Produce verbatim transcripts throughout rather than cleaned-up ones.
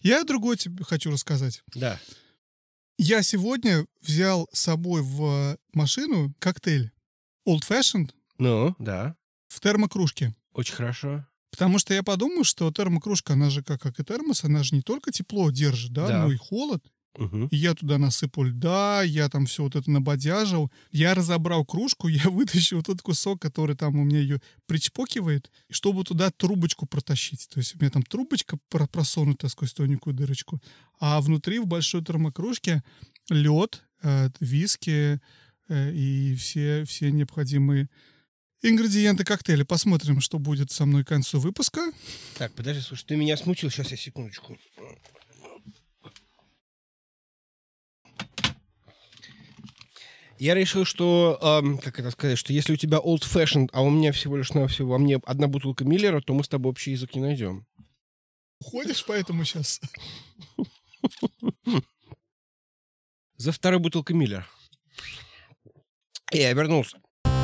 Я другой тебе хочу рассказать. Да. Я сегодня взял с собой в машину коктейль Old Fashioned. Ну, да. В термокружке. Очень хорошо. Потому что я подумал, что термокружка, она же как, как и термос, она же не только тепло держит, да, Да. но и холод. Угу. И я туда насыпал льда, я там все вот это набодяжил. Я разобрал кружку, я вытащил вот тот кусок, который там у меня ее причпокивает, чтобы туда трубочку протащить. То есть у меня там трубочка просунута сквозь тоненькую дырочку, а внутри в большой термокружке лед, э, виски э, и все, все необходимые ингредиенты коктейля. Посмотрим, что будет со мной к концу выпуска. Так, подожди, слушай, ты меня смутил. Сейчас я секундочку. Я решил, что, эм, как это сказать, что если у тебя old fashioned, а у меня всего лишь навсего, во мне одна бутылка Миллера, то мы с тобой общий язык не найдем. Уходишь поэтому сейчас? За второй бутылкой Миллера. Я вернулся.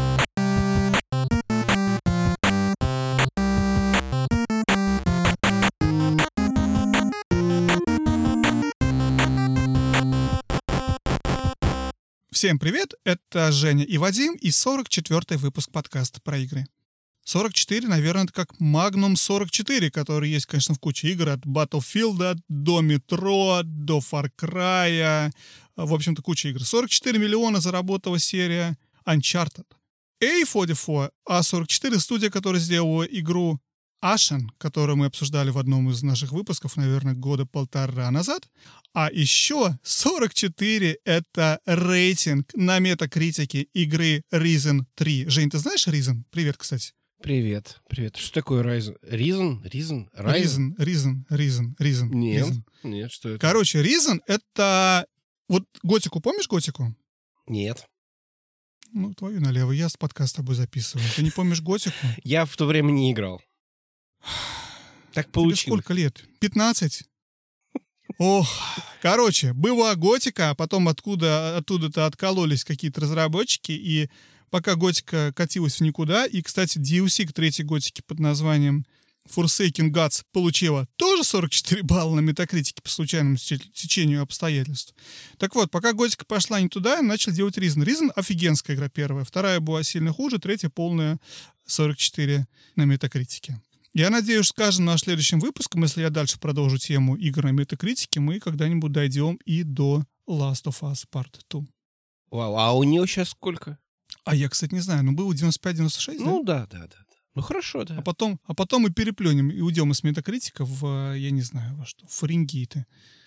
Всем привет, это Женя и Вадим и сорок четвёртый выпуск подкаста про игры. сорок четыре, наверное, это как Magnum сорок четыре, который есть, конечно, в куче игр, от Battlefield до Metro, до Far Cry, в общем-то, куча игр. сорок четыре миллиона заработала серия Uncharted. эй форти фор, а сорок четыре студия, которая сделала игру Ashen, которую мы обсуждали в одном из наших выпусков, наверное, года полтора назад. А еще сорок четыре — это рейтинг на метакритике игры Risen три. Жень, ты знаешь Risen? Привет, кстати. Привет, привет. Что такое Risen? Risen? Risen? Risen, Risen, Risen, Risen. Нет, Risen. нет, что это? Короче, Risen — это... Вот Готику, помнишь Готику? Нет. Ну, твою налево, я с подкаст с тобой записываю. Ты не помнишь Готику? Я в то время не играл. Так получилось. Тебе сколько лет? пятнадцать? Ох, короче, была Готика, а потом откуда, оттуда-то откололись какие-то разработчики, и пока Готика катилась в никуда, и, кстати, ди эл си к третьей Готике под названием Forsaken Gods получила тоже сорок четыре балла на метакритике по случайному течению обстоятельств. Так вот, пока Готика пошла не туда, начали делать Risen. Risen — офигенская игра первая, вторая была сильно хуже, третья полная сорок четыре на метакритике. Я надеюсь, скажем, на следующем выпуске, если я дальше продолжу тему игр на метакритике, мы когда-нибудь дойдем и до Last of Us Part два. Вау, а у нее сейчас сколько? А я, кстати, не знаю, ну было девяносто пять девяносто шесть, Ну да? да, да, да. Ну хорошо, да. А потом, а потом мы переплюнем и уйдем из метакритика в, я не знаю, во что, в Фаренгейты.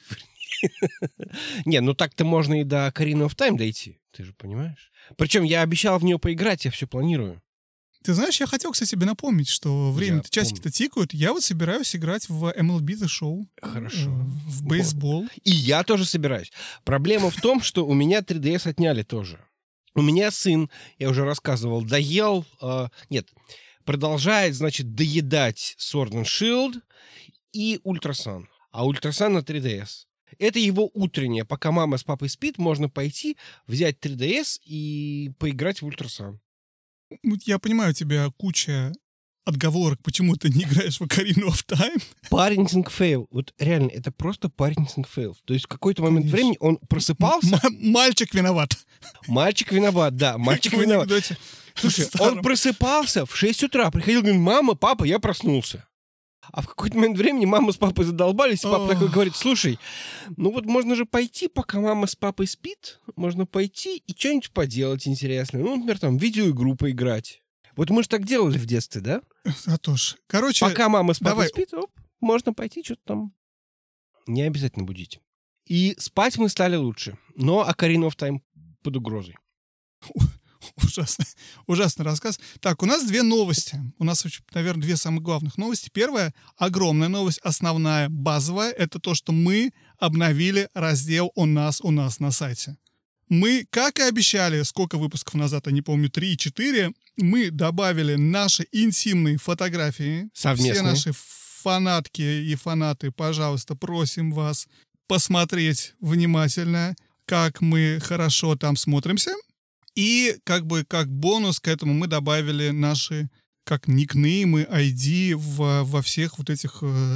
Не, ну так-то можно и до Ocarina of Time дойти, ты же понимаешь? Причем я обещал в нее поиграть, я все планирую. Ты знаешь, я хотел, кстати, себе напомнить, что время-то, часики-то тикают. Я вот собираюсь играть в эм эл би The Show. Хорошо. В бейсбол. И я тоже собираюсь. Проблема в том, что у меня три ди эс отняли тоже. У меня сын, я уже рассказывал, доел... Э, нет, продолжает, значит, доедать Sword and Shield и Ультрасан. А Ультрасан на три ди эс. Это его утреннее. Пока мама с папой спит, можно пойти, взять три ди эс и поиграть в Ультрасан. Я понимаю, у тебя куча отговорок, почему ты не играешь в Ocarina of Time. Parenting fail. Вот реально, это просто parenting fail. То есть в какой-то момент Конечно. времени он просыпался... М- мальчик виноват. Мальчик виноват, да, мальчик Как в виноват. анекдоте Слушай, старом. он просыпался в шесть утра, приходил, говорит: мама, папа, я проснулся. А в какой-то момент времени мама с папой задолбались, и папа Ох. такой говорит: слушай, ну вот можно же пойти, пока мама с папой спит, можно пойти и что-нибудь поделать интересное. Ну, например, там, видеоигру поиграть. Вот мы же так делали в детстве, да? А то ж. Короче, Пока мама с папой давай. спит, оп, можно пойти что-то там. Не обязательно будить. И спать мы стали лучше, но Ocarina of Time под угрозой. Ужасный, ужасный рассказ. Так, у нас две новости. У нас, наверное, две самых главных новости. Первая, огромная новость, основная, базовая, это то, что мы обновили раздел «У нас, у нас» на сайте. Мы, как и обещали, сколько выпусков назад, я не помню, три-четыре, мы добавили наши интимные фотографии. Совместные. Все наши фанатки и фанаты, пожалуйста, просим вас посмотреть внимательно, как мы хорошо там смотримся. И как бы как бонус к этому мы добавили наши как никнеймы, ай ди в, во всех вот этих э,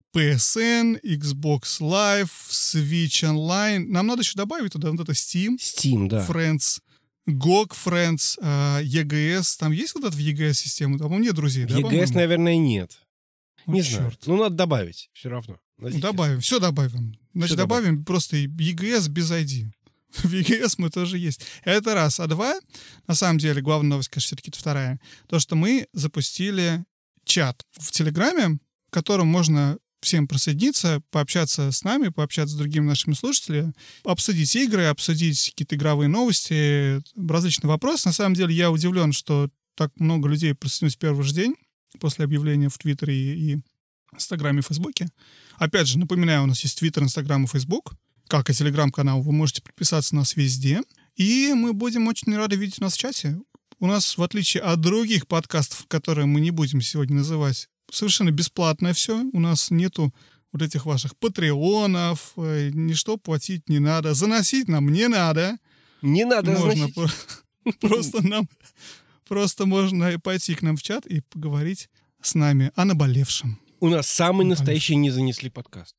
пи эс эн, Xbox Live, Switch Online. Нам надо еще добавить туда вот это Steam, Steam, да. Friends, джи о джи Friends, э, и джи эс. Там есть вот это в и джи эс-систему? Там нет друзей, В да, и джи эс, по-моему? наверное, нет. О, Не черт. знаю. Ну, надо добавить все равно. Ну, добавим, все добавим. Значит, Всё добавим просто и джи эс без ай ди. В и джи эс мы тоже есть. Это раз. А два, на самом деле, главная новость, конечно, все-таки это вторая. То, что мы запустили чат в Телеграме, в котором можно всем присоединиться, пообщаться с нами, пообщаться с другими нашими слушателями, обсудить игры, обсудить какие-то игровые новости, различные вопросы. На самом деле, я удивлен, что так много людей присоединилось в первый же день после объявления в Твиттере и Инстаграме и Фейсбуке. Опять же, напоминаю, у нас есть Твиттер, Инстаграм и Фейсбук. Как и Телеграм-канал, вы можете подписаться на нас везде. И мы будем очень рады видеть нас в чате. У нас, в отличие от других подкастов, которые мы не будем сегодня называть, совершенно бесплатное все. У нас нету вот этих ваших патреонов, э, ничто платить не надо. Заносить нам не надо. Не надо Можно заносить. про- просто нам просто можно пойти к нам в чат и поговорить с нами о наболевшем. У нас самый настоящий не занесли подкаст.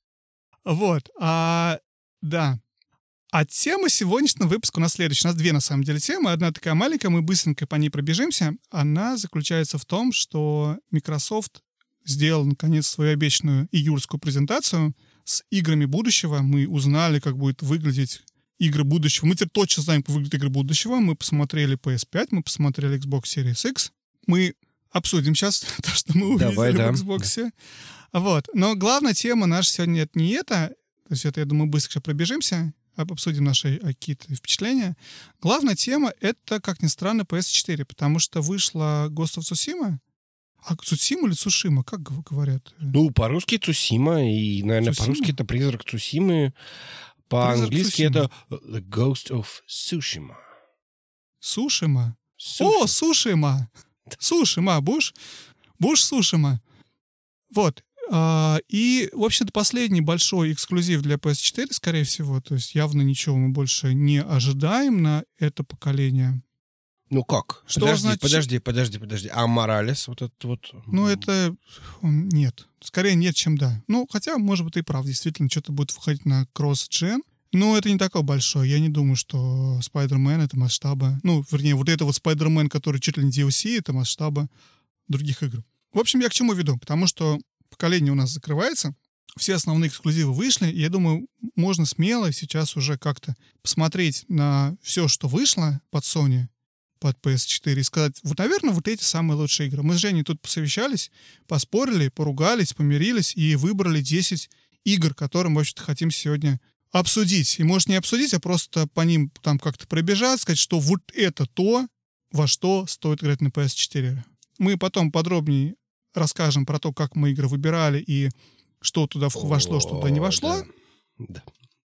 Вот, а, да. А тема сегодняшнего выпуска у нас следующая. У нас две, на самом деле, темы. Одна такая маленькая, мы быстренько по ней пробежимся. Она заключается в том, что Microsoft сделал, наконец, свою обещанную июльскую презентацию с играми будущего. Мы узнали, как будет выглядеть игры будущего. Мы теперь точно знаем, как выглядят игры будущего. Мы посмотрели пи эс пять, мы посмотрели Xbox Series X. Мы обсудим сейчас то, что мы увидели Давай, да. в Xbox. Вот. Но главная тема наша сегодня это не это. То есть это, я думаю, быстро пробежимся, обсудим наши какие-то впечатления. Главная тема — это, как ни странно, пи эс четыре, потому что вышла Ghost of Tsushima. А Цусима или Цушима, как гов- говорят? Ну, по-русски Цусима, и, наверное, Цусима? по-русски это призрак Цусимы. По-английски Цусимы. это The Ghost of Tsushima. Сушима? Суши. О, Сушима! Сушима, Буш? Буш Сушима. Вот. А, и, в общем-то, последний большой эксклюзив для пи эс четыре, скорее всего. То есть явно ничего мы больше не ожидаем на это поколение. Ну как? Что подожди, значит- подожди, подожди, подожди. А Моралес, вот этот вот... Ну, это... м, Нет. Скорее нет, чем да. Ну, хотя, может быть, и прав. Действительно, что-то будет выходить на кросс-джен. Но это не такое большое. Я не думаю, что Spider-Man — это масштаба... Ну, вернее, вот это вот Spider-Man, который чуть ли не ди эл си, это масштаба других игр. В общем, я к чему веду? Потому что поколение у нас закрывается, все основные эксклюзивы вышли, и я думаю, можно смело сейчас уже как-то посмотреть на все, что вышло под Sony, под пи эс четыре, и сказать, вот, наверное, вот эти самые лучшие игры. Мы с Женей тут посовещались, поспорили, поругались, помирились и выбрали десять игр, которые мы, вообще-то, хотим сегодня обсудить. И, может, не обсудить, а просто по ним там как-то пробежать, сказать, что вот это то, во что стоит играть на пи эс четыре. Мы потом подробнее расскажем про то, как мы игры выбирали и что туда в- вошло, что туда не О, вошло. Да. Да.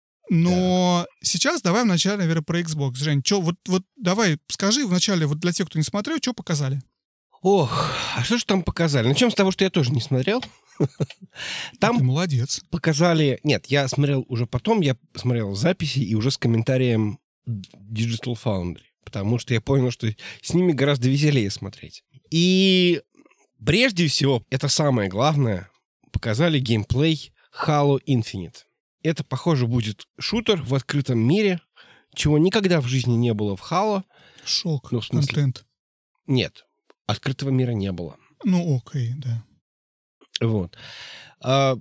Но сейчас давай вначале, наверное, про Xbox. Жень, чё, вот, вот давай скажи вначале, вот для тех, кто не смотрел, что показали? Ох, а что же там показали? Начнем с того, что я тоже не смотрел. Там Ты молодец. показали... Нет, я смотрел уже потом, я смотрел записи и уже с комментарием Digital Foundry, потому что я понял, что с ними гораздо веселее смотреть. И прежде всего, это самое главное, показали геймплей Halo Infinite. Это, похоже, будет шутер в открытом мире, чего никогда в жизни не было в Halo. Шок, Ну, в смысле? контент. Нет, открытого мира не было. Ну, окей, да. Вот. А,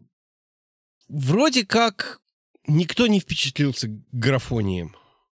вроде как никто не впечатлился графонием.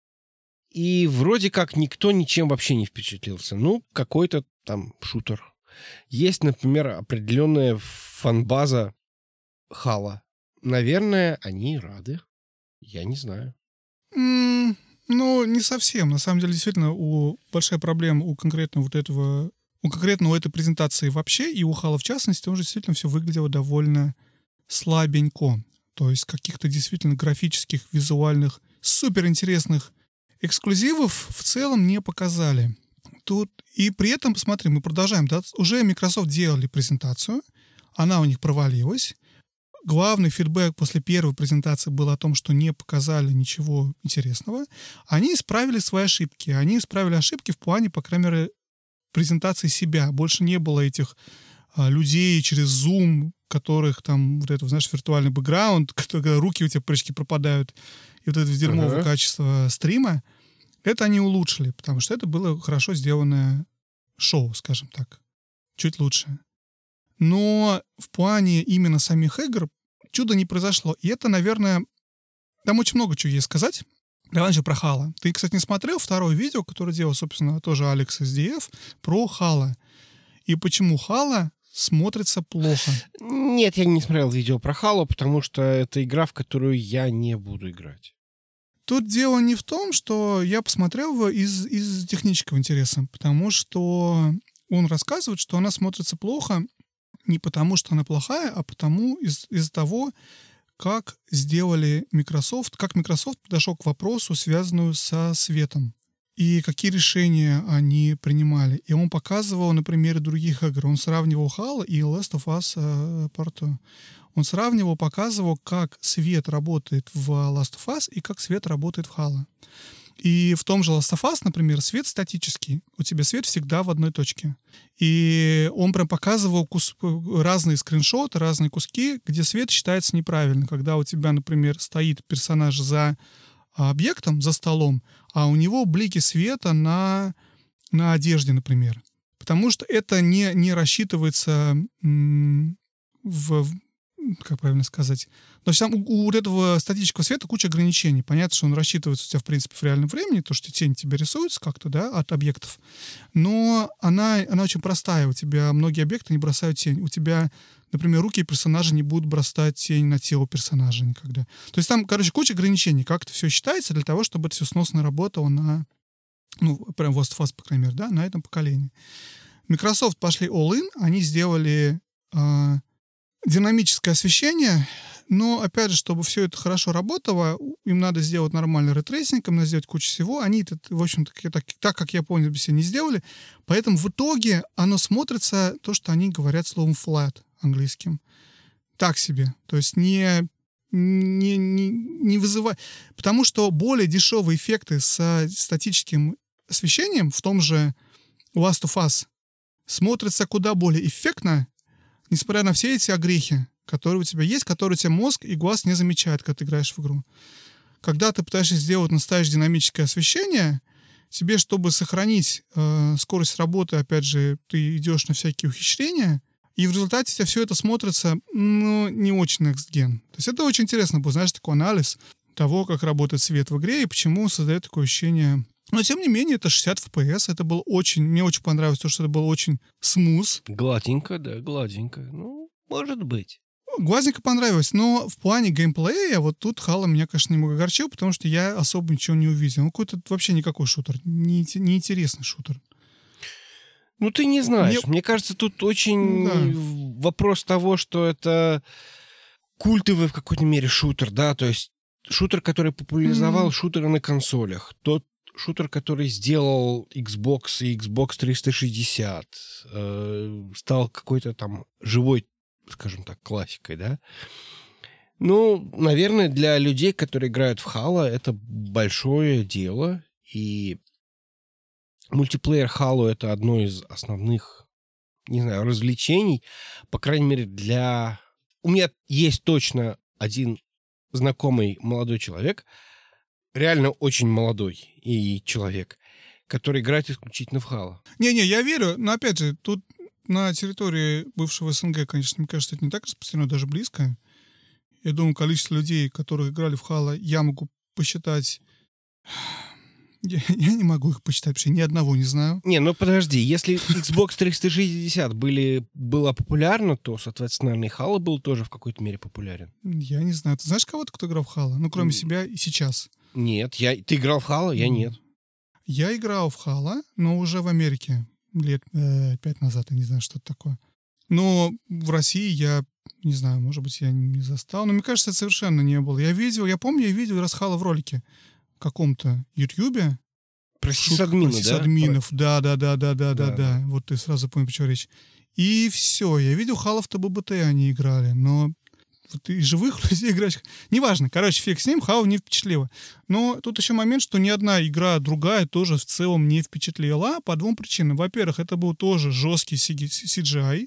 И вроде как никто ничем вообще не впечатлился. Ну, какой-то там шутер. Есть, например, определенная фан-база Хала. Наверное, они рады. Я не знаю. М, ну, не совсем. На самом деле, действительно, у большая проблема у конкретно вот этого, у конкретно у этой презентации вообще, и у Хала в частности, тоже действительно все выглядело довольно слабенько. То есть каких-то действительно графических, визуальных, суперинтересных эксклюзивов в целом не показали. Тут и при этом, посмотри, мы продолжаем. Да, уже Microsoft делали презентацию, она у них провалилась. Главный фидбэк после первой презентации был о том, что не показали ничего интересного. Они исправили свои ошибки. Они исправили ошибки в плане, по крайней мере, презентации себя. Больше не было этих а, людей через Zoom, которых там, вот это, знаешь, виртуальный бэкграунд, когда руки у тебя прыжки пропадают, и вот это дерьмовое Ага. качество стрима, это они улучшили, потому что это было хорошо сделанное шоу, скажем так. Чуть лучше. Но в плане именно самих игр чуда не произошло. И это, наверное, там очень много чего есть сказать. Давай начнем про Halo. Ты, кстати, не смотрел второе видео, которое делал, собственно, тоже Алекс из ди эф, про Halo. И почему Halo смотрится плохо. Нет, я не смотрел видео про Halo, потому что это игра, в которую я не буду играть. Тут дело не в том, что я посмотрел его из, из технического интереса, потому что он рассказывает, что она смотрится плохо не потому, что она плохая, а потому из- из-за того, как сделали Microsoft, как Microsoft подошел к вопросу, связанную со светом, и какие решения они принимали. И он показывал на примере других игр. Он сравнивал Halo и Last of Us э, Part два. Он сравнивал, показывал, как свет работает в Last of Us и как свет работает в Halo. И в том же Last of Us, например, свет статический. У тебя свет всегда в одной точке. И он прям показывал кус... разные скриншоты, разные куски, где свет считается неправильно. Когда у тебя, например, стоит персонаж за объектом, за столом, а у него блики света на, на одежде, например. Потому что это не, не рассчитывается м, в... как правильно сказать. То есть там у, у этого статического света куча ограничений. Понятно, что он рассчитывается у тебя, в принципе, в реальном времени, то, что тень тебе рисуется как-то, да, от объектов. Но она, она очень простая. У тебя многие объекты не бросают тень. У тебя, например, руки персонажа не будут бросать тень на тело персонажа никогда. То есть там, короче, куча ограничений. Как это все считается для того, чтобы это все сносно работало на, ну, прям Last of Us, по крайней мере, да, на этом поколении. Microsoft пошли all-in, они сделали... Э, динамическое освещение, но, опять же, чтобы все это хорошо работало, им надо сделать нормальный рейтрейсинг, им надо сделать кучу всего. Они это, в общем-то, так, так как я понял, все не сделали. Поэтому в итоге оно смотрится, то, что они говорят словом flat английским. Так себе. То есть не, не, не, не вызывает... Потому что более дешевые эффекты с статическим освещением в том же Last of Us смотрятся куда более эффектно, несмотря на все эти огрехи, которые у тебя есть, которые у тебя мозг и глаз не замечают, когда ты играешь в игру. Когда ты пытаешься сделать настоящее динамическое освещение, тебе, чтобы сохранить э, скорость работы, опять же, ты идешь на всякие ухищрения, и в результате у тебя все это смотрится, ну, не очень next gen. То есть это очень интересно был, знаешь, такой анализ того, как работает свет в игре и почему создает такое ощущение. Но, тем не менее, это шестьдесят эф пи эс, это было очень... Мне очень понравилось то, что это было очень смуз. Гладенько, да, гладенько. Ну, может быть. Глазненько понравилось, но в плане геймплея вот тут Halo меня, конечно, немного огорчил, потому что я особо ничего не увидел. Ну, какой-то вообще никакой шутер. Не, неинтересный шутер. Ну, ты не знаешь. Мне, Мне кажется, тут очень да. вопрос того, что это культовый в какой-то мере шутер, да, то есть шутер, который популяризовал mm-hmm. шутеры на консолях. Тот шутер, который сделал Xbox и Xbox триста шестьдесят, э, стал какой-то там живой, скажем так, классикой, да? Ну, наверное, для людей, которые играют в Halo, это большое дело, и мультиплеер Halo — это одно из основных, не знаю, развлечений, по крайней мере, для... У меня есть точно один знакомый молодой человек, реально очень молодой и человек, который играет исключительно в Halo. Не-не, я верю, но, опять же, тут на территории бывшего СНГ, конечно, мне кажется, это не так распространено, даже близко. Я думаю, количество людей, которые играли в Halo, я могу посчитать... Я, я не могу их посчитать, потому что ни одного не знаю. Не, ну подожди, если Xbox триста шестьдесят были, была популярна, то, соответственно, наверное, и Halo был тоже в какой-то мере популярен. Я не знаю. Ты знаешь кого-то, кто играл в Halo? Ну, кроме mm. себя и сейчас. Нет, я... ты играл в Halo? Я mm. нет. Я играл в Halo, но уже в Америке. Лет э, пять назад, я не знаю, что это такое. Но в России я, не знаю, может быть, я не застал. Но мне кажется, это совершенно не было. Я видел, я помню, я видел раз Halo в ролике. В каком-то Ютьюбе. Про сисадминов, да? Сисадминов, да-да-да-да-да-да-да. Вот ты сразу понял, про что речь. И все. Я видел Halo в ТББТ они играли, но вот и живых людей играющих... Неважно. Короче, фиг с ним, Halo не впечатлило. Но тут еще момент, что ни одна игра другая тоже в целом не впечатлила по двум причинам. Во-первых, это был тоже жесткий си джи ай.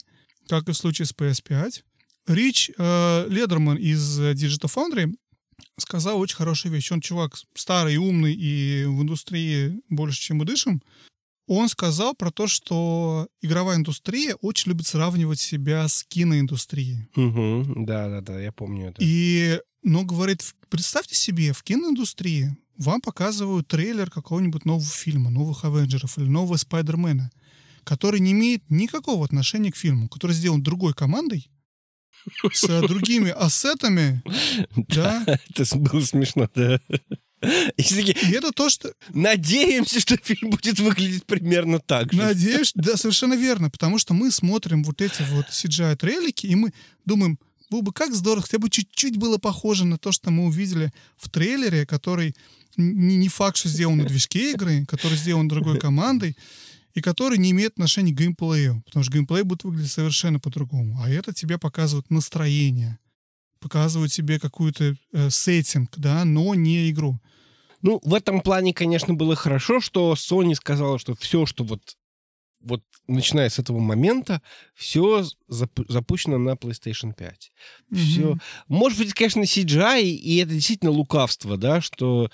как и в случае с пи эс пять. Рич э, Ледерман из Digital Foundry сказал очень хорошую вещь. Он чувак старый, умный и в индустрии больше, чем мы дышим. Он сказал про то, что игровая индустрия очень любит сравнивать себя с киноиндустрией. Угу. Да-да-да, я помню это. И, но говорит, представьте себе, в киноиндустрии вам показывают трейлер какого-нибудь нового фильма, новых Авенджеров или нового Спайдермена, который не имеет никакого отношения к фильму, который сделан другой командой, с другими ассетами. Да, это было смешно, да. И это то, что... Надеемся, что фильм будет выглядеть примерно так же. Надеюсь, да, совершенно верно, потому что мы смотрим вот эти вот си джи ай-трейлики, и мы думаем, было бы как здорово, хотя бы чуть-чуть было похоже на то, что мы увидели в трейлере, который не, не факт, что сделан на движке игры, который сделан другой командой, и который не имеет отношения к геймплею, потому что геймплей будет выглядеть совершенно по-другому. А это тебе показывает настроение, показывает тебе какую-то э, сеттинг, да, но не игру. Ну, в этом плане, конечно, было хорошо, что Sony сказала, что все, что вот, вот начиная с этого момента, все зап- запущено на PlayStation пять. Mm-hmm. Все. Может быть, конечно, си джи ай, и это действительно лукавство, да, что...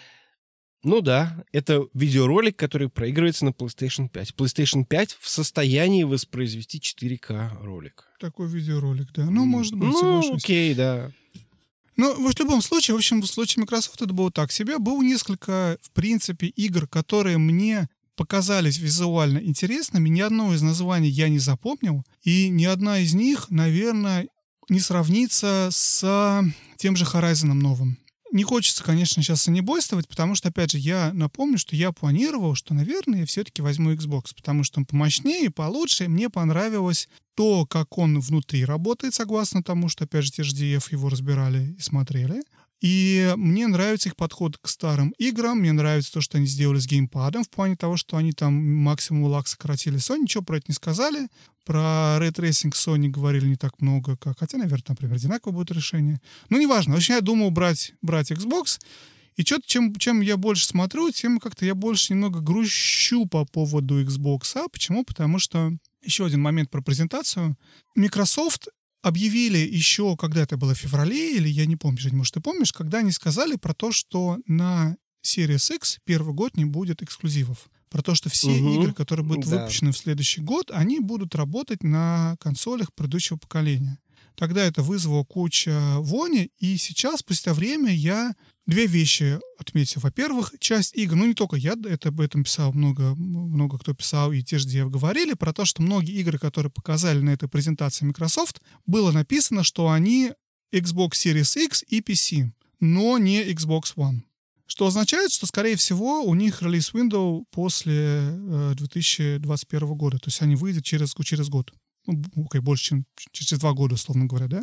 Ну да, это видеоролик, который проигрывается на PlayStation пять. PlayStation пять в состоянии воспроизвести четыре ка ролик. Такой видеоролик, да. Ну, может быть, ну, соглашусь. окей, да. Ну, в любом случае, в общем, в случае Microsoft это было так себе. Было несколько, в принципе, игр, которые мне показались визуально интересными. Ни одно из названий я не запомнил. И ни одна из них, наверное, не сравнится с тем же Horizon новым. Не хочется, конечно, сейчас санебойствовать, потому что, опять же, я напомню, что я планировал, что, наверное, я все-таки возьму Xbox, потому что он помощнее, получше, и мне понравилось то, как он внутри работает, согласно тому, что, опять же, те же ди эф его разбирали и смотрели. И мне нравится их подход к старым играм, мне нравится то, что они сделали с геймпадом, в плане того, что они там максимум лак сократили. Sony ничего про это не сказали. Про Ray Tracing Sony говорили не так много, как... Хотя, наверное, там примерно одинаково будет решение. Но неважно. В общем, я думал брать, брать Xbox. И что-то, чем, чем я больше смотрю, тем как-то я больше немного грущу по поводу Xbox. А почему? Потому что... Еще один момент про презентацию. Microsoft объявили еще, когда это было в феврале, или я не помню, Жень, может, ты помнишь, когда они сказали про то, что на Series X первый год не будет эксклюзивов. Про то, что все угу. игры, которые будут да. выпущены в следующий год, они будут работать на консолях предыдущего поколения. Тогда это вызвало кучу вони, и сейчас, спустя время, я две вещи отметил. Во-первых, часть игр, ну не только я, это об этом писал много, много кто писал, и те же ди эф говорили, про то, что многие игры, которые показали на этой презентации Microsoft, было написано, что они Xbox Series X и пи си, но не Xbox One. Что означает, что, скорее всего, у них релиз window после э, две тысячи двадцать первого года. То есть они выйдут через, через год. Ну, okay, больше, чем через два года, условно говоря, да?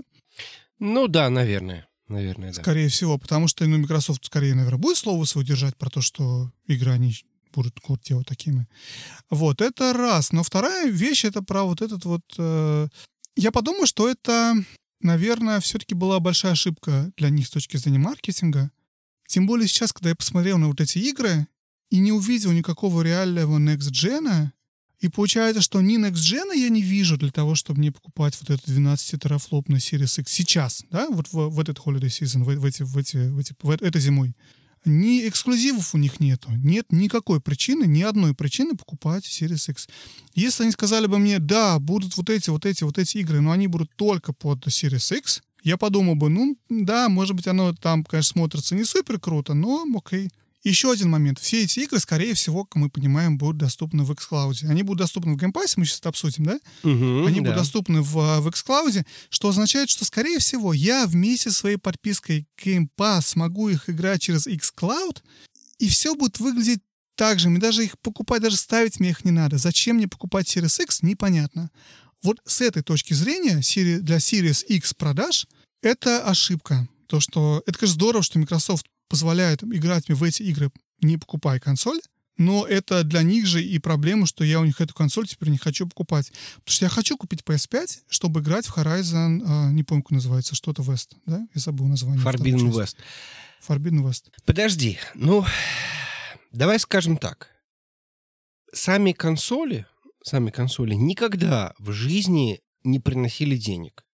Ну да, наверное. Наверное, да. Скорее всего, потому что ну, Microsoft, скорее, наверное, будет слово свое держать про то, что игры они будут вот делать такими. Вот, это раз. Но вторая вещь, это про вот этот вот... Э... Я подумал, что это, наверное, все-таки была большая ошибка для них с точки зрения маркетинга. Тем более сейчас, когда я посмотрел на вот эти игры и не увидел никакого реального next-gen, и получается, что ни next-gen я не вижу для того, чтобы мне покупать вот этот двенадцати-терафлопный Series X сейчас, да, вот в, в этот holiday season, в, в эти, в эти, в эти, в этой зимой. Ни эксклюзивов у них нету, нет никакой причины, ни одной причины покупать Series X. Если они сказали бы мне, да, будут вот эти, вот эти, вот эти игры, но они будут только под Series X, я подумал бы, ну, да, может быть, оно там, конечно, смотрится не супер круто, но окей. Еще один момент. Все эти игры, скорее всего, как мы понимаем, будут доступны в xCloud. Они будут доступны в Game Pass, мы сейчас это обсудим, да? Угу, Они да. будут доступны в, в xCloud, что означает, что, скорее всего, я вместе со своей подпиской Game Pass смогу их играть через xCloud, и все будет выглядеть так же. Мне даже их покупать, даже ставить мне их не надо. Зачем мне покупать Series X, непонятно. Вот с этой точки зрения для Series X продаж это ошибка. То, что... Это, конечно, здорово, что Microsoft позволяет играть мне в эти игры, не покупая консоль, но это для них же и проблема, что я у них эту консоль теперь не хочу покупать. Потому что я хочу купить пи эс пять, чтобы играть в Horizon, а, не помню, как называется, что-то West, да? Я забыл название. Forbidden West. Forbidden West. Подожди, ну, давай скажем так. Сами консоли, сами консоли никогда в жизни не приносили денег.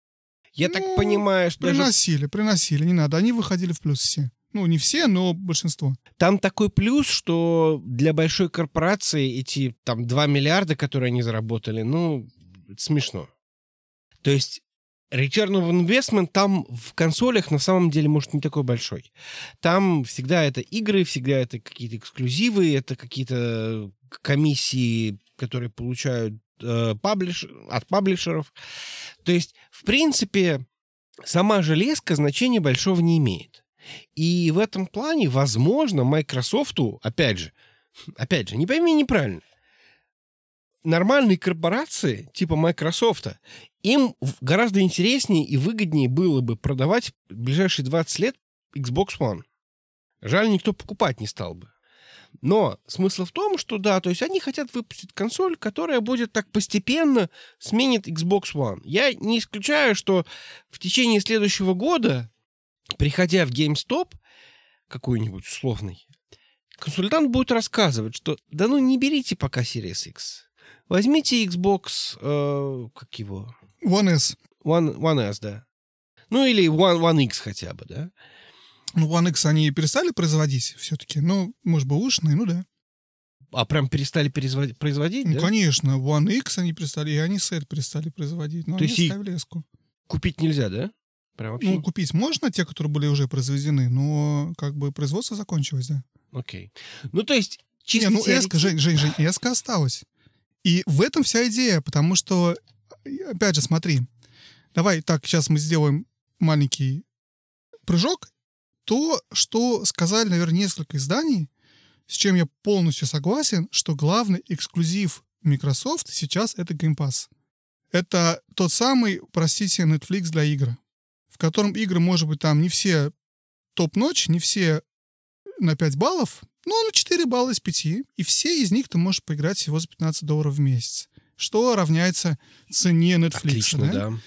Я Ну, так понимаю, что даже Приносили, приносили, не надо. Они выходили в плюс все. Ну, не все, но большинство. там такой плюс, что для большой корпорации эти там два миллиарда, которые они заработали, ну, это смешно. То есть return of investment там в консолях на самом деле может не такой большой. Там всегда это игры, всегда это какие-то эксклюзивы, это какие-то комиссии, которые получают э, паблиш... от паблишеров. То есть, в принципе, сама железка значения большого не имеет. И в этом плане, возможно, Microsoft'у, опять же, опять же, не пойми неправильно, нормальные корпорации типа Microsoft, им гораздо интереснее и выгоднее было бы продавать в ближайшие двадцать лет Xbox One. Жаль, никто покупать не стал бы. Но смысл в том, что да, то есть они хотят выпустить консоль, которая будет так постепенно сменит Xbox One. Я не исключаю, что в течение следующего года, приходя в GameStop, какой-нибудь условный, консультант будет рассказывать, что да ну не берите пока Series X. Возьмите Xbox, э, как его? One S. One, One S, да. Ну или One, One X хотя бы, да. Ну, One X они перестали производить все-таки. Ну, может, бэушные, ну да. А прям перестали перезвод- производить, Ну, да? конечно, One X они перестали, и они Set перестали производить. Но То они есть и- оставили S-ку. Купить нельзя, да? Прям вообще? Ну, купить можно те, которые были уже произведены, но как бы производство закончилось, да. Окей. Ну, то есть, чисто Не, ну теоретически- S-ка, Жень, Жень, Жень, S-ка осталась. И в этом вся идея, потому что, опять же, смотри, давай так, сейчас мы сделаем маленький прыжок. То, что сказали, наверное, несколько изданий, с чем я полностью согласен, что главный эксклюзив Microsoft сейчас — это Game Pass. Это тот самый, простите, Netflix для игр, в котором игры, может быть, там не все топ-ночь, не все на пять баллов, но на четыре балла из пяти, и все из них ты можешь поиграть всего за пятнадцать долларов в месяц, что равняется цене Netflix. Отлично, да? да.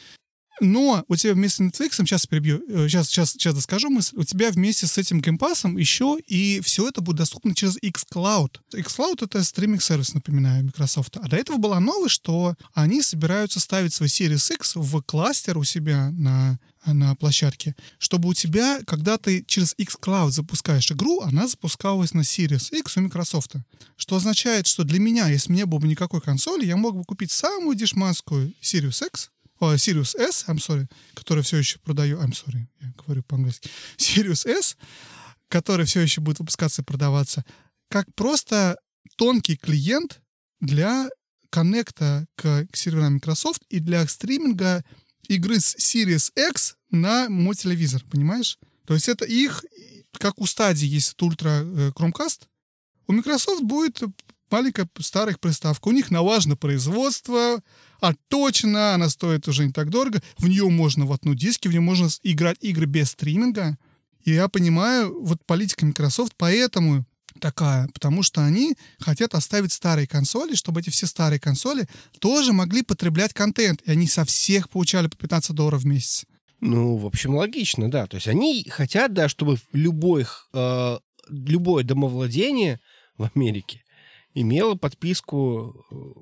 Но у тебя вместе с Netflix, сейчас перебью, сейчас, сейчас, сейчас доскажу мысль, у тебя вместе с этим Game Pass'ом еще и все это будет доступно через xCloud. xCloud — это стриминг-сервис, напоминаю, Microsoft. А до этого была новость, что они собираются ставить свой Series X в кластер у себя на, на площадке, чтобы у тебя, когда ты через xCloud запускаешь игру, она запускалась на Series X у Microsoft. Что означает, что для меня, если не было бы никакой консоли, я мог бы купить самую дешманскую Series X, О, Sirius S, I'm sorry, который все еще продаю, I'm sorry, я говорю по-английски, Sirius S, который все еще будет выпускаться и продаваться, как просто тонкий клиент для коннекта к, к серверам Microsoft и для стриминга игры с Series X на мой телевизор, понимаешь? То есть это их, как у Stadia есть Ultra Chromecast, у Microsoft будет маленькая старая приставка. У них налажено производство, отточена, она стоит уже не так дорого. В нее можно воткнуть диски, в нее можно играть игры без стриминга. И я понимаю, вот политика Microsoft поэтому такая, потому что они хотят оставить старые консоли, чтобы эти все старые консоли тоже могли потреблять контент, и они со всех получали по пятнадцать долларов в месяц. Ну, в общем, логично, да. То есть они хотят, да, чтобы любой, э, любое домовладение в Америке имело подписку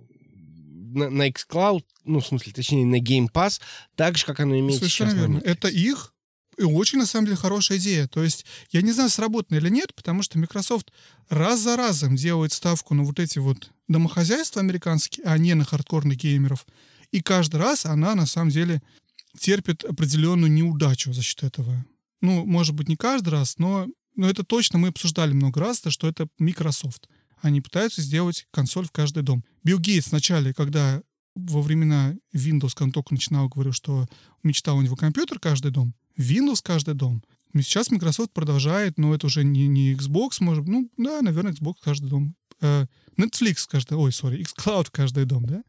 на, на xCloud, ну, в смысле, точнее, на Game Pass, так же, как оно имеет Совершенно сейчас верно. на Netflix. Это их и очень, на самом деле, хорошая идея. То есть я не знаю, сработано или нет, потому что Microsoft раз за разом делает ставку на вот эти вот домохозяйства американские, а не на хардкорных геймеров. И каждый раз она, на самом деле, терпит определенную неудачу за счет этого. Ну, может быть, не каждый раз, но, но это точно мы обсуждали много раз, то, что это Microsoft. Они пытаются сделать консоль в каждый дом. Билл Гейтс вначале, когда во времена Windows, когда он только начинал, говорил, что мечтал у него компьютер каждый дом, Windows каждый дом. И сейчас Microsoft продолжает, но это уже не, не Xbox, может, ну, да, наверное, Xbox каждый дом. Э, Netflix каждый, ой, сори, xCloud каждый дом, да?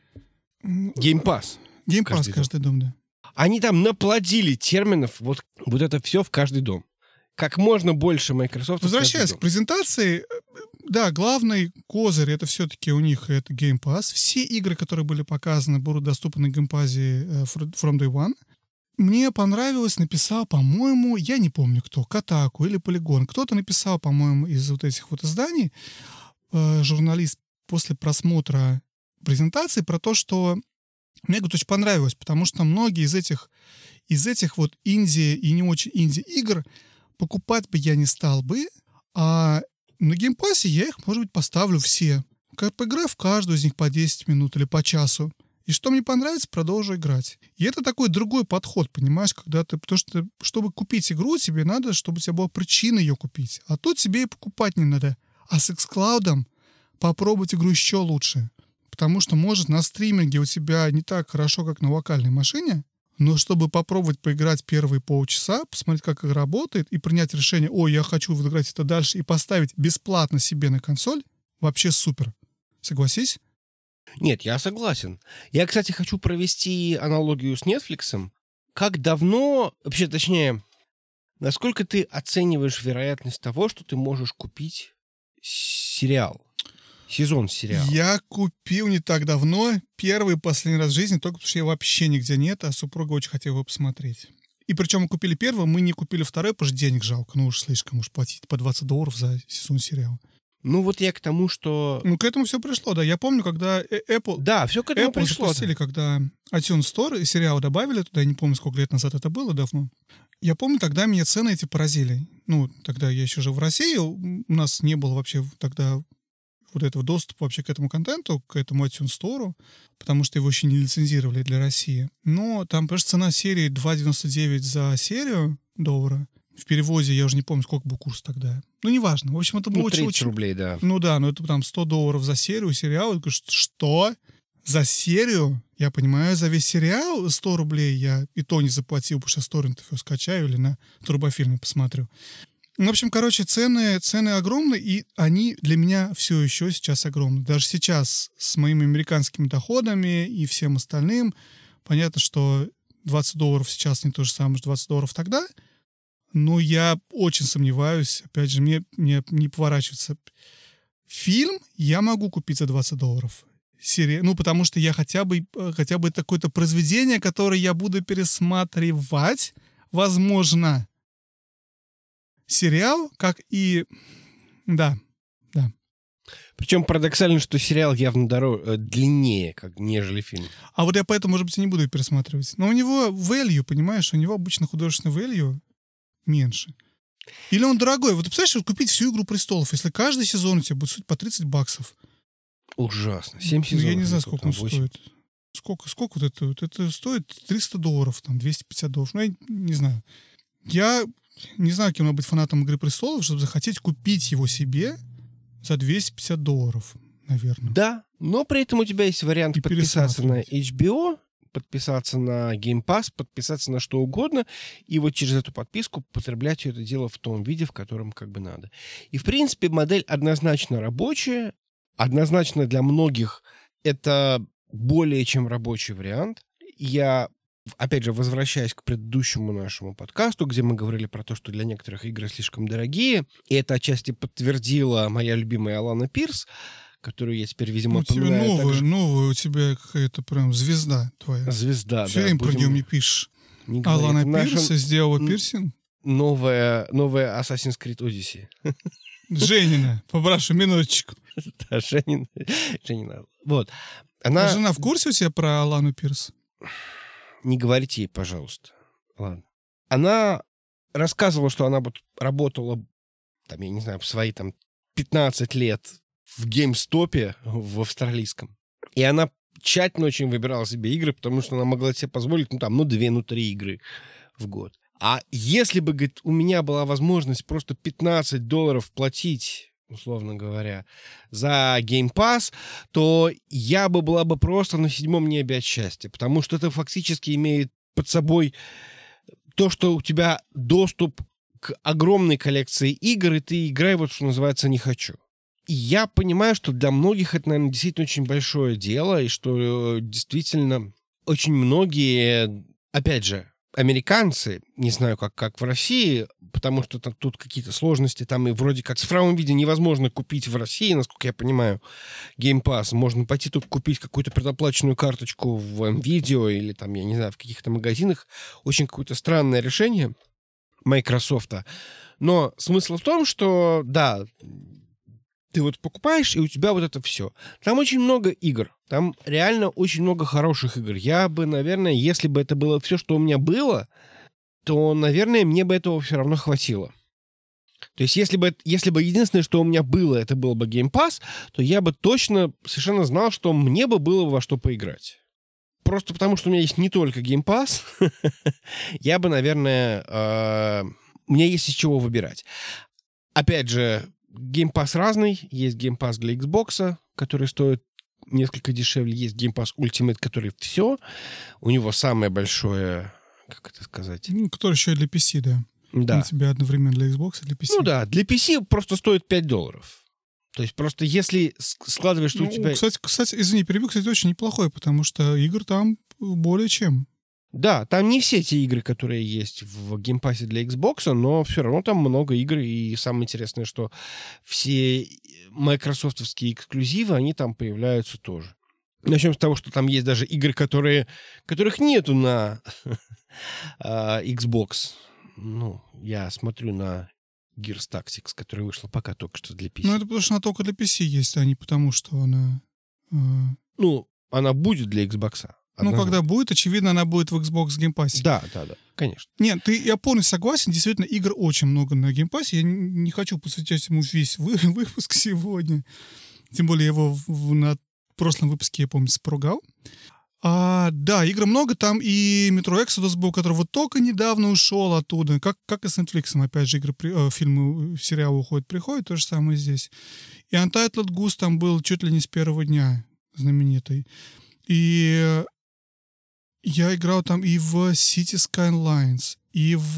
Game Pass. Game Pass каждый каждый дом, да. Они там наплодили терминов, вот, вот это все в каждый дом. Как можно больше Microsoft. Возвращаясь к презентации, да, главный козырь это все-таки у них это Game Pass. Все игры, которые были показаны, будут доступны на Game Pass from day one. Мне понравилось, написал, по-моему, я не помню кто, Kotaku или Polygon. Кто-то написал, по-моему, из вот этих вот изданий, э, журналист после просмотра презентации про то, что Мне, говорит, очень понравилось, потому что многие из этих, из этих вот инди и не очень инди игр покупать бы я не стал бы, а на геймпассе я их, может быть, поставлю все. Как поиграю в каждую из них по десять минут или по часу. И что мне понравится, продолжу играть. И это такой другой подход, понимаешь, когда ты... Потому что, чтобы купить игру, тебе надо, чтобы у тебя была причина ее купить. А тут тебе и покупать не надо. А с xCloud попробовать игру еще лучше. Потому что, может, на стриминге у тебя не так хорошо, как на локальной машине, но чтобы попробовать поиграть первые полчаса, посмотреть, как игра работает, и принять решение, ой, я хочу играть это дальше, и поставить бесплатно себе на консоль, вообще супер. Согласись? Нет, я согласен. Я, кстати, хочу провести аналогию с Netflix. Как давно, вообще, точнее, насколько ты оцениваешь вероятность того, что ты можешь купить сериал? Сезон сериала. Я купил не так давно, первый и последний раз в жизни, только потому что я вообще нигде нет, а супруга очень хотела его посмотреть. И причем мы купили первый, мы не купили второй, потому что денег жалко, ну уж слишком уж платить по двадцать долларов за сезон сериала. Ну вот я к тому, что... Ну к этому все пришло, да. Я помню, когда Apple... Да, все к этому Apple пришло. запустили, да. Когда iTunes Store и сериал добавили туда, я не помню, сколько лет назад это было, давно. Я помню, тогда меня цены эти поразили. Ну, тогда я еще жил в России, у нас не было вообще тогда вот этого доступа вообще к этому контенту, к этому iTunes Store, потому что его еще не лицензировали для России. Но там, конечно, цена серии два девяносто девять за серию доллара. В переводе я уже не помню, сколько был курс тогда. Ну, неважно. В общем, это было ну, тридцать очень... рублей, да. Ну да, ну это там сто долларов за серию сериала. Я говорю, что? За серию? Я понимаю, за весь сериал сто рублей я и то не заплатил, потому что с торрентов его скачаю или на турбофильме посмотрю. Ну, в общем, короче, цены, цены огромны, и они для меня все еще сейчас огромны. Даже сейчас с моими американскими доходами и всем остальным, понятно, что двадцать долларов сейчас не то же самое, что двадцать долларов тогда, но я очень сомневаюсь, опять же, мне, мне не поворачивается. Фильм я могу купить за двадцать долларов. Серия, ну, потому что я хотя бы, хотя бы это какое-то произведение, которое я буду пересматривать, возможно. Сериал, как и... Да, да. Причем парадоксально, что сериал явно дороже, длиннее, как, нежели фильм. А вот я поэтому, может быть, и не буду пересматривать. Но у него value, понимаешь, у него обычно художественный value меньше. Или он дорогой. Вот ты представляешь, вот купить всю «Игру престолов», если каждый сезон у тебя будет стоить по тридцать баксов. Ужасно. семь сезонов. Ну, я не знаю, сколько он восемь. стоит. Сколько, сколько вот это? Вот это стоит триста долларов, там, двести пятьдесят долларов. Ну, я не знаю. Я не знаю, кем надо быть фанатом «Игры престолов», чтобы захотеть купить его себе за двести пятьдесят долларов, наверное. Да, но при этом у тебя есть вариант И подписаться на пересматривать. эйч би о, подписаться на Game Pass, подписаться на что угодно, и вот через эту подписку потреблять все это дело в том виде, в котором как бы надо. И, в принципе, модель однозначно рабочая, однозначно для многих это более чем рабочий вариант. Я, опять же, возвращаясь к предыдущему нашему подкасту, где мы говорили про то, что для некоторых игры слишком дорогие, и это отчасти подтвердила моя любимая Алана Пирс, которую я теперь, видимо, Ну, у тебя упоминаю новая, также. новая у тебя какая-то прям звезда твоя. Звезда, Все да. время про будем нее мне пишешь. не говорить. Алана Это наша Пирс сделала н- пирсинг. новая, новая Assassin's Creed Odyssey. Женина, попрошу минуточку. Да, Женина. Женина. Вот. Она... А жена в курсе у тебя про Алану Пирс? Не говорите ей, пожалуйста. Ладно. Она рассказывала, что она вот работала, там, я не знаю, в свои там пятнадцать лет в геймстопе в австралийском. И она тщательно очень выбирала себе игры, потому что она могла себе позволить, ну, там, ну, две, ну, три игры в год. А если бы, говорит, у меня была возможность просто пятнадцать долларов платить, условно говоря, за Game Pass, то я бы была бы просто на седьмом небе от счастья, потому что это фактически имеет под собой то, что у тебя доступ к огромной коллекции игр, и ты играй, вот что называется, не хочу. И я понимаю, что для многих это, наверное, действительно очень большое дело, и что э, действительно очень многие, опять же, американцы, не знаю, как, как в России, потому что там, тут какие-то сложности, там и вроде как в цифровом виде невозможно купить в России, насколько я понимаю, Game Pass. Можно пойти только купить какую-то предоплаченную карточку в М-Видео или там, я не знаю, в каких-то магазинах. Очень какое-то странное решение Microsoft. Но смысл в том, что, да, Ты вот покупаешь, и у тебя вот это все. Там очень много игр. Там реально очень много хороших игр. Я бы, наверное, если бы это было все, что у меня было, то, наверное, мне бы этого все равно хватило. То есть если бы, если бы единственное, что у меня было, это был бы Game Pass, то я бы точно совершенно знал, что мне бы было во что поиграть. Просто потому, что у меня есть не только Game Pass, я бы, наверное, э, у меня есть из чего выбирать. Опять же, Game Pass разный. Есть Game Pass для Xbox, который стоит несколько дешевле. Есть Game Pass Ultimate, который все. У него самое большое, как это сказать? Ну, который еще и для пи си, да. Да. На тебя одновременно для Xbox и для пи си. Ну да, для пи си просто стоит пять долларов. То есть просто если складываешь, что ну, у тебя... Кстати, кстати, извини, перебью, кстати, очень неплохой, потому что игр там более чем. Да, там не все те игры, которые есть в геймпассе для Xbox, но все равно там много игр, и самое интересное, что все майкрософтовские эксклюзивы, они там появляются тоже. Начнем с того, что там есть даже игры, которые, которых нету на Xbox. Ну, я смотрю на Gears Tactics, которая вышла пока только что для пи си. Ну, это потому что она только для пи си есть, а не потому, что она... Э... Ну, она будет для Xbox. Ну, когда будет, очевидно, она будет в Xbox Game Pass. Да, да, да, конечно. Нет, ты, я полностью согласен. Действительно, игр очень много на Game Pass. Я не, не хочу посвящать ему весь вы, выпуск сегодня. Тем более, я его в, в, на прошлом выпуске, я помню, спругал. А, да, игр много. Там и Metro Exodus был, который вот только недавно ушел оттуда. Как, как и с Netflix. Опять же, игры, э, фильмы, сериалы уходят, приходят. То же самое здесь. И Untitled Goose там был чуть ли не с первого дня знаменитый. И... Я играл там и в City Skylines, и в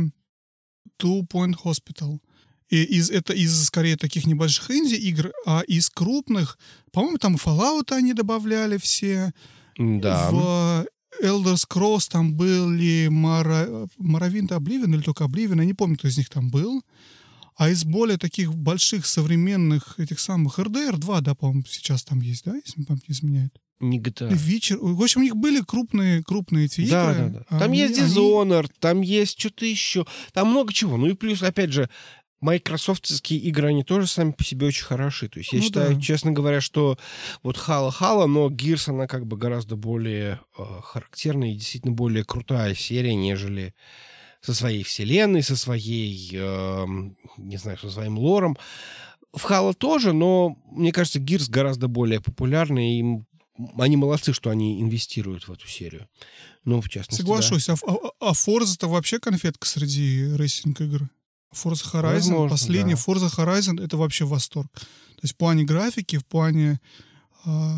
Two Point Hospital. И из, это из, скорее, таких небольших инди-игр, а из крупных, по-моему, там Fallout они добавляли все. Да. В Elder Scrolls там были Mara... Morrowind, Oblivion или только Oblivion, я не помню, кто из них там был. А из более таких больших современных этих самых эр ди ар два, да, по-моему, сейчас там есть, да, если память не изменяет? Не джи ти эй. Вечер. В общем, у них были крупные, крупные эти да, игры. Да, да, да. Там они, есть Dishonored, они... там есть что-то еще. Там много чего. Ну и плюс, опять же, майкрософтские игры, они тоже сами по себе очень хороши. То есть я ну, считаю, да. честно говоря, что вот Хала-Хала, но Gears, она как бы гораздо более э, характерная и действительно более крутая серия, нежели со своей вселенной, со своей, э, не знаю, со своим лором. В Хала тоже, но мне кажется, Gears гораздо более популярный, и они молодцы, что они инвестируют в эту серию. Ну, в частности, соглашусь. Да. А, а, а Forza-то вообще конфетка среди рейсинг-игр. Forza Horizon, Возможно, последний да. Forza Horizon, это вообще восторг. То есть в плане графики, в плане э,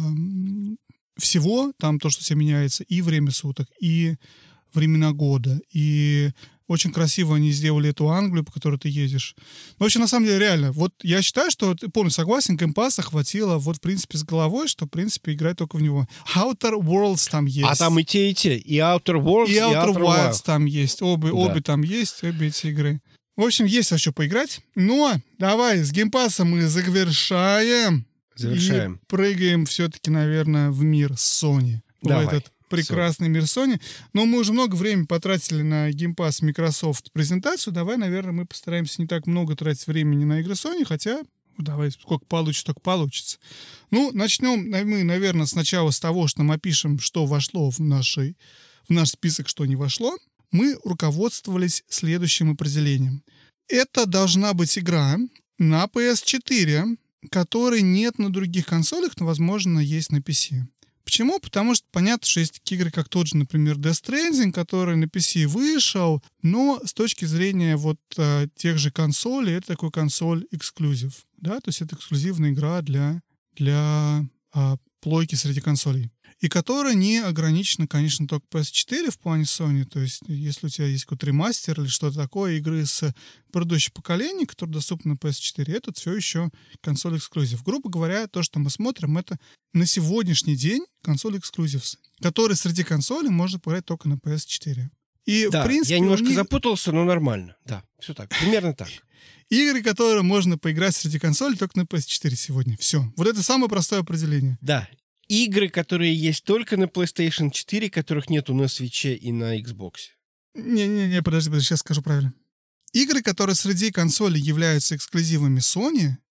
всего, там то, что все меняется, и время суток, и времена года, и очень красиво они сделали эту Англию, по которой ты едешь. Но вообще, на самом деле, реально, вот я считаю, что, полностью согласен, Game Pass'а хватило, вот, в принципе, с головой, что, в принципе, играть только в него. Outer Worlds там есть. А там и те, и те. И Outer Worlds, и, и Outer, Outer Wilds Wilds там есть. Обе, да. обе там есть, обе эти игры. В общем, есть во что поиграть. Но давай, с Game Pass'а мы завершаем. Завершаем. И прыгаем все-таки, наверное, в мир Sony. Давай. В этот прекрасный Sony. Мир Sony. Но мы уже много времени потратили на Game Pass Microsoft презентацию. Давай, наверное, мы постараемся не так много тратить времени на игры Sony, хотя давай, сколько получится, только получится. Ну, начнем мы, наверное, сначала с того, что мы опишем, что вошло в, нашей, в наш список, что не вошло. Мы руководствовались следующим определением. Это должна быть игра на пи эс четыре, которой нет на других консолях, но, возможно, есть на пи си. Почему? Потому что понятно, что есть такие игры, как тот же, например, Death Stranding, который на пи си вышел, но с точки зрения вот а, тех же консолей, это такой консоль-эксклюзив. Да? То есть это эксклюзивная игра для, для а, плойки среди консолей. И которая не ограничена, конечно, только пи эс четыре в плане Sony. То есть если у тебя есть какой-то ремастер или что-то такое, игры с предыдущего поколения, которые доступны на пи эс четыре, это все еще консоль-эксклюзив. Грубо говоря, то, что мы смотрим, это на сегодняшний день консоль-эксклюзив, который среди консолей можно поиграть только на пи эс четыре. И, да, в принципе, я немножко них... запутался, но нормально. Да, все так, примерно так. Игры, которые можно поиграть среди консолей, только на пи эс четыре сегодня. Все. Вот это самое простое определение. Да. Игры, которые есть только на PlayStation четыре, которых нету на Switch и на Xbox. Не-не-не, подожди, подожди, сейчас скажу правильно. Игры, которые среди консолей являются эксклюзивами Sony,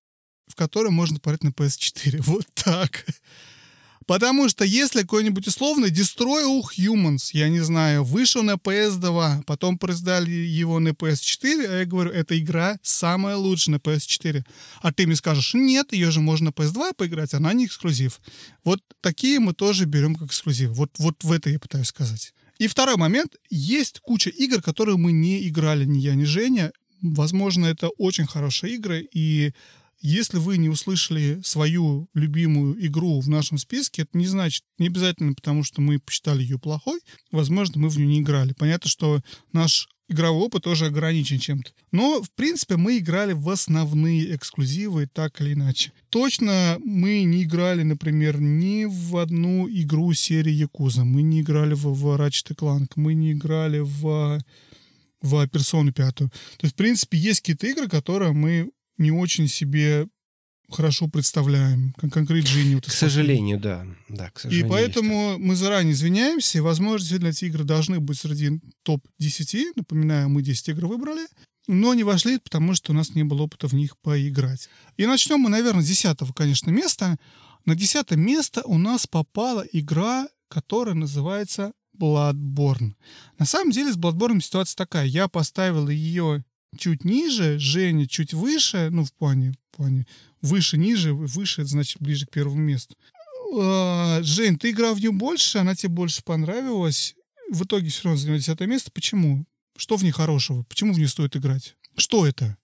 в которой можно поиграть на пи эс четыре. Вот так. Потому что если какой-нибудь условный Destroy All Humans, я не знаю, вышел на пи эс два, потом произвели его на пи эс четыре, а я говорю, эта игра самая лучшая на пи эс четыре. А ты мне скажешь, нет, ее же можно на пи эс два поиграть, она не эксклюзив. Вот такие мы тоже берем как эксклюзив. Вот, вот в это я пытаюсь сказать. И второй момент. Есть куча игр, которые мы не играли, ни я, ни Женя. Возможно, это очень хорошие игры, и если вы не услышали свою любимую игру в нашем списке, это не значит, не обязательно потому, что мы посчитали ее плохой, возможно, мы в нее не играли. Понятно, что наш игровой опыт тоже ограничен чем-то. Но, в принципе, мы играли в основные эксклюзивы так или иначе. Точно мы не играли, например, ни в одну игру серии Якуза, мы не играли в, в Ratchet энд Clank, мы не играли в, в Персону пятую. То есть, в принципе, есть какие-то игры, которые мы не очень себе хорошо представляем. Как конкретно Женя. Вот к сожалению, да. да к сожалению, и поэтому мы заранее извиняемся. И, возможно, действительно, эти игры должны быть среди топ десяти. Напоминаю, мы десять игр выбрали. Но не вошли, потому что у нас не было опыта в них поиграть. И начнем мы, наверное, с десятого, конечно, места. На десятое место у нас попала игра, которая называется Bloodborne. На самом деле с Bloodborne ситуация такая. Я поставил ее чуть ниже, Женя чуть выше, ну, в плане, в плане выше-ниже, выше, это значит ближе к первому месту. А, Жень, ты играл в нее больше, она тебе больше понравилась. В итоге все равно заняла десятое место. Почему? Что в ней хорошего? Почему в нее стоит играть? Что это?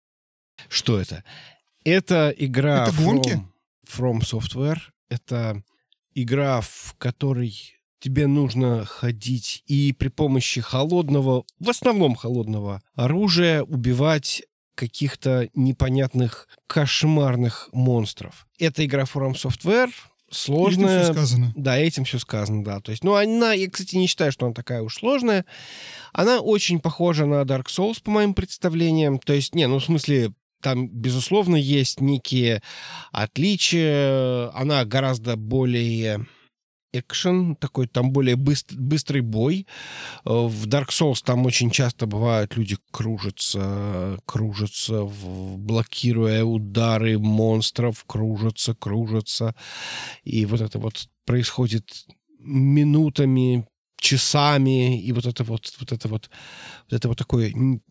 Что это? Это игра это гонки? From, From Software. Это игра, в которой тебе нужно ходить и при помощи холодного, в основном холодного оружия убивать каких-то непонятных кошмарных монстров. Это игра From Software, сложная. Этим все сказано. Да, этим все сказано, да. То есть, ну, она, я, кстати, не считаю, что она такая уж сложная. Она очень похожа на Dark Souls, по моим представлениям. То есть, не, ну, в смысле, там, безусловно, есть некие отличия. Она гораздо более экшен, такой там более быстр, быстрый бой. В Dark Souls там очень часто бывают люди кружатся, кружатся, блокируя удары монстров, кружатся, кружатся. И вот это вот происходит минутами, часами, и вот это вот, вот это вот, вот это вот такое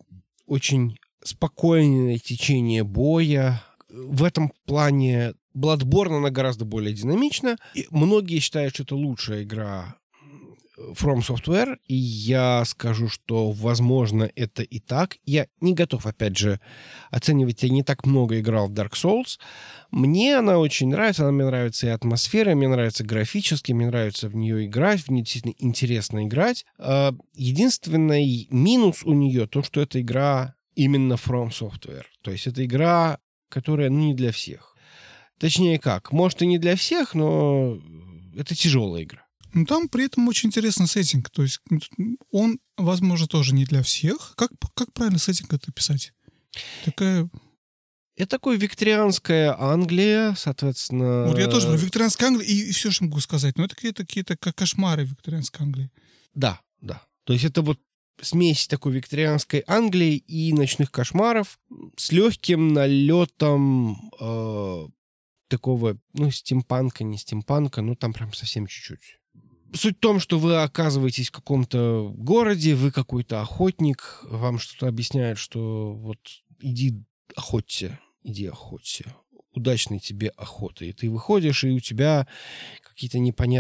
очень спокойное течение боя. В этом плане Bloodborne, она гораздо более динамична. И многие считают, что это лучшая игра From Software, и я скажу, что, возможно, это и так. Я не готов, опять же, оценивать. Я не так много играл в Dark Souls. Мне она очень нравится. Она мне нравится и атмосфера, мне нравится графически, мне нравится в нее играть, в нее действительно интересно играть. Единственный минус у нее то, что это игра именно From Software. То есть это игра, которая, ну, не для всех. Точнее как, может и не для всех, но это тяжелая игра. Ну, там при этом очень интересный сеттинг. То есть он, возможно, тоже не для всех. Как, как правильно сеттинг это писать? Такая... Это такое викторианская Англия, соответственно... Вот я тоже про викторианскую Англию, и, и все, что могу сказать. Но это какие-то, какие-то кошмары викторианской Англии. Да, да. То есть это вот смесь такой викторианской Англии и ночных кошмаров с легким налетом э, такого, ну, стимпанка, не стимпанка, ну, там прям совсем чуть-чуть. Суть в том, что вы оказываетесь в каком-то городе, вы какой-то охотник, вам что-то объясняют, что вот иди охоться, иди охоться. Удачной тебе охоты. И ты выходишь, и у тебя какие-то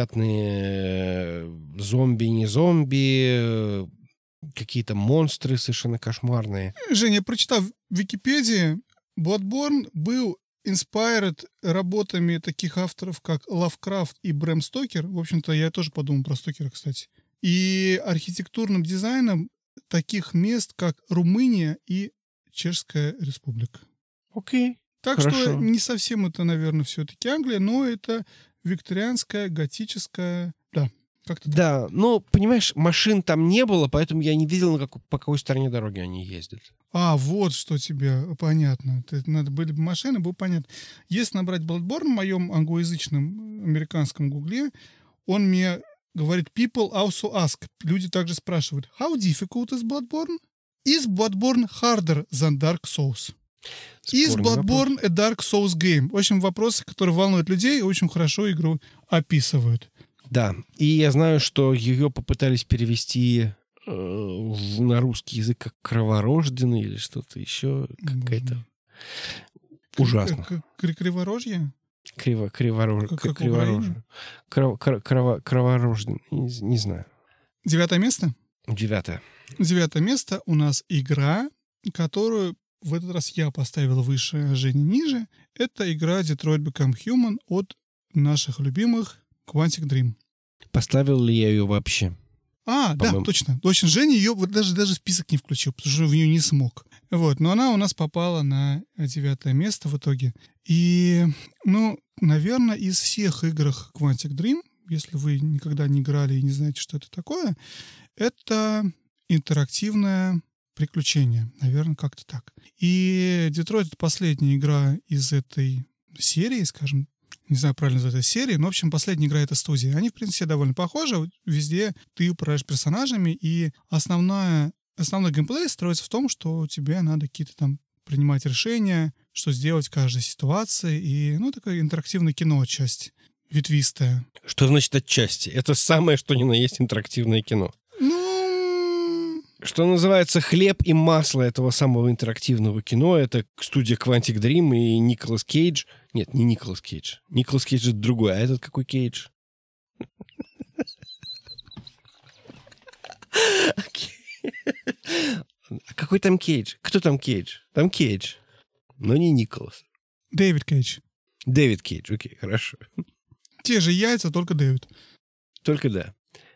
непонятные зомби, не зомби, какие-то монстры совершенно кошмарные. Женя, прочитав в Википедии, Bloodborne был inspired работами таких авторов, как Лавкрафт и Брэм Стокер. В общем-то, я тоже подумал про Стокера, кстати. И архитектурным дизайном таких мест, как Румыния и Чешская Республика. Окей. Так Хорошо. что не совсем это, наверное, все-таки Англия, но это викторианская, готическая... Да, как-то так. Да, ну, понимаешь, машин там не было, поэтому я не видел, на как, по какой стороне дороги они ездят. А, вот что тебе понятно. Это, надо были бы машины, было понятно. Если набрать Bloodborne в моем англоязычном американском гугле, он мне говорит people also ask. Люди также спрашивают, how difficult is Bloodborne? Is Bloodborne harder than Dark Souls? Is Спорный Bloodborne a Dark Souls game? В общем, вопросы, которые волнуют людей, очень хорошо игру описывают. Да, и я знаю, что ее попытались перевести э, в- на русский язык как «Кроворожденный» или что-то еще. Какая-то ужасно. К- к- Криворожье? Криво, криворож... Как- к- как в криворожен. Кров- кро- крово- Кроворожденный. Не, не знаю. Девятое место? Девятое. Девятое место у нас игра, которую в этот раз я поставил выше, а Женя ниже. Это игра Detroit Become Human от наших любимых Quantic Dream. Поставил ли я ее вообще? А, да, По-моему. точно. Точно, Женя ее вот даже, даже в список не включил, потому что в нее не смог. Вот, но она у нас попала на девятое место в итоге. И, ну, наверное, из всех игр Quantic Dream, если вы никогда не играли и не знаете, что это такое, это интерактивное приключение. Наверное, как-то так. И Детройт — это последняя игра из этой серии, скажем, не знаю, правильно назвать это серии, но, в общем, последняя игра этой студии. Они, в принципе, довольно похожи. Везде ты управляешь персонажами, и основная, основной геймплей строится в том, что тебе надо какие-то там принимать решения, что сделать в каждой ситуации. И, ну, такое интерактивное кино, часть ветвистая. Что значит отчасти? Это самое, что ни на есть интерактивное кино. Ну, Что называется, хлеб и масло этого самого интерактивного кино — это студия Quantic Dream и Николас Кейдж. Нет, не Николас Кейдж. Николас Кейдж — это другой. А этот какой Кейдж? А какой там Кейдж? Кто там Кейдж? Там Кейдж. Но не Николас. Дэвид Кейдж. Дэвид Кейдж. Окей, хорошо. Те же яйца, только Дэвид. Только да.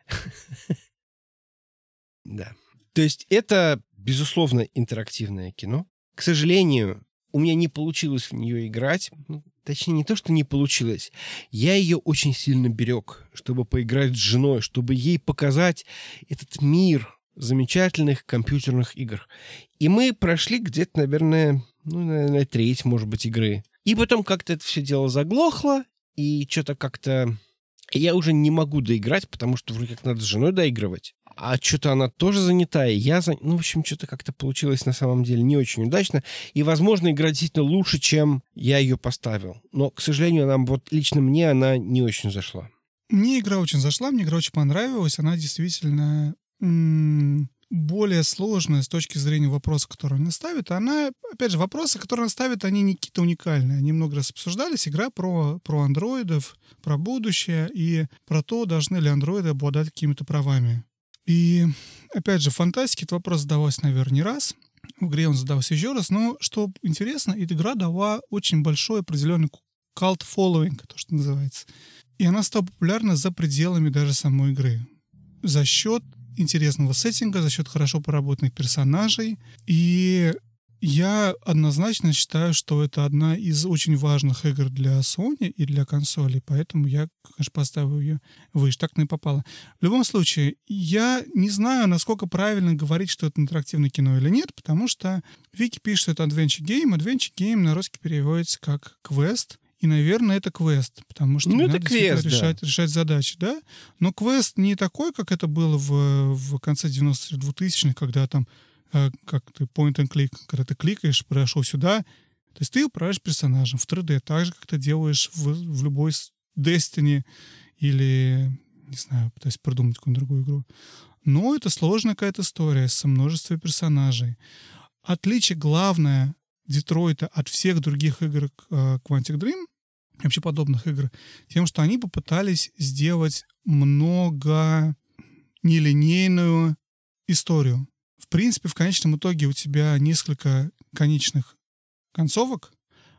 Да. То есть это, безусловно, интерактивное кино. К сожалению, у меня не получилось в нее играть. Ну, точнее, не то, что не получилось. Я ее очень сильно берег, чтобы поиграть с женой, чтобы ей показать этот мир замечательных компьютерных игр. И мы прошли где-то, наверное, ну, наверное, треть, может быть, игры. И потом как-то это все дело заглохло, и что-то как-то... Я уже не могу доиграть, потому что вроде как надо с женой доигрывать. А что-то она тоже занята, и я... За... Ну, в общем, что-то как-то получилось на самом деле не очень удачно. И, возможно, игра действительно лучше, чем я ее поставил. Но, к сожалению, она, вот лично мне она не очень зашла. Мне игра очень зашла, мне игра очень понравилась. Она действительно м- более сложная с точки зрения вопроса, который она ставит. Она, опять же, вопросы, которые она ставит, они не какие-то уникальные. Они много раз обсуждались. Игра про, про андроидов, про будущее и про то, должны ли андроиды обладать какими-то правами. И, опять же, в фантастике этот вопрос задавался, наверное, не раз. В игре он задался еще раз. Но, что интересно, эта игра дала очень большой определенный cult following, то, что называется. И она стала популярна за пределами даже самой игры. За счет интересного сеттинга, за счет хорошо проработанных персонажей. И я однозначно считаю, что это одна из очень важных игр для Sony и для консолей, поэтому я, конечно, поставил ее выше. Так и попало. В любом случае, я не знаю, насколько правильно говорить, что это интерактивное кино или нет, потому что Вики пишет, что это Adventure Game. Adventure Game на русский переводится как квест. И, наверное, это квест, потому что Ну, надо это квест, да. решать, решать задачи, да? Но квест не такой, как это было в, в конце девяностых двухтысячных, когда там э, как ты point and click, когда ты кликаешь, прошел сюда. То есть ты управляешь персонажем в три дэ, так же, как ты делаешь в, в любой Destiny или, не знаю, пытаюсь придумать какую-нибудь другую игру. Но это сложная какая-то история со множеством персонажей. Отличие главное Детройта от всех других игр uh, Quantic Dream, вообще подобных игр, тем, что они попытались сделать много нелинейную историю. В принципе, в конечном итоге у тебя несколько конечных концовок,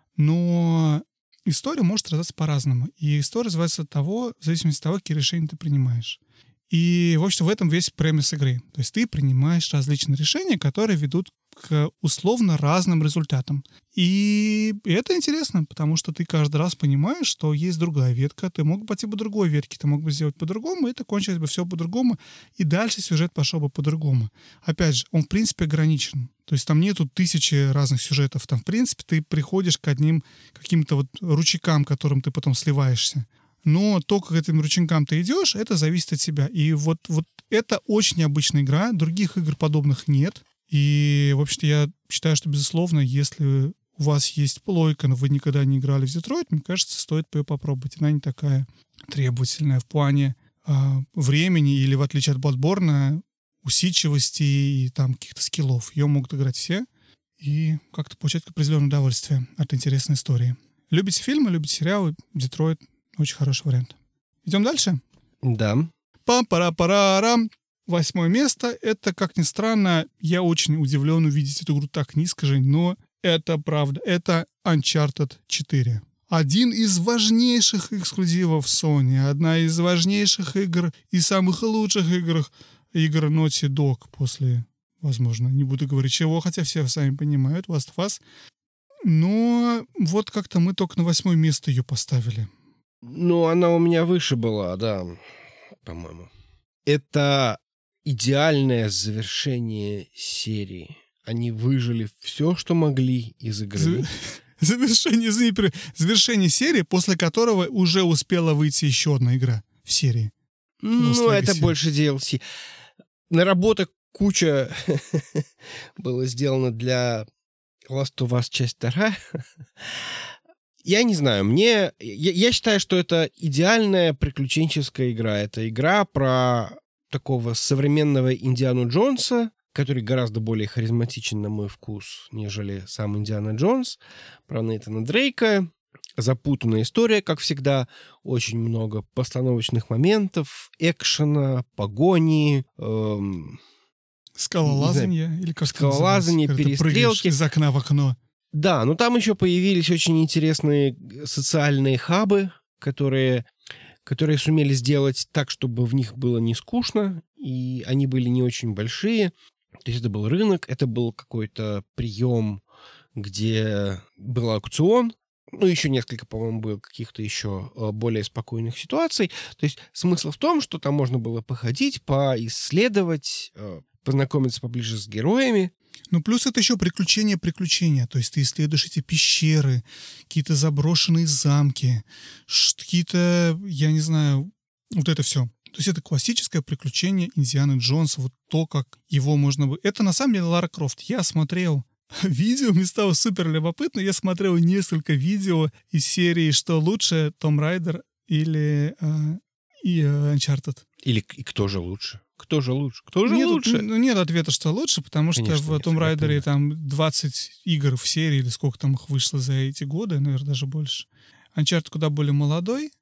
но история может развиваться по-разному. И история развивается от того, в зависимости от того, какие решения ты принимаешь. И, в общем, в этом весь премис игры. То есть ты принимаешь различные решения, которые ведут к условно разным результатам. И это интересно, потому что ты каждый раз понимаешь, что есть другая ветка, ты мог бы пойти по другой ветке, ты мог бы сделать по-другому, и это кончилось бы все по-другому, и дальше сюжет пошел бы по-другому. Опять же, он в принципе ограничен. То есть там нету тысячи разных сюжетов. Там, в принципе, ты приходишь к одним каким-то вот ручейкам, которым ты потом сливаешься. Но то, как к этим ручейкам ты идешь, это зависит от тебя. И вот, вот это очень необычная игра. Других игр подобных нет. И, в общем-то, я считаю, что, безусловно, если у вас есть плойка, но вы никогда не играли в Детройт, мне кажется, стоит ее попробовать. Она не такая требовательная в плане а, времени или, в отличие от Bloodborne, усидчивости и там каких-то скиллов. Ее могут играть все и как-то получать определенное удовольствие от интересной истории. Любите фильмы, любите сериалы, Детройт — очень хороший вариант. Идем дальше? Да. Пам-пара-парарам. Восьмое место. Это, как ни странно, я очень удивлен увидеть эту игру так низко, Жень, но это правда. Это Uncharted четыре. Один из важнейших эксклюзивов Sony. Одна из важнейших игр и самых лучших игр, игр Naughty Dog после, возможно, не буду говорить чего, хотя все сами понимают, Last of Us. Но вот как-то мы только на восьмое место ее поставили. Ну, она у меня выше была, да, по-моему. Это идеальное завершение серии. Они выжили все, что могли из игры. Завершение, извини, завершение серии, после которого уже успела выйти еще одна игра в серии. Ну, это больше ди эл си. Наработок куча было сделано для Last of Us часть вторая. Я не знаю, мне... Я, я считаю, что это идеальная приключенческая игра. Это игра про такого современного Индиану Джонса, который гораздо более харизматичен, на мой вкус, нежели сам Индиана Джонс. Про Нейтана Дрейка. Запутанная история, как всегда. Очень много постановочных моментов, экшена, погони... Эм... Скалолазанье? Или как Скалолазанье, перестрелки. Из окна в окно. Да, но там еще появились очень интересные социальные хабы, которые, которые сумели сделать так, чтобы в них было не скучно, и они были не очень большие. То есть это был рынок, это был какой-то прием, где был аукцион, ну, еще несколько, по-моему, было каких-то еще более спокойных ситуаций. То есть смысл в том, что там можно было походить, поисследовать, познакомиться поближе с героями. Ну, плюс это еще приключения-приключения. То есть ты исследуешь эти пещеры, какие-то заброшенные замки, какие-то, я не знаю, вот это все. То есть это классическое приключение Индианы Джонса, вот то, как его можно бы... Это на самом деле Лара Крофт. Я смотрел видео, мне стало супер любопытно, я смотрел несколько видео из серии «Что лучше, Том Райдер или э, и, э, Uncharted». Или и кто же лучше? Кто же лучше? Кто же нет, лучше? Ну, нет ответа, что лучше, потому что Конечно, в нет, Том Райдере нет. там двадцать игр в серии, или сколько там их вышло за эти годы, наверное, даже больше. Uncharted куда более молодой.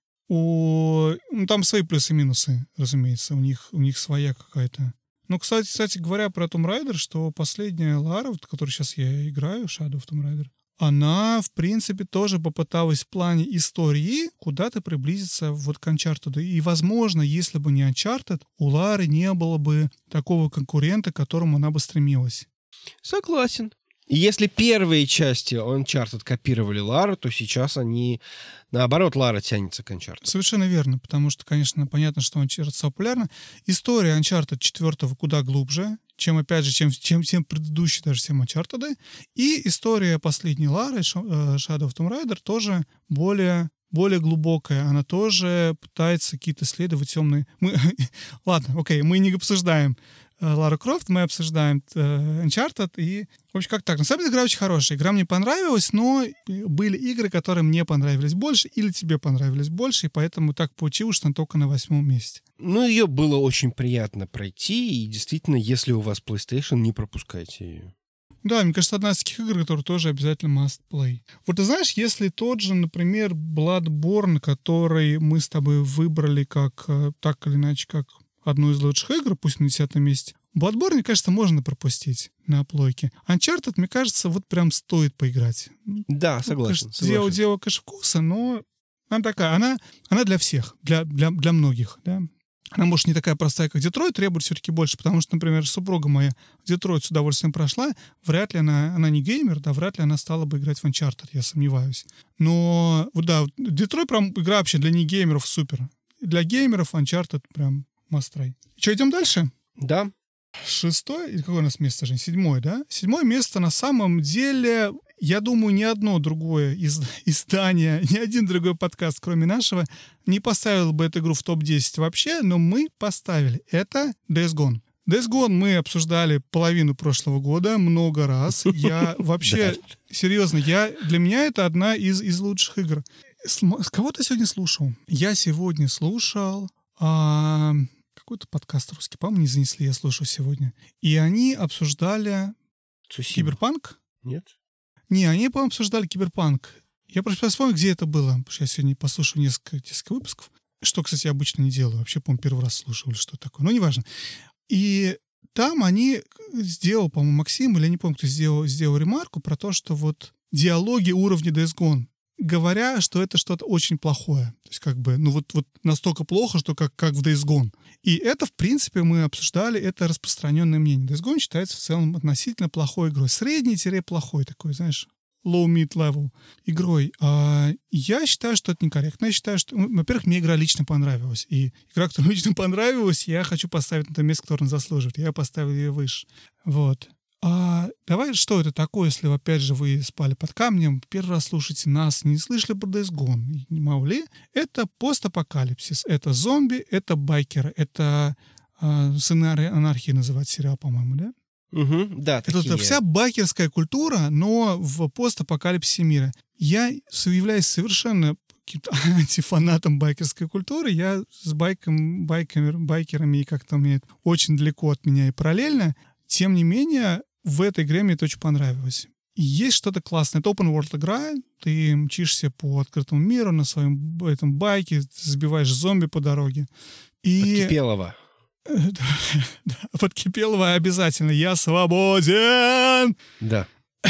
У... Ну, там свои плюсы и минусы, разумеется. У них, у них своя какая-то... Ну, кстати, кстати говоря, про Том Райдер, что последняя Лара, вот, которую сейчас я играю, Shadow of Tomb Raider, она, в принципе, тоже попыталась в плане истории куда-то приблизиться вот к Uncharted. И, возможно, если бы не Uncharted, у Лары не было бы такого конкурента, к которому она бы стремилась. Согласен. И если первые части Uncharted копировали Лару, то сейчас они... Наоборот, Лара тянется к Uncharted. Совершенно верно, потому что, конечно, понятно, что Uncharted популярна. История Uncharted четыре куда глубже, чем, опять же, чем, чем, чем предыдущие даже все Uncharted. И история последней Лары, Shadow of Tomb Raider, тоже более, более глубокая. Она тоже пытается какие-то исследовать темные... Мы... Ладно, окей, мы не обсуждаем Лара Крофт, мы обсуждаем э, Uncharted, и, в общем, как так. На самом деле, игра очень хорошая. Игра мне понравилась, но были игры, которые мне понравились больше, или тебе понравились больше, и поэтому так получилось, что она только на восьмом месте. Ну, ее было очень приятно пройти, и действительно, если у вас PlayStation, не пропускайте ее. Да, мне кажется, одна из таких игр, которая тоже обязательно must play. Вот ты знаешь, если тот же, например, Bloodborne, который мы с тобой выбрали как, так или иначе, как одну из лучших игр, пусть на десятом месте, Bloodborne, мне кажется, можно пропустить на плойке. Uncharted, мне кажется, вот прям стоит поиграть. Да, согласен. Ну, конечно, дело, дело, конечно, вкуса, но она такая, она, она для всех, для, для, для многих, да. Она, может, не такая простая, как Детройт, требует все-таки больше, потому что, например, супруга моя Детройт с удовольствием прошла, вряд ли она, она не геймер, да, вряд ли она стала бы играть в Uncharted, я сомневаюсь. Но, да, Детройт прям игра вообще для негеймеров супер. Для геймеров Uncharted прям must try. Что, идем дальше? Да. Шестое, или какое у нас место, Жень? Седьмое, да? Седьмое место на самом деле, я думаю, ни одно другое из, издание, ни один другой подкаст, кроме нашего, не поставил бы эту игру в топ десять вообще, но мы поставили. Это Days Gone. Days Gone мы обсуждали половину прошлого года много раз. Я вообще, серьезно, я, для меня это одна из, из лучших игр. С, с кого ты сегодня слушал? Я сегодня слушал а, какой-то подкаст русский, по-моему, не занесли, я слушал сегодня. И они обсуждали Цусима. Киберпанк. Нет? Не, они, по-моему, обсуждали Киберпанк. Я просто вспомнил, где это было, потому что я сегодня послушал несколько, несколько выпусков. Что, кстати, я обычно не делаю. Вообще, по-моему, первый раз слушал или что такое. Но неважно. И там они сделал, по-моему, Максим, или я не помню, кто сделал, сделал ремарку про то, что вот диалоги уровня Days Gone, говоря, что это что-то очень плохое. То есть как бы, ну вот, вот настолько плохо, что как, как в Days Gone. И это, в принципе, мы обсуждали, это распространенное мнение. Days Gone считается в целом относительно плохой игрой. Средний-плохой такой, знаешь, low-mid level игрой. А я считаю, что это некорректно. Я считаю, что, ну, во-первых, мне игра лично понравилась. И игра, которая лично понравилась, я хочу поставить на то место, которое она заслуживает. Я поставил ее выше. Вот. А давай, что это такое, если, опять же, вы спали под камнем, первый раз слушаете нас, не слышали про Days Gone, не мало ли? Это постапокалипсис, это зомби, это байкеры, это э, «Сыны анархии» называть сериал, по-моему, да? Угу, да, Это, это вся байкерская культура, но в постапокалипсисе мира. Я являюсь совершенно каким-то антифанатом байкерской культуры. Я с байком, байками, байкерами, и как-то мне это очень далеко от меня и параллельно. Тем не менее, в этой игре мне это очень понравилось. И есть что-то классное. Это open world игра. Ты мчишься по открытому миру на своем этом байке, сбиваешь зомби по дороге. И... Подкипелова. Подкипелова обязательно. Я свободен! Да.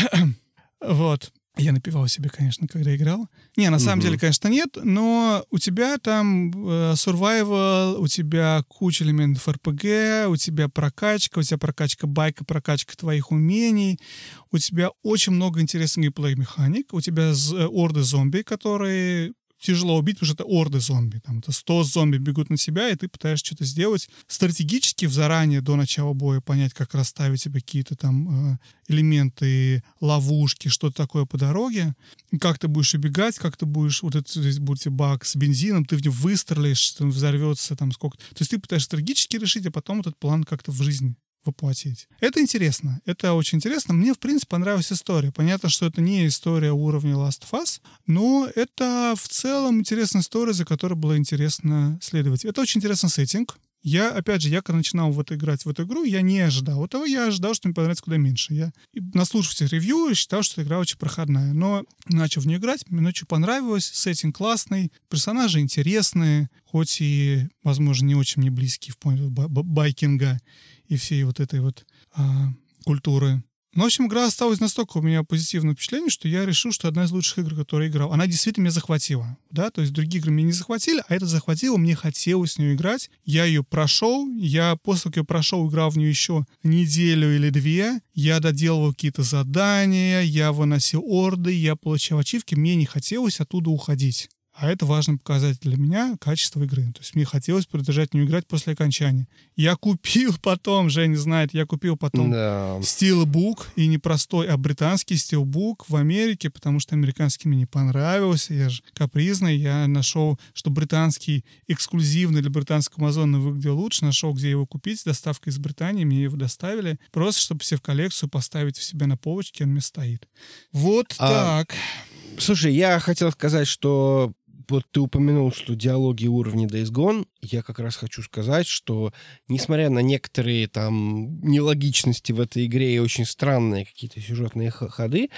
Вот. Я напевал себе, конечно, когда играл. Не, на самом Мгм. деле, конечно, нет, но у тебя там э, survival, у тебя куча элементов эр пи джи, у тебя прокачка, у тебя прокачка байка, прокачка твоих умений, у тебя очень много интересных геймплей-механик, у тебя з- орды зомби, которые тяжело убить, потому что это орды зомби. Там это сто зомби бегут на тебя, и ты пытаешься что-то сделать стратегически заранее, до начала боя, понять, как расставить себе какие-то там э, элементы, ловушки, что-то такое по дороге. И как ты будешь убегать, как ты будешь... Вот это здесь будет бак с бензином, ты в него выстрелишь, там взорвется там сколько... То есть ты пытаешься стратегически решить, а потом этот план как-то в жизни воплотить. Это интересно. Это очень интересно. Мне, в принципе, понравилась история. Понятно, что это не история уровня Last of Us, но это в целом интересная история, за которой было интересно следовать. Это очень интересный сеттинг. Я, опять же, я когда начинал в это играть, в эту игру, я не ожидал этого. Я ожидал, что мне понравится куда меньше. Я, наслушавшись ревью, считал, что игра очень проходная. Но начал в нее играть, мне очень понравилось. Сеттинг классный, персонажи интересные, хоть и, возможно, не очень мне близкие в плане байкинга и всей вот этой вот а, культуры. Но, в общем, игра осталась настолько у меня позитивное впечатление, что я решил, что одна из лучших игр, которые я играл, она действительно меня захватила. Да? То есть другие игры меня не захватили, а эта захватила, мне хотелось в нее играть. Я ее прошел, я после как я прошел, играл в нее еще неделю или две, я доделывал какие-то задания, я выносил орды, я получал ачивки, мне не хотелось оттуда уходить. А это важный показатель для меня качества игры. То есть мне хотелось продолжать в нее играть после окончания. Я купил потом, Женя знает, я купил потом Да. Steelbook, и не простой, а британский Steelbook в Америке, потому что американский мне не понравился. Я же капризный. Я нашел, что британский эксклюзивный для британского Амазона выглядел лучше. Нашел, где его купить. Доставка из Британии. Мне его доставили. Просто, чтобы все в коллекцию поставить в себя на полочке, он мне стоит. Вот А, так. Слушай, я хотел сказать, что вот ты упомянул, что диалоги уровня Days Gone. Я как раз хочу сказать, что несмотря на некоторые там нелогичности в этой игре и очень странные какие-то сюжетные х- ходы,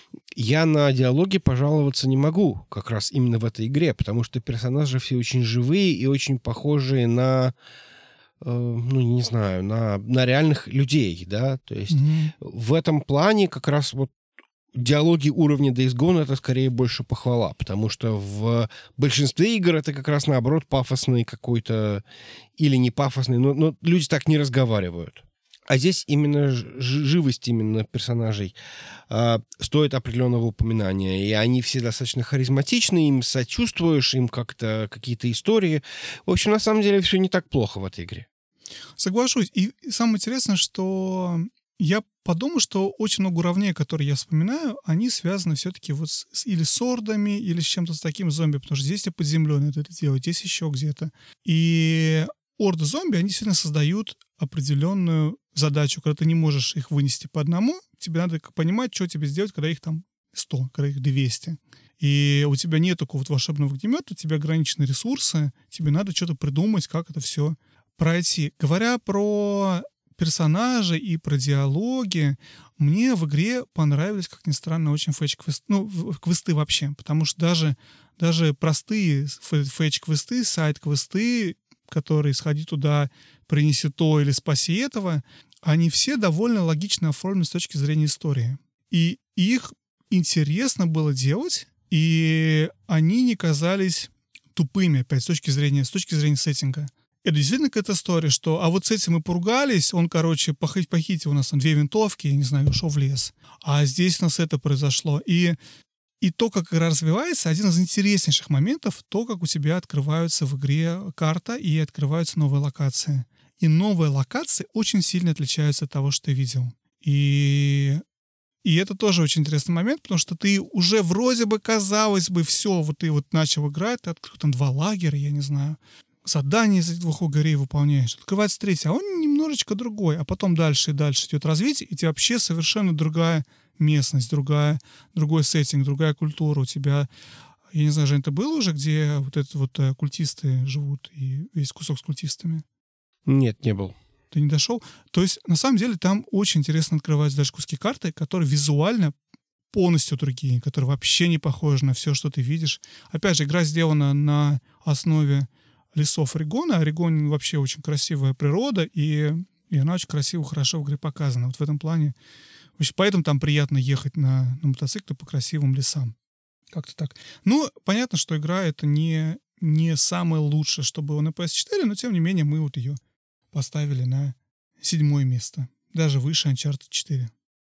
я на диалоги пожаловаться не могу как раз именно в этой игре, потому что персонажи все очень живые и очень похожие на, э, ну, не знаю, на, на реальных людей, да, то есть Мгм. в этом плане как раз вот диалоги уровня Days Gone — это скорее больше похвала, потому что в большинстве игр это как раз наоборот пафосный какой-то или не пафосный, но, но люди так не разговаривают. А здесь именно ж- живость именно персонажей а, стоит определенного упоминания. И они все достаточно харизматичны, им сочувствуешь, им как-то какие-то истории. В общем, на самом деле все не так плохо в этой игре. Соглашусь. И самое интересное, что я подумал, что очень много уровней, которые я вспоминаю, они связаны все-таки вот с, с- или с ордами, или с чем-то с таким зомби, потому что здесь и под землей надо это делать, здесь еще где-то. И орды зомби, они сильно создают определенную задачу, когда ты не можешь их вынести по одному, тебе надо понимать, что тебе сделать, когда их там сто, когда их двести. И у тебя нет такого вот волшебного огнемета, у тебя ограниченные ресурсы, тебе надо что-то придумать, как это все пройти. Говоря про персонажей и про диалоги, мне в игре понравились, как ни странно, очень фэтч-квесты, ну, квесты вообще, потому что даже, даже простые фэтч-квесты, сайт-квесты, которые «сходи туда, принеси то» или «спаси этого», они все довольно логично оформлены с точки зрения истории. И их интересно было делать, и они не казались тупыми, опять, с точки зрения, с точки зрения сеттинга. Это действительно какая-то история, что а вот с этим мы поругались, он, короче, похитил, похитил у нас там две винтовки, я не знаю, ушел в лес. А здесь у нас это произошло. И, и то, как игра развивается, один из интереснейших моментов, то, как у тебя открываются в игре карта и открываются новые локации. И новые локации очень сильно отличаются от того, что ты видел. И... И это тоже очень интересный момент, потому что ты уже вроде бы, казалось бы, все, вот ты вот начал играть, ты открыл там два лагеря, я не знаю, задание из этих двух лагерей выполняешь. Открывается третий, а он немножечко другой, а потом дальше и дальше идет развитие, и тебе вообще совершенно другая местность, другая, другой сеттинг, другая культура у тебя. Я не знаю, Жень, ты был уже, где вот это вот культисты живут, и весь кусок с культистами? Нет, не был. Ты не дошел? То есть, на самом деле, там очень интересно открываются даже куски карты, которые визуально полностью другие, которые вообще не похожи на все, что ты видишь. Опять же, игра сделана на основе лесов Орегона. Орегон вообще очень красивая природа, и, и она очень красиво, хорошо в игре показана. Вот в этом плане. Вообще, поэтому там приятно ехать на, на мотоцикле по красивым лесам. Как-то так. Ну, понятно, что игра это не, не самое лучшее, что было на пи эс четыре, но, тем не менее, мы вот ее поставили на седьмое место. Даже выше Uncharted четыре.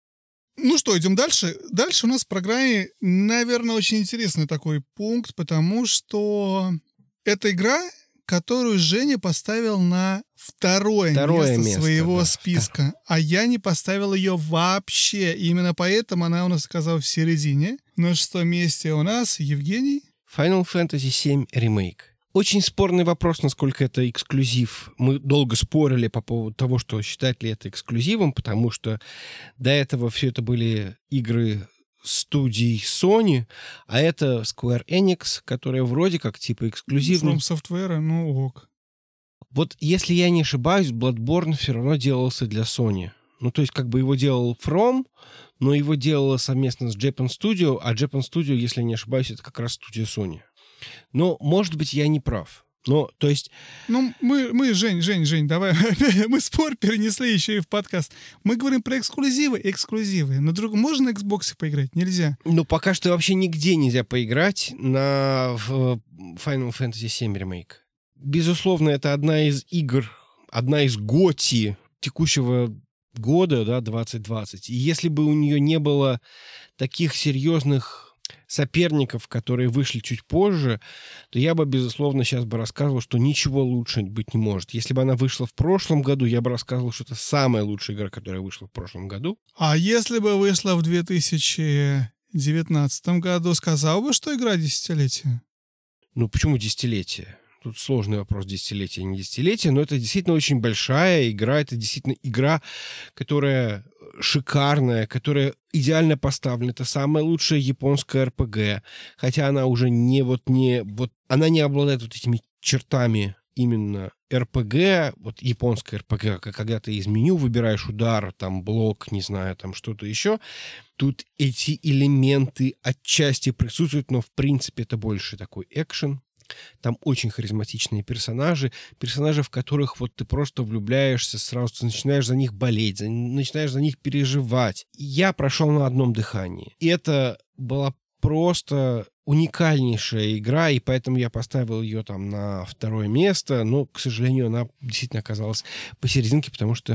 Ну что, идем дальше. Дальше у нас в программе, наверное, очень интересный такой пункт, потому что это игра, которую Женя поставил на второе, второе место, место своего да. списка. А я не поставил ее вообще. И именно поэтому она у нас оказалась в середине. На шестом месте у нас Евгений. Final Fantasy семь Remake. Очень спорный вопрос, насколько это эксклюзив. Мы долго спорили по поводу того, что считать ли это эксклюзивом, потому что до этого все это были игры студий Sony, а это Square Enix, которая вроде как типа эксклюзивная. From Software, ну ок. Вот если я не ошибаюсь, Bloodborne все равно делался для Sony. Ну, то есть как бы его делал From, но его делала совместно с Japan Studio, а Japan Studio, если я не ошибаюсь, это как раз студия Sony. Но, может быть, я не прав. Но, то есть... Ну, мы, мы Жень, Жень, Жень, давай. Мы спор перенесли еще и в подкаст. Мы говорим про эксклюзивы, эксклюзивы. На друг... Можно на Xbox поиграть? Нельзя. Ну, пока что вообще нигде нельзя поиграть на Final Fantasy семь Remake. Безусловно, это одна из игр, одна из готи текущего года, да, двадцать двадцать. И если бы у нее не было таких серьезных соперников, которые вышли чуть позже, то я бы, безусловно, сейчас бы рассказывал, что ничего лучше быть не может. Если бы она вышла в прошлом году, я бы рассказывал, что это самая лучшая игра, которая вышла в прошлом году. А если бы вышла в две тысячи девятнадцатом году, сказал бы, что игра десятилетия? Ну, почему десятилетие? Тут сложный вопрос, десятилетие, не десятилетие, но это действительно очень большая игра, это действительно игра, которая шикарная, которая идеально поставлена. Это самая лучшая японская эр пи джи, хотя она уже не вот не... вот она не обладает вот этими чертами именно эр пи джи, вот японская эр пи джи, когда ты из меню выбираешь удар, там, блок, не знаю, там, что-то еще. Тут эти элементы отчасти присутствуют, но, в принципе, это больше такой экшен. Там очень харизматичные персонажи, персонажи, в которых вот ты просто влюбляешься, сразу ты начинаешь за них болеть, за, начинаешь за них переживать. Я прошел на одном дыхании. И это была просто уникальнейшая игра, и поэтому я поставил ее там на второе место, но, к сожалению, она действительно оказалась посерединке, потому что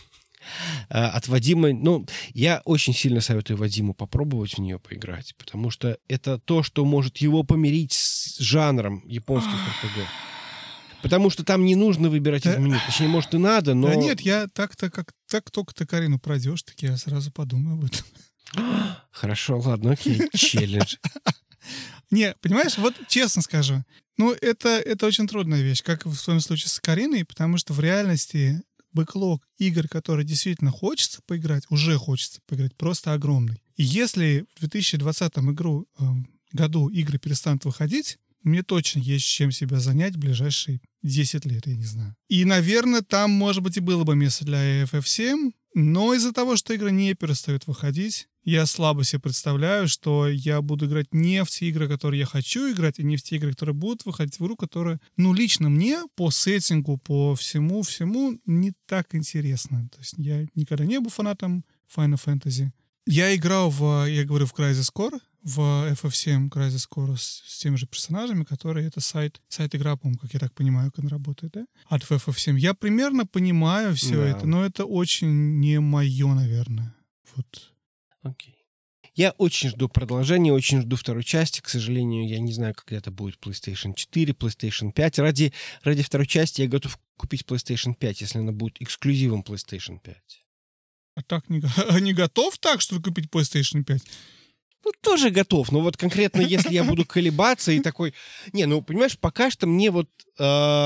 от Вадима... Ну, я очень сильно советую Вадиму попробовать в нее поиграть, потому что это то, что может его помирить с жанром японских эр пи джи. Потому что там не нужно выбирать из меню. Точнее, может, и надо, но... Да нет, я так-то, как так только ты Карину пройдешь, так я сразу подумаю об этом. Хорошо, ладно, окей, челлендж. Не, понимаешь, вот честно скажу, ну, это, это очень трудная вещь, как в своем случае с Кариной, потому что в реальности бэклог игр, которые действительно хочется поиграть, уже хочется поиграть, просто огромный. И если в две тысячи двадцатом игру, э, году игры перестанут выходить, мне точно есть чем себя занять в ближайшие десять лет, я не знаю. И, наверное, там, может быть, и было бы место для эф эф семь, но из-за того, что игры не перестают выходить, я слабо себе представляю, что я буду играть не в те игры, которые я хочу играть, и не в те игры, которые будут выходить в игру, которая, ну, лично мне по сеттингу, по всему-всему не так интересно. То есть я никогда не был фанатом Final Fantasy. Я играл в, я говорю, в Crisis Core, в эф эф семь Crisis Core с, с теми же персонажами, которые это сайт, сайт-игра, по-моему, как я так понимаю, как она работает, да? От эф эф семь. Я примерно понимаю все Да. это, но это очень не мое, наверное. Вот. Окей. Я очень жду продолжения, очень жду второй части. К сожалению, я не знаю, когда это будет PlayStation четыре, PlayStation пять. Ради, ради второй части я готов купить PlayStation пять, если она будет эксклюзивом PlayStation пять. А так не, а не готов так, что купить PlayStation пять? Ну, тоже готов. Но вот конкретно, если я буду колебаться и такой... Не, ну, понимаешь, пока что мне вот э,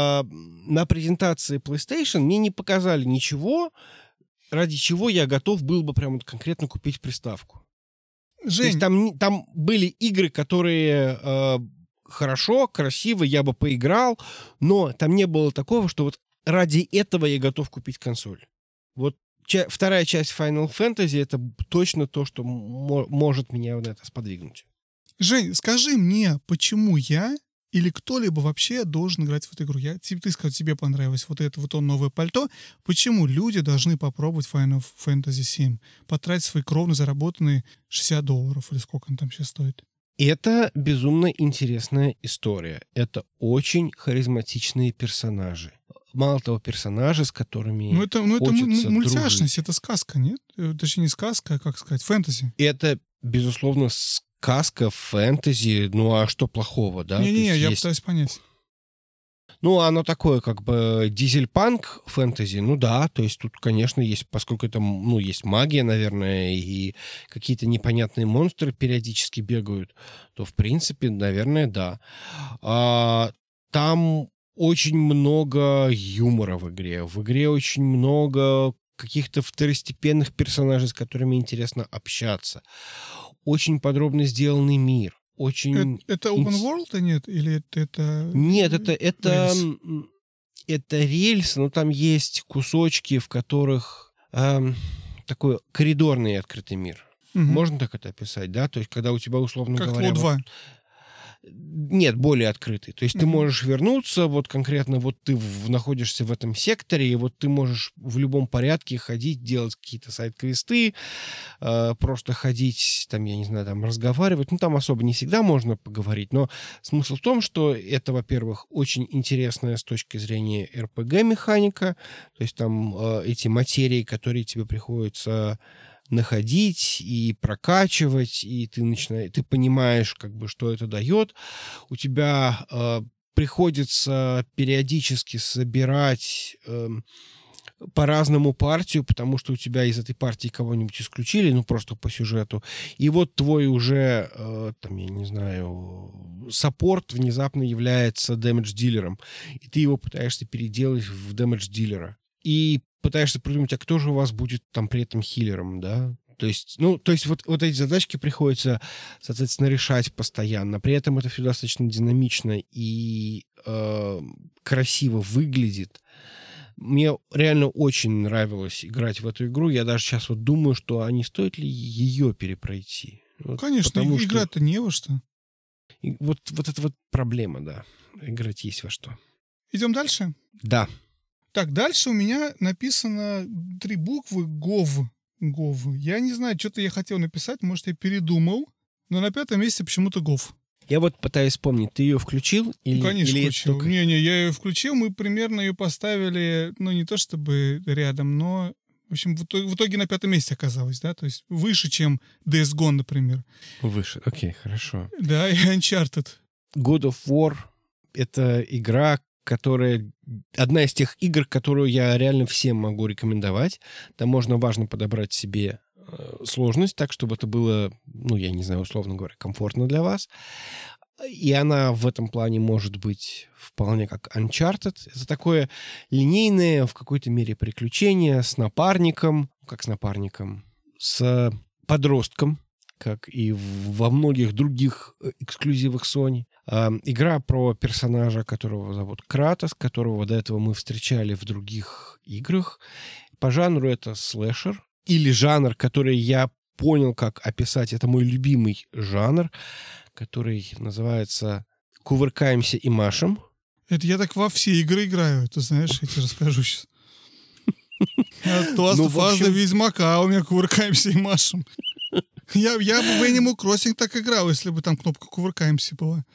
на презентации PlayStation мне не показали ничего, ради чего я готов был бы прям вот конкретно купить приставку. Жень, То есть там, там были игры, которые э, хорошо, красиво, я бы поиграл, но там не было такого, что вот ради этого я готов купить консоль. Вот ча- вторая часть Final Fantasy — это точно то, что мо- может меня на это сподвигнуть. Жень, скажи мне, почему я или кто-либо вообще должен играть в эту игру? Я, ты сказал, тебе понравилось вот это вот он новое пальто. Почему люди должны попробовать Final Fantasy семь? Потратить свои кровно заработанные шестьдесят долларов или сколько он там сейчас стоит? Это безумно интересная история. Это очень харизматичные персонажи. Мало того, персонажи, с которыми Ну это, ну, это м- хочется м- мультяшность, дружить. это сказка, нет? Э, Точнее, не сказка, а как сказать, фэнтези. Это, безусловно, сказка, фэнтези. Ну, а что плохого, да? То Не-не-не, есть я есть- пытаюсь понять. Ну, оно такое, как бы, дизель-панк фэнтези, ну да, то есть тут, конечно, есть, поскольку это, ну, есть магия, наверное, и какие-то непонятные монстры периодически бегают, то, в принципе, наверное, да. А, там очень много юмора в игре. В игре очень много каких-то второстепенных персонажей, с которыми интересно общаться. Очень подробно сделанный мир. Очень... Это, это open инс- world, а нет? Или это... это Нет, это, это, рельс? м, это рельс, но там есть кусочки, в которых эм, такой коридорный открытый мир. Мгм. Можно так это описать, да? То есть, когда у тебя, условно Как говоря... Тло вот- два. Нет, более открытый. То есть ты Мгм. можешь вернуться, вот конкретно вот ты в- находишься в этом секторе, и вот ты можешь в любом порядке ходить, делать какие-то сайт-квесты, э, просто ходить, там, я не знаю, там, разговаривать. Ну, там особо не всегда можно поговорить, но смысл в том, что это, во-первых, очень интересная с точки зрения эр пи джи-механика, то есть там э, эти материи, которые тебе приходится находить и прокачивать, и ты начинаешь, ты понимаешь, как бы, что это дает. У тебя э, приходится периодически собирать эм, по-разному партию, потому что у тебя из этой партии кого-нибудь исключили, ну, просто по сюжету. И вот твой уже, э, там, я не знаю, саппорт внезапно является дэмэдж-дилером, и ты его пытаешься переделать в дэмэдж-дилера. И пытаешься придумать, а кто же у вас будет там при этом хиллером, да? То есть, ну, то есть вот, вот эти задачки приходится, соответственно, решать постоянно. При этом это все достаточно динамично и э, красиво выглядит. Мне реально очень нравилось играть в эту игру. Я даже сейчас вот думаю, что а не стоит ли ее перепройти. Вот Конечно, потому что- игра-то не во что. и вот, вот это вот проблема, да. Играть есть во что. Идем дальше? Да. Так, дальше у меня написано три буквы ГОВ. ГОВ. Я не знаю, что-то я хотел написать, может, я передумал, но на пятом месте почему-то ГОВ. Я вот пытаюсь вспомнить, ты ее включил? Или, Ну, конечно, или это включил. только- Не-не, я ее включил, мы примерно ее поставили, ну, не то чтобы рядом, но, в общем, в итоге, в итоге на пятом месте оказалось, да, то есть выше, чем ди эс Gone, например. Выше. Окей, хорошо. Да, и Uncharted. God of War — это игра, которая... Одна из тех игр, которую я реально всем могу рекомендовать. Там можно, важно подобрать себе э, сложность так, чтобы это было, ну, я не знаю, условно говоря, комфортно для вас. И она в этом плане может быть вполне как Uncharted. Это такое линейное в какой-то мере приключение с напарником, как с напарником, с подростком, как и во многих других эксклюзивах Sony. Э, игра про персонажа, которого зовут Кратос, которого до этого мы встречали в других играх. По жанру это слэшер, или жанр, который я понял, как описать. Это мой любимый жанр, который называется «Кувыркаемся и машем». Это я так во все игры играю, ты знаешь, я тебе расскажу сейчас. От Last of Us до Ведьмака, у меня кувыркаемся и машем. Я, я бы в Animal Crossing так играл, если бы там кнопка «Кувыркаемся» была.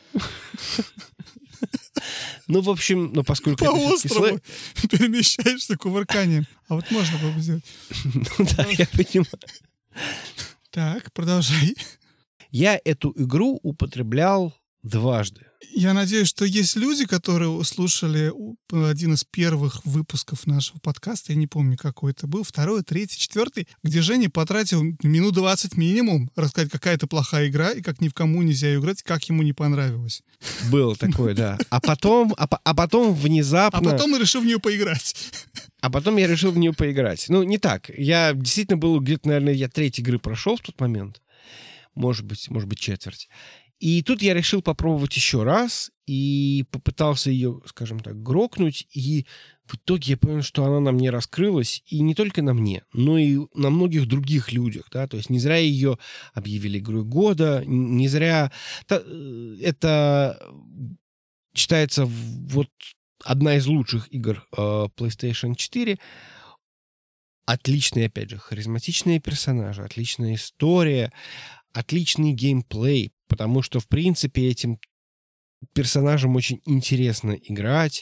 Ну, в общем, ну, поскольку... По острову перемещаешься кувырканием. А вот можно было бы сделать. Ну да, я понимаю. Так, продолжай. Я эту игру употреблял дважды. Я надеюсь, что есть люди, которые слушали один из первых выпусков нашего подкаста, я не помню, какой это был, второй, третий, четвертый, где Женя потратил минут двадцать минимум рассказать, какая это плохая игра, и как ни в кому нельзя ее играть, как ему не понравилось. Было такое, да. А потом, а, а потом внезапно... А потом я решил в нее поиграть. А потом я решил в нее поиграть. Ну, не так. Я действительно был где-то, наверное, я треть игры прошел в тот момент. Может быть, может быть, четверть. И тут я решил попробовать еще раз и попытался ее, скажем так, грокнуть. И в итоге я понял, что она на мне раскрылась. И не только на мне, но и на многих других людях. Да? То есть не зря ее объявили игрой года, не зря... Это считается вот одна из лучших игр PlayStation четыре. Отличные, опять же, харизматичные персонажи, отличная история, отличный геймплей, потому что, в принципе, этим персонажам очень интересно играть.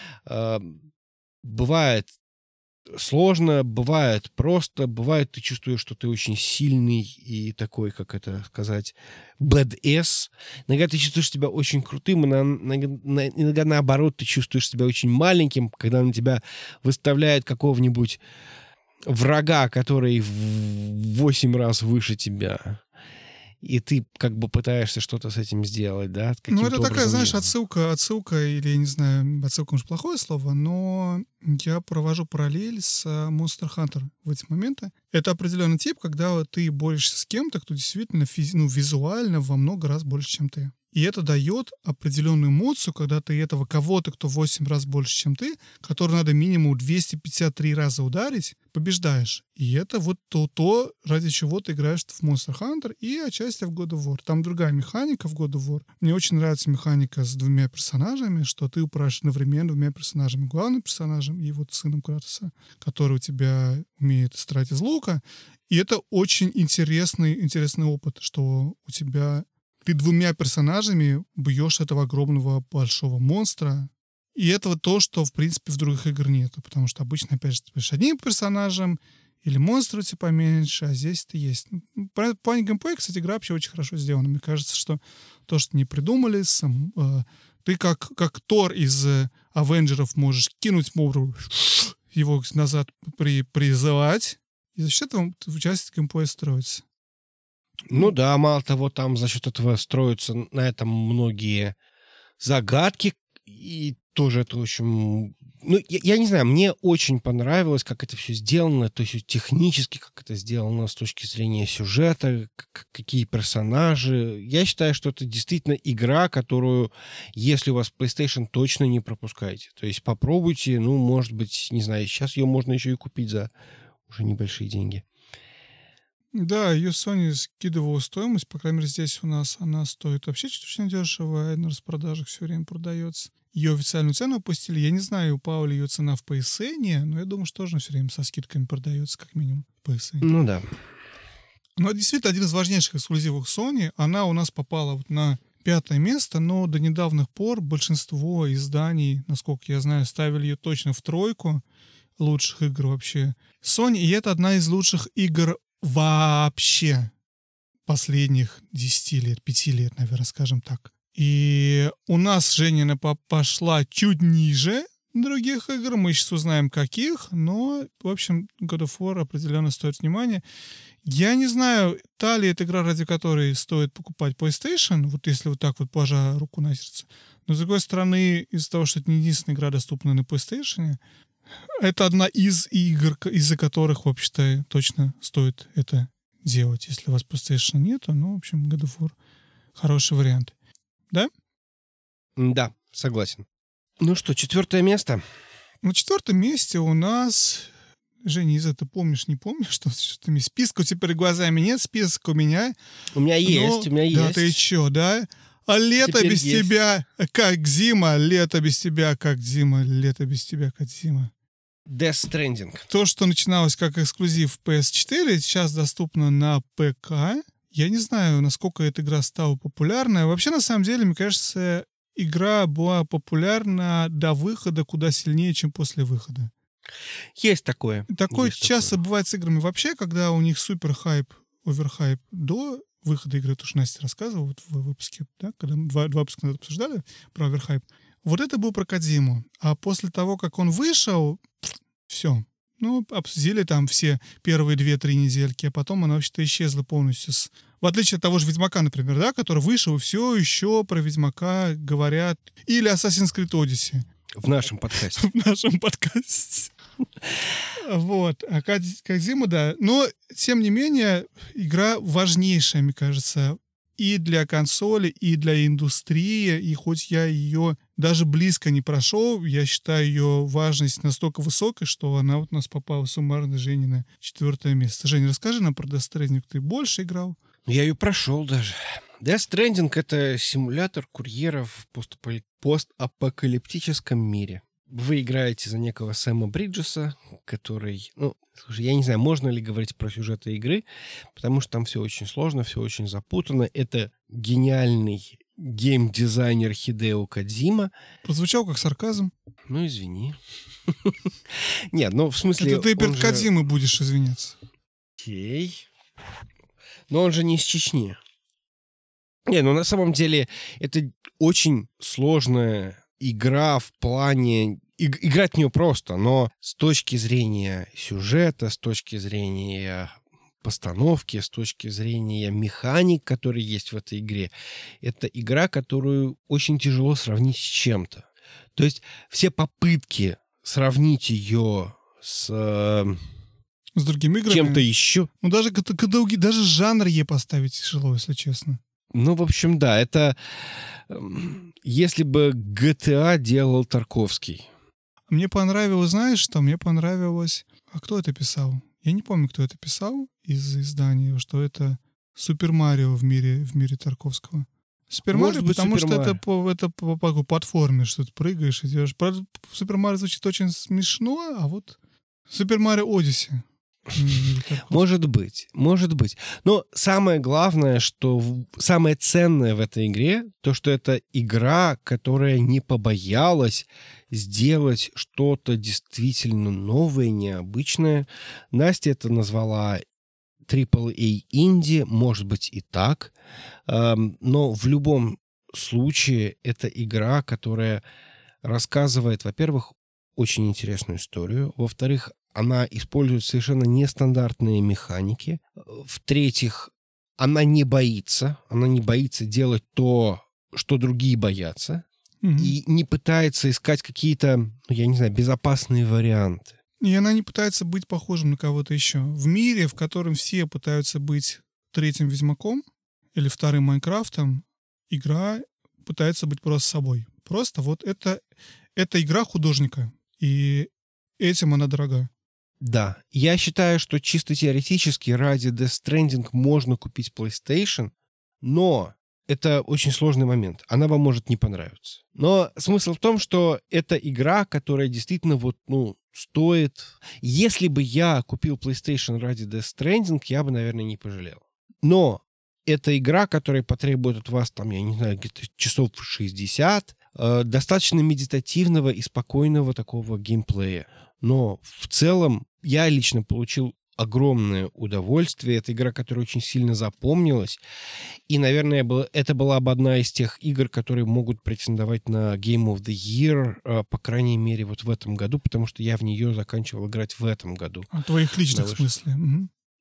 Бывает сложно, бывает просто, бывает ты чувствуешь, что ты очень сильный и такой, как это сказать, badass. Иногда ты чувствуешь себя очень крутым, иногда, иногда наоборот ты чувствуешь себя очень маленьким, когда на тебя выставляют какого-нибудь врага, который в восемь раз выше тебя. И ты как бы пытаешься что-то с этим сделать, да? Ну, это такая, знаешь, отсылка, отсылка, или, я не знаю, отсылка, может, плохое слово, но я провожу параллель с Monster Hunter в эти моменты. Это определенный тип, когда ты борешься с кем-то, кто действительно физи- ну, визуально во много раз больше, чем ты. И это дает определенную эмоцию, когда ты этого кого-то, кто в восемь раз больше, чем ты, который надо минимум двести пятьдесят три раза ударить, побеждаешь. И это вот то, то, ради чего ты играешь в Monster Hunter и отчасти в God of War. Там другая механика в God of War. Мне очень нравится механика с двумя персонажами, что ты управляешь одновременно двумя персонажами. Главным персонажем и вот сыном Кратоса, который у тебя умеет стрелять из лука. И это очень интересный, интересный опыт, что у тебя... Ты двумя персонажами бьешь этого огромного большого монстра. И этого то, что, в принципе, в других играх нету. Потому что обычно, опять же, ты бьешь одним персонажем, или монстр у тебя поменьше, а здесь это есть. В плане геймплея, кстати, игра вообще очень хорошо сделана. Мне кажется, что то, что не придумали, сам, э, ты как, как Тор из э, Авенджеров можешь кинуть Мору, его назад при, призывать, и за счет этого часть геймплея строится. Ну да, мало того, там за счет этого строятся на этом многие загадки, и тоже это очень... Ну, я, я не знаю, мне очень понравилось, как это все сделано, то есть технически, как это сделано с точки зрения сюжета, как, какие персонажи. Я считаю, что это действительно игра, которую, если у вас PlayStation, точно не пропускайте. То есть попробуйте, ну, может быть, не знаю, сейчас ее можно еще и купить за уже небольшие деньги. Да, ее Sony скидывала стоимость, по крайней мере, здесь у нас она стоит вообще чуть очень дешево, а на распродажах все время продается. Ее официальную цену опустили. Я не знаю, упала ли ее цена в пи эс эн, но я думаю, что тоже все время со скидками продается, как минимум, в пи эс эн. Ну да. Но действительно, один из важнейших эксклюзивов Sony, она у нас попала вот на пятое место, но до недавних пор большинство изданий, насколько я знаю, ставили ее точно в тройку лучших игр вообще Sony, и это одна из лучших игр вообще последних десяти лет, пяти лет, наверное, скажем так. И у нас Женина пошла чуть ниже других игр, мы сейчас узнаем каких, но, в общем, God of War определенно стоит внимания. Я не знаю, та ли эта игра, ради которой стоит покупать PlayStation, вот если вот так вот положа руку на сердце. Но, с другой стороны, из-за того, что это не единственная игра, доступная на PlayStation, это одна из игр, из-за которых, вообще-то, точно стоит это делать. Если у вас PlayStation нету, ну, в общем, God of War хороший вариант. Да? Да, согласен. Ну что, четвертое место? На четвертом месте у нас... Женя, из ты помнишь, не помнишь, что, что ты... Списка у тебя перед глазами нет, список у меня. У меня есть, но... у меня есть. Да ты чё, да? А лето Теперь без есть. тебя, как зима, лето без тебя, как зима, лето без тебя, как зима. Death Stranding. То, что начиналось как эксклюзив пи эс четыре, сейчас доступно на ПК. Я не знаю, насколько эта игра стала популярной. Вообще, на самом деле, мне кажется, игра была популярна до выхода куда сильнее, чем после выхода. Есть такое. Такое Есть часто такое. бывает с играми вообще, когда у них супер хайп, оверхайп до выхода игры, то, что Настя рассказывала вот в выпуске, да, когда мы два, два выпуска назад обсуждали про оверхайп. Вот это был про Кодзиму. А после того, как он вышел, все. Ну, обсудили там все первые две-три недельки, а потом она вообще-то исчезла полностью. С... В отличие от того же Ведьмака, например, да, который вышел, и все еще про Ведьмака говорят. Или Assassin's Creed Odyssey. В нашем подкасте. В нашем подкасте. Вот. А Кодзима, да. Но, тем не менее, игра важнейшая, мне кажется, и для консоли, и для индустрии. И хоть я ее даже близко не прошел, я считаю ее важность настолько высокой, что она вот у нас попала суммарно, Жене, на четвертое место. Женя, расскажи нам про Death Stranding. Ты больше играл? Я ее прошел даже. Death Stranding — это симулятор курьеров в постапо- постапокалиптическом мире. Вы играете за некого Сэма Бриджеса, который... Ну, слушай, я не знаю, можно ли говорить про сюжет игры, потому что там все очень сложно, все очень запутано. Это гениальный геймдизайнер Хидео Кодзима. Прозвучал как сарказм. Ну, извини. Нет, ну, в смысле... Это ты перед Кодзимой будешь извиняться. Окей. Но он же не из Чечни. Не, ну на самом деле это очень сложная игра в плане... И, играть в нее просто, но с точки зрения сюжета, с точки зрения постановки, с точки зрения механик, которые есть в этой игре, это игра, которую очень тяжело сравнить с чем-то. То есть все попытки сравнить ее с... С другими играми? Чем-то еще. Ну, даже, даже жанр ей поставить тяжело, если честно. Ну, в общем, да, это... Если бы джи ти эй делал Тарковский. Мне понравилось, знаешь что? Мне понравилось... А кто это писал? Я не помню, кто это писал из издания, что это Супер Марио в мире, в мире Тарковского. Супер Марио, потому Супер что Марио. это по, это по, по, по платформе, что ты прыгаешь и делаешь. Правда, Супер Марио звучит очень смешно, а вот Супер Марио Одиссей. Может быть, может быть. Но самое главное, что самое ценное в этой игре, то, что это игра, которая не побоялась сделать что-то действительно новое, необычное. Настя это назвала трипл эй инди, может быть и так. Но в любом случае это игра, которая рассказывает, во-первых, очень интересную историю, во-вторых, она использует совершенно нестандартные механики. В-третьих, она не боится. Она не боится делать то, что другие боятся. Mm-hmm. И не пытается искать какие-то, ну, я не знаю, безопасные варианты. И она не пытается быть похожим на кого-то еще. В мире, в котором все пытаются быть третьим Ведьмаком или вторым Майнкрафтом, игра пытается быть просто собой. Просто вот это, это игра художника. И этим она дорога. Да, я считаю, что чисто теоретически ради Death Stranding можно купить PlayStation, но это очень сложный момент. Она вам может не понравиться. Но смысл в том, что это игра, которая действительно вот, ну, стоит... Если бы я купил PlayStation ради Death Stranding, я бы, наверное, не пожалел. Но это игра, которая потребует от вас, там, я не знаю, где-то часов шестьдесят, э, достаточно медитативного и спокойного такого геймплея. Но в целом я лично получил огромное удовольствие. Это игра, которая очень сильно запомнилась. И, наверное, это была бы одна из тех игр, которые могут претендовать на Game of the Year, по крайней мере, вот в этом году, потому что я в нее заканчивал играть в этом году. А твоих личных в смысле? Угу.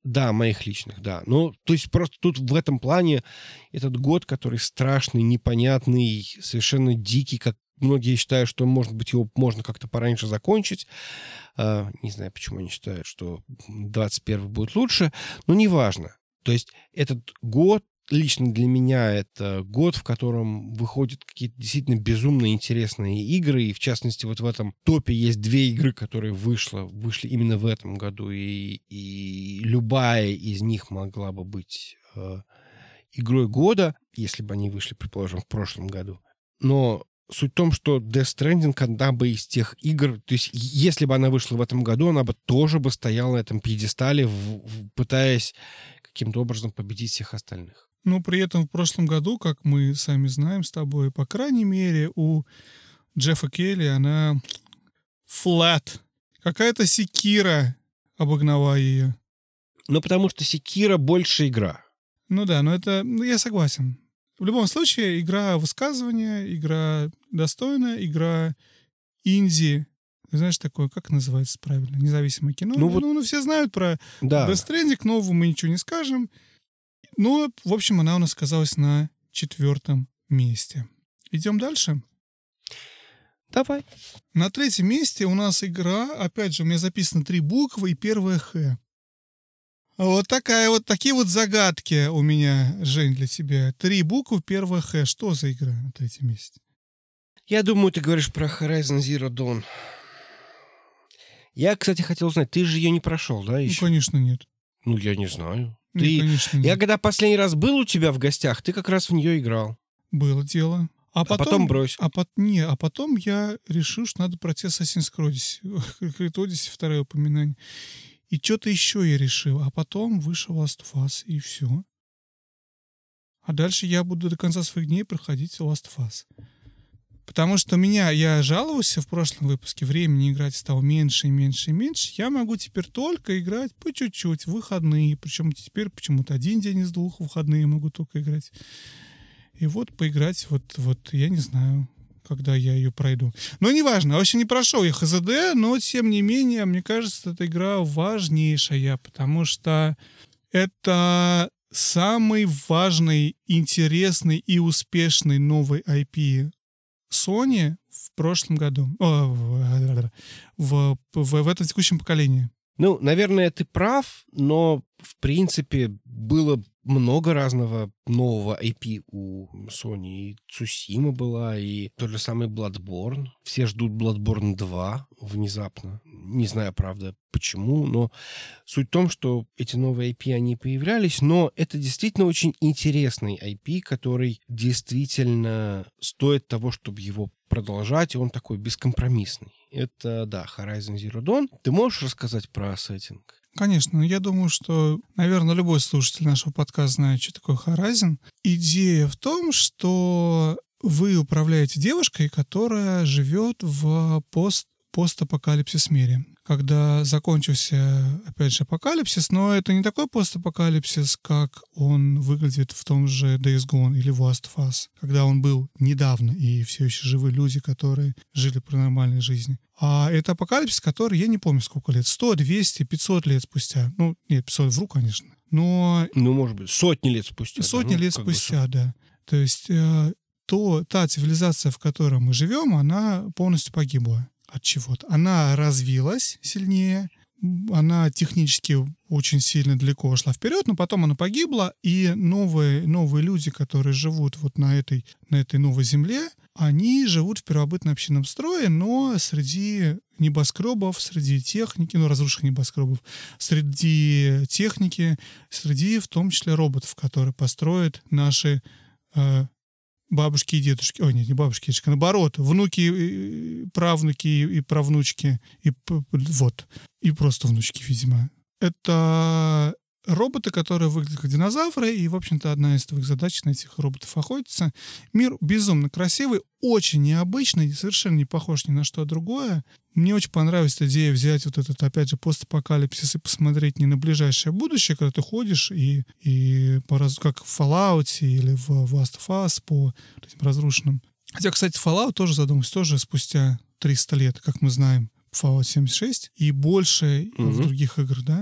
Да, моих личных, да. Ну, то есть просто тут в этом плане этот год, который страшный, непонятный, совершенно дикий, как многие считают, что, может быть, его можно как-то пораньше закончить. А, не знаю, почему они считают, что двадцать первый будет лучше, но неважно. То есть этот год лично для меня это год, в котором выходят какие-то действительно безумно интересные игры, и в частности вот в этом топе есть две игры, которые вышло, вышли именно в этом году, и, и любая из них могла бы быть э, игрой года, если бы они вышли, предположим, в прошлом году. Но суть в том, что Death Stranding, одна бы из тех игр, то есть если бы она вышла в этом году, она бы тоже бы стояла на этом пьедестале, в, в, пытаясь каким-то образом победить всех остальных. Но при этом в прошлом году, как мы сами знаем с тобой, по крайней мере, у Джеффа Келли она флат. Какая-то секира обогнала ее. Ну, потому что секира больше игра. Ну да, но это... Ну, я согласен. В любом случае, игра высказывания, игра достойная, игра инди. Знаешь, такое, как называется правильно? Независимое кино. Ну, Ну, вот... ну все знают про да. Death Stranding, нового мы ничего не скажем. Ну, в общем, она у нас оказалась на четвертом месте. Идем дальше? Давай. На третьем месте у нас игра, опять же, у меня записано три буквы и первое «Х». Вот такая вот, такие вот загадки у меня, Жень, для тебя. Три буквы, первое «Х». Что за игра на третьем месте? Я думаю, ты говоришь про Horizon Zero Dawn. Я, кстати, хотел узнать, ты же ее не прошел, да, еще? Ну, конечно, нет. Ну, я не знаю. Ну, Ты... конечно, нет. Я когда последний раз был у тебя в гостях, ты как раз в нее играл. Было дело. А, а потом, потом брось. А, по... не, а потом я решил, что надо пройти Assassin's Creed Odyssey, второе упоминание. И что-то еще я решил. А потом вышел Last of Us, и все. А дальше я буду до конца своих дней проходить Last of Us. Потому что у меня, я жаловался в прошлом выпуске, времени играть стало меньше и меньше и меньше. Я могу теперь только играть по чуть-чуть в выходные. Причем теперь почему-то один день из двух выходные могу только играть. И вот поиграть, вот, вот я не знаю, когда я ее пройду. Но неважно, вообще не прошел я эйч зет ди, но тем не менее, мне кажется, эта игра важнейшая, потому что это самый важный, интересный и успешный новый ай пи Sony в прошлом году, о, в, в, в, в этом текущем поколении. Ну, наверное, ты прав, но, в принципе, было много разного нового ай пи у Sony. И Цусима была, и тот же самый Bloodborne. Все ждут Bloodborne два внезапно. Не знаю, правда, почему, но суть в том, что эти новые ай пи, они появлялись, но это действительно очень интересный ай пи, который действительно стоит того, чтобы его продолжать, и он такой бескомпромиссный. Это, да, Horizon Zero Dawn. Ты можешь рассказать про сеттинг? Конечно, я думаю, что, наверное, любой слушатель нашего подкаста знает, что такое Horizon. Идея в том, что вы управляете девушкой, которая живет в пост постапокалипсис мире. Когда закончился, опять же, апокалипсис, но это не такой постапокалипсис, как он выглядит в том же Days Gone или Last of Us, когда он был недавно, и все еще живы люди, которые жили при нормальной жизни. А это апокалипсис, который, я не помню, сколько лет, сто, двести, пятьсот лет спустя. Ну, нет, пятьсот вру, конечно. Но... Ну, может быть, сотни лет спустя. Сотни да? лет ну, спустя, да. То есть э, то, та цивилизация, в которой мы живем, она полностью погибла от чего-то. Она развилась сильнее, она технически очень сильно далеко ушла вперед, но потом она погибла, и новые, новые люди, которые живут вот на этой, на этой новой земле, они живут в первобытном общинном строе, но среди небоскребов, среди техники, ну, разрушенных небоскребов, среди техники, среди в том числе роботов, которые построят наши э, бабушки и дедушки, ой, нет, не бабушки и дедушки, наоборот, внуки, правнуки и правнучки, и вот, и просто внучки, видимо. Это роботы, которые выглядят как динозавры, и, в общем-то, одна из твоих задач на этих роботов охотиться. Мир безумно красивый, очень необычный, совершенно не похож ни на что другое. Мне очень понравилась эта идея взять вот этот, опять же, постапокалипсис и посмотреть не на ближайшее будущее, когда ты ходишь и, и по раз, как в Fallout или в Last of Us по этим разрушенным. Хотя, кстати, Fallout тоже задумался, тоже спустя триста лет, как мы знаем, Fallout семьдесят шесть, и больше mm-hmm. в других играх, да.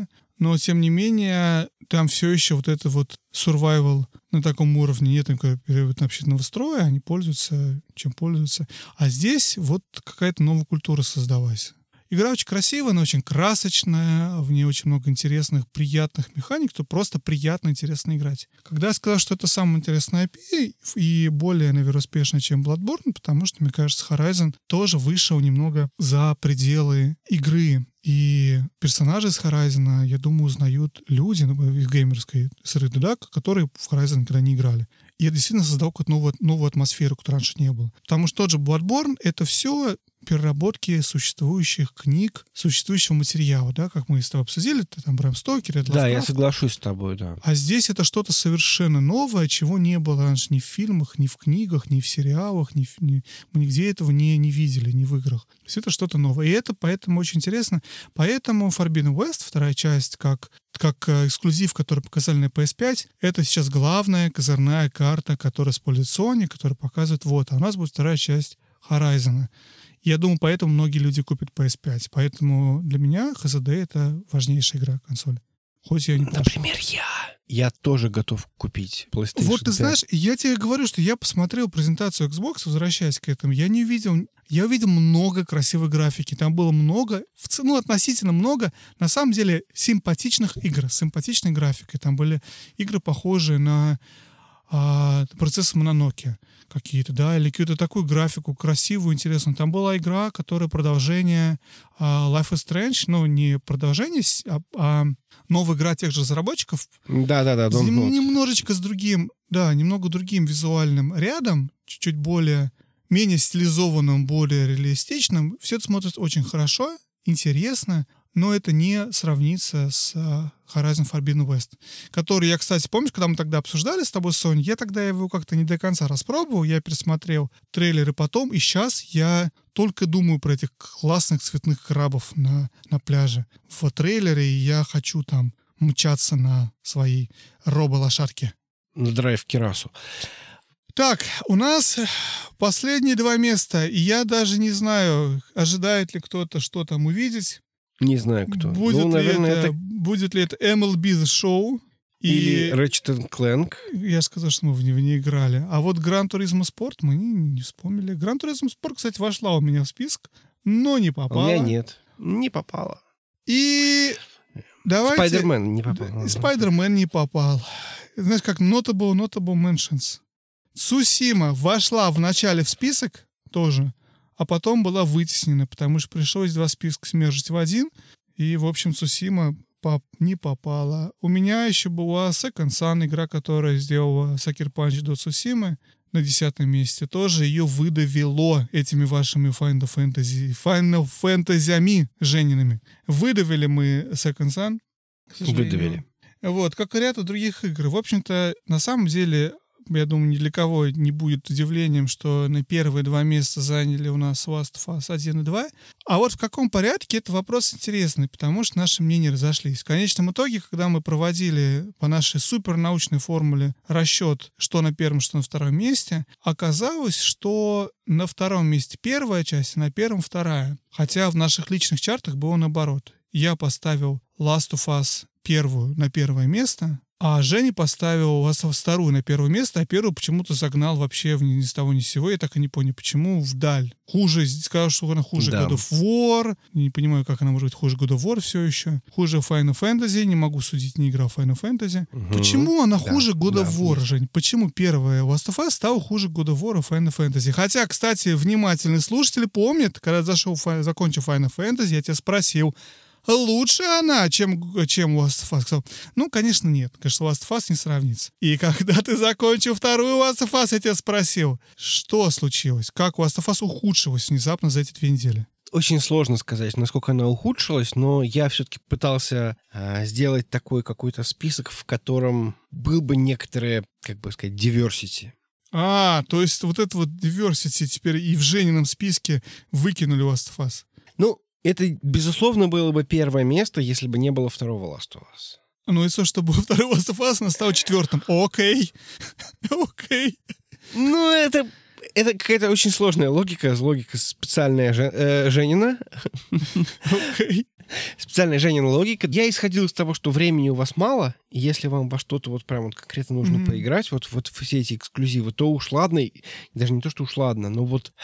но, тем не менее, там все еще вот это вот survival на таком уровне, нет никакого общественного строя, они пользуются, чем пользуются. А здесь вот какая-то новая культура создалась. Игра очень красивая, она очень красочная, в ней очень много интересных, приятных механик, то просто приятно, интересно играть. Когда я сказал, что это самый интересный ай пи и более, наверное, успешный, чем Bloodborne, потому что, мне кажется, Horizon тоже вышел немного за пределы игры. И персонажи из Horizon, я думаю, узнают люди ну, из геймерской среды, да, которые в Horizon никогда не играли. И это действительно создал какую-то новую, новую атмосферу, которой раньше не было. Потому что тот же Bloodborne — это все переработки существующих книг, существующего материала, да, как мы с тобой обсудили, это там Брам Стокер, это Да, я соглашусь с тобой, да. А здесь это что-то совершенно новое, чего не было раньше ни в фильмах, ни в книгах, ни в сериалах, ни, в, ни мы нигде этого не, не видели, ни в играх. То есть это что-то новое. И это поэтому очень интересно. Поэтому Forbidden West, вторая часть, как как эксклюзив, который показали на пи эс пять, это сейчас главная козырная карта, которая использует Sony, которая показывает вот, а у нас будет вторая часть Horizon. Я думаю, поэтому многие люди купят пи эс пять. Поэтому для меня эйч эс ди — это важнейшая игра консоли. Хоть я не прошел. Например, я. Я тоже готов купить PlayStation Вот ты пять. знаешь, я тебе говорю, что я посмотрел презентацию Xbox, возвращаясь к этому, я не видел, я увидел много красивой графики. Там было много, ну, относительно много, на самом деле, симпатичных игр, с симпатичной графикой. Там были игры, похожие на а, процессы Мононоке какие-то, да, или какую-то такую графику красивую, интересную. Там была игра, которая продолжение а, Life is Strange, ну, не продолжение, а, а новая игра тех же разработчиков. Да-да-да, с нем, немножечко с другим, да, немного другим визуальным рядом, чуть-чуть более, менее стилизованным, более реалистичным. Все это смотрится очень хорошо, интересно, но это не сравнится с uh, Horizon Forbidden West, который я, кстати, помнишь, когда мы тогда обсуждали с тобой, Сонь, я тогда его как-то не до конца распробовал, я пересмотрел трейлеры потом, и сейчас я только думаю про этих классных цветных крабов на, на пляже в трейлере, и я хочу там мчаться на своей робо-лошадке. На драйв-керасу. Так, у нас последние два места, и я даже не знаю, ожидает ли кто-то что там увидеть. Не знаю, кто. Будет, ну, ли, наверное, это, это... будет ли это эм эл би The Show. Или и... Ratchet and Clank. Я сказал, что мы в него не играли. А вот Gran Turismo Sport мы не, не вспомнили. Gran Turismo Sport, кстати, вошла у меня в список, но не попала. У меня нет. Не попала. И давайте... Спайдермен не попал. Спайдермен не попал. Знаешь, как Notable, Notable Mentions. Цусима вошла в начале в список тоже, а потом была вытеснена, потому что пришлось два списка смержить в один, и, в общем, Цусима поп- не попала. У меня еще была Second Son, игра, которая сделала Sucker Punch до Цусимы на десятом месте. Тоже ее выдавило этими вашими Final Fantasy, Final Fantasy'ами Жениными. Выдавили мы Second Son, к сожалению. Выдавили. Вот, как и ряд других игр. В общем-то, на самом деле... Я думаю, ни для кого не будет удивлением, что на первые два места заняли у нас Last of Us один и два. А вот в каком порядке — это вопрос интересный, потому что наши мнения разошлись. В конечном итоге, когда мы проводили по нашей супернаучной формуле расчет, что на первом, что на втором месте, оказалось, что на втором месте первая часть, а на первом вторая. Хотя в наших личных чартах было наоборот. Я поставил Last of Us первую на первое место, а Женя поставил Last of Us вторую на первое место, а первую почему-то загнал вообще ни с того ни с сего. Я так и не понял, почему вдаль. Хуже, сказал, что она хуже да. God of War. Не понимаю, как она может быть хуже God of War все еще. Хуже Final Fantasy. Не могу судить, не играл в Final Fantasy. Угу. Почему она да. хуже God of War, да. Жень? Почему первая Last of Us стала хуже God of War и Final Fantasy? Хотя, кстати, внимательные слушатели помнят, когда зашел, закончил Final Fantasy, я тебя спросил, лучше она, чем, чем Last of Us. Ну, конечно, нет. Конечно, Last of Us не сравнится. И когда ты закончил вторую Last of Us, я тебя спросил, что случилось? Как Last of Us ухудшилась внезапно за эти две недели? Очень сложно сказать, насколько она ухудшилась, но я все-таки пытался а, сделать такой какой-то список, в котором был бы некоторое, как бы сказать, diversity. А, то есть вот это вот diversity теперь и в Женином списке выкинули Last of Us. Ну, это, безусловно, было бы первое место, если бы не было второго Last of Us. Ну и что, чтобы второй Last of Us она стала четвертым? Окей. Окей. Ну, это, это какая-то очень сложная логика, логика специальная Жен, э, Женина. Окей. Специальная Женина логика. Я исходил из того, что времени у вас мало, и если вам во что-то вот прям вот конкретно нужно mm-hmm. поиграть, вот, вот все эти эксклюзивы, то уж ладно, даже не то, что уж ладно, но вот...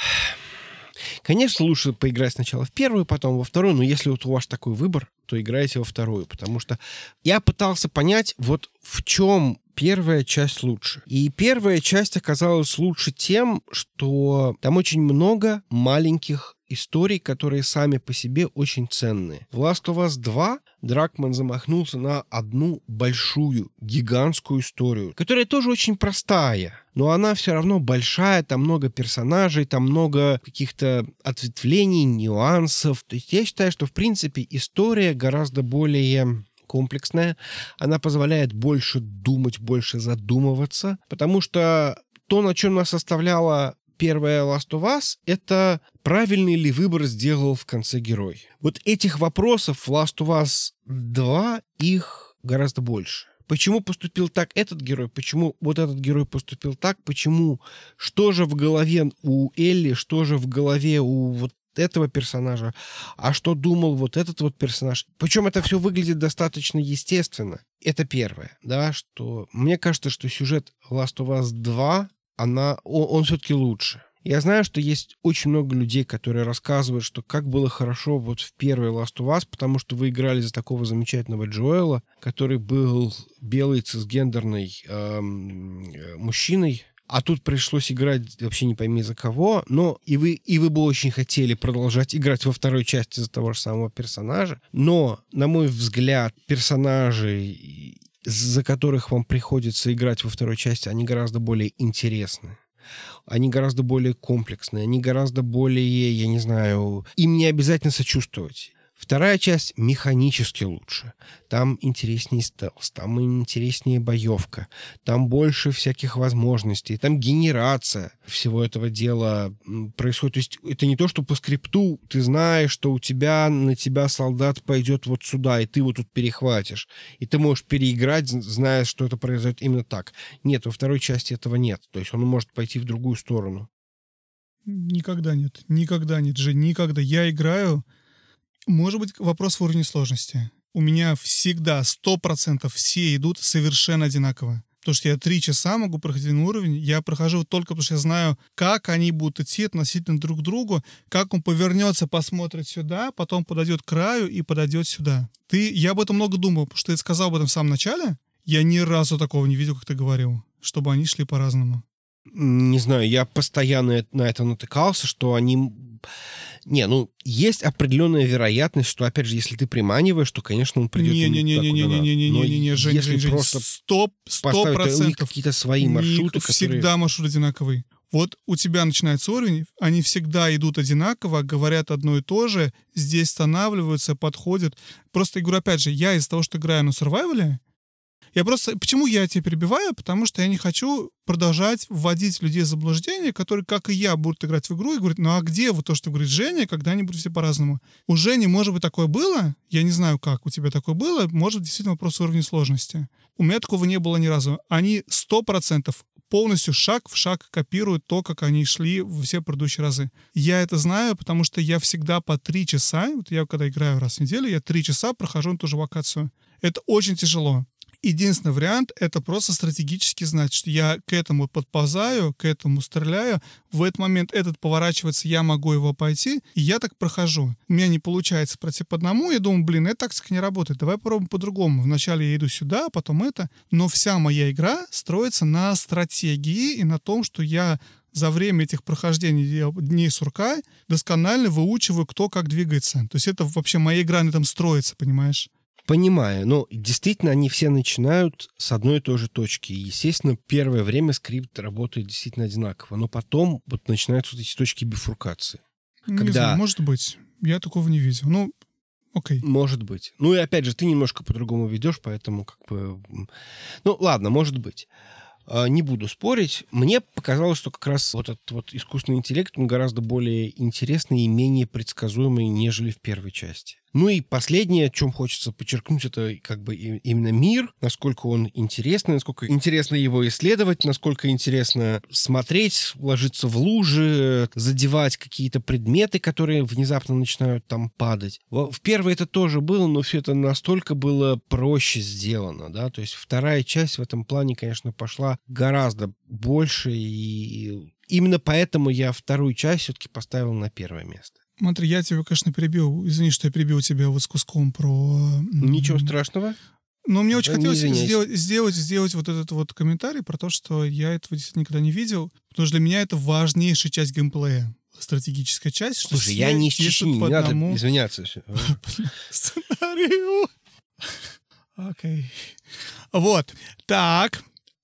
Конечно, лучше поиграть сначала в первую, потом во вторую, но если вот у вас такой выбор, то играйте во вторую, потому что я пытался понять, вот в чем первая часть лучше. И первая часть оказалась лучше тем, что там очень много маленьких историй, которые сами по себе очень ценные. В Last of Us два Дракман замахнулся на одну большую, гигантскую историю, которая тоже очень простая, но она все равно большая, там много персонажей, там много каких-то ответвлений, нюансов. То есть я считаю, что, в принципе, история гораздо более комплексная, она позволяет больше думать, больше задумываться, потому что то, на чем нас оставляла первая Last of Us, это правильный ли выбор сделал в конце герой. Вот этих вопросов в Last of Us два, их гораздо больше. Почему поступил так этот герой? Почему вот этот герой поступил так? Почему? Что же в голове у Элли? Что же в голове у вот этого персонажа? А что думал вот этот вот персонаж? Причем это все выглядит достаточно естественно. Это первое, да, что... Мне кажется, что сюжет Last of Us два, она, он, он все-таки лучше. Я знаю, что есть очень много людей, которые рассказывают, что как было хорошо вот в первой Last of Us, потому что вы играли за такого замечательного Джоэла, который был белый цисгендерный эм, мужчиной, а тут пришлось играть вообще не пойми за кого, но и вы, и вы бы очень хотели продолжать играть во второй части за того же самого персонажа, но, на мой взгляд, персонажи, за которых вам приходится играть во второй части, они гораздо более интересны. Они гораздо более комплексные, они гораздо более, я не знаю, им не обязательно сочувствовать. Вторая часть механически лучше. Там интереснее стелс, там интереснее боевка, там больше всяких возможностей, там генерация всего этого дела происходит. То есть это не то, что по скрипту ты знаешь, что у тебя, на тебя солдат пойдет вот сюда, и ты его тут перехватишь. И ты можешь переиграть, зная, что это произойдет именно так. Нет, во второй части этого нет. То есть он может пойти в другую сторону. Никогда нет. Никогда нет, Жень, никогда. Я играю... Может быть, вопрос в уровне сложности. У меня всегда сто процентов все идут совершенно одинаково. Потому что я три часа могу проходить один уровень, я прохожу только потому, что я знаю, как они будут идти относительно друг к другу, как он повернется, посмотрит сюда, потом подойдет к краю и подойдет сюда. Ты, я об этом много думал, потому что ты сказал об этом в самом начале. Я ни разу такого не видел, как ты говорил, чтобы они шли по-разному. Не знаю, я постоянно на это натыкался, что они... Не, ну, есть определенная вероятность, что, опять же, если ты приманиваешь, то, конечно, он придет именно туда, куда надо. Не-не-не-не-не-не-не, Жень, если Жень, Жень, просто сто процентов. У них какие-то свои маршруты, всегда которые... маршрут одинаковый. Вот у тебя начинается уровень, они всегда идут одинаково, говорят одно и то же, здесь останавливаются, подходят. Просто, я говорю, опять же, я из-за того, что играю на сурвайвале, я просто... Почему я тебя перебиваю? Потому что я не хочу продолжать вводить людей в заблуждение, которые, как и я, будут играть в игру и говорить, ну а где вот то, что говорит Женя, когда они будут все по-разному? У Жени, может быть, такое было? Я не знаю, как у тебя такое было. Может, действительно вопрос уровня сложности. У меня такого не было ни разу. Они сто процентов полностью шаг в шаг копируют то, как они шли в все предыдущие разы. Я это знаю, потому что я всегда по три часа, вот я когда играю раз в неделю, я три часа прохожу ту же локацию. Это очень тяжело. Единственный вариант — это просто стратегически знать, что я к этому подползаю, к этому стреляю, в этот момент этот поворачивается, я могу его пойти, и я так прохожу. У меня не получается пройти по одному, я думаю, блин, эта тактика не работает, давай попробуем по-другому. Вначале я иду сюда, потом это, но вся моя игра строится на стратегии и на том, что я за время этих прохождений дней сурка досконально выучиваю, кто как двигается. То есть это вообще моя игра на этом строится, понимаешь? Понимаю, но действительно они все начинают с одной и той же точки. И, естественно, первое время скрипт работает действительно одинаково, но потом вот начинаются вот эти точки бифуркации. Не когда... знаю, может быть. Я такого не видел. Ну, окей. Может быть. Ну и опять же, ты немножко по-другому ведешь, поэтому как бы... Ну ладно, может быть. Не буду спорить. Мне показалось, что как раз вот этот вот искусственный интеллект, он гораздо более интересный и менее предсказуемый, нежели в первой части. Ну и последнее, о чем хочется подчеркнуть, это как бы именно мир, насколько он интересный, насколько интересно его исследовать, насколько интересно смотреть, ложиться в лужи, задевать какие-то предметы, которые внезапно начинают там падать. В первой это тоже было, но все это настолько было проще сделано, да, то есть вторая часть в этом плане, конечно, пошла гораздо больше, и именно поэтому я вторую часть все-таки поставил на первое место. Смотри, я тебя, конечно, перебил. Извини, что я перебил тебя вот с куском про... Ничего страшного. Но мне очень Да, хотелось сделать, сделать, сделать вот этот вот комментарий про то, что я этого действительно никогда не видел, потому что для меня это важнейшая часть геймплея. Стратегическая часть. Что Слушай, я не из Чечни, не надо одному... извиняться. Сценарию. Окей. Вот. Так.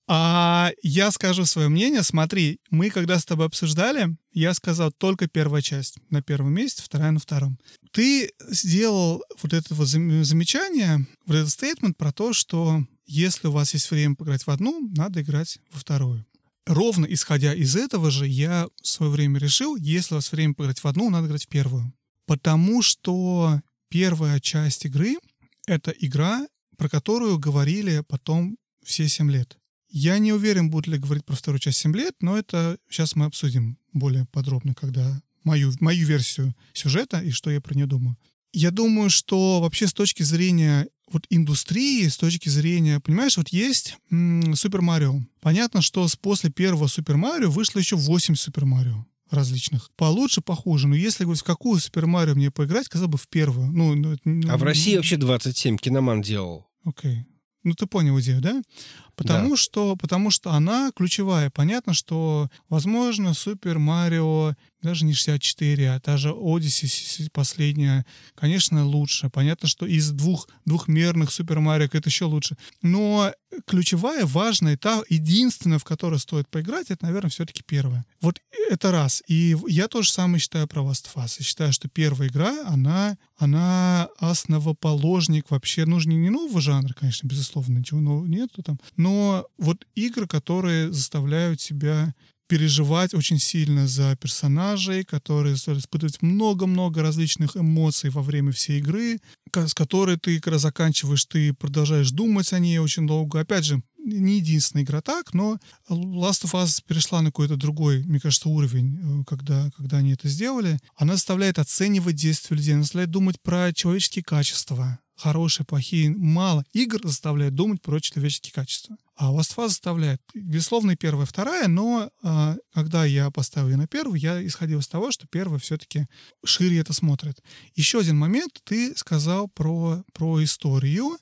А я скажу свое мнение. Смотри, мы когда с тобой обсуждали, я сказал только первая часть на первом месте, вторая на втором. Ты сделал вот это вот замечание, вот этот стейтмент про то, что если у вас есть время поиграть в одну, надо играть во вторую. Ровно исходя из этого же я в свое время решил, если у вас время поиграть в одну, надо играть в первую. Потому что первая часть игры — это игра, про которую говорили потом все семь лет. Я не уверен, буду ли говорить про вторую часть семь лет, но это сейчас мы обсудим более подробно, когда мою, мою версию сюжета и что я про нее думаю. Я думаю, что вообще с точки зрения вот индустрии, с точки зрения, понимаешь, вот есть Супер Марио. Понятно, что после первого Супер Марио вышло еще восемь Супер Марио различных. Получше, похуже. Но если говорить, в какую Супер Марио мне поиграть, сказал бы в первую. Ну, ну, ну, а в России вообще двадцать семь Киноман делал. Окей. Ну, ты понял идею, да? Потому, да. Что, потому что она ключевая. Понятно, что, возможно, Супер Марио, даже не шестьдесят четыре, а та же Odyssey последняя, конечно, лучше. Понятно, что из двух двухмерных Супер Марио это еще лучше. Но ключевая, важная, та единственная, в которой стоит поиграть, это, наверное, все-таки первая. Вот это раз. И я тоже самое считаю про Last of Us. Я считаю, что первая игра, она, она основоположник вообще, ну, не нового жанра, конечно, безусловно, ничего нового нету там, но вот игры, которые заставляют тебя переживать очень сильно за персонажей, которые испытывают много-много различных эмоций во время всей игры, с которой ты, когда заканчиваешь, ты продолжаешь думать о ней очень долго. Опять же, не единственная игра так, но Last of Us перешла на какой-то другой, мне кажется, уровень, когда, когда они это сделали. Она заставляет оценивать действия людей, она заставляет думать про человеческие качества. Хорошие, плохие, мало игр заставляет думать про человеческие качества. А Last of Us заставляет, безусловно, и первая, и вторая, но а, когда я поставил ее на первую, я исходил из того, что первая все-таки шире это смотрит. Еще один момент, ты сказал про, про историю.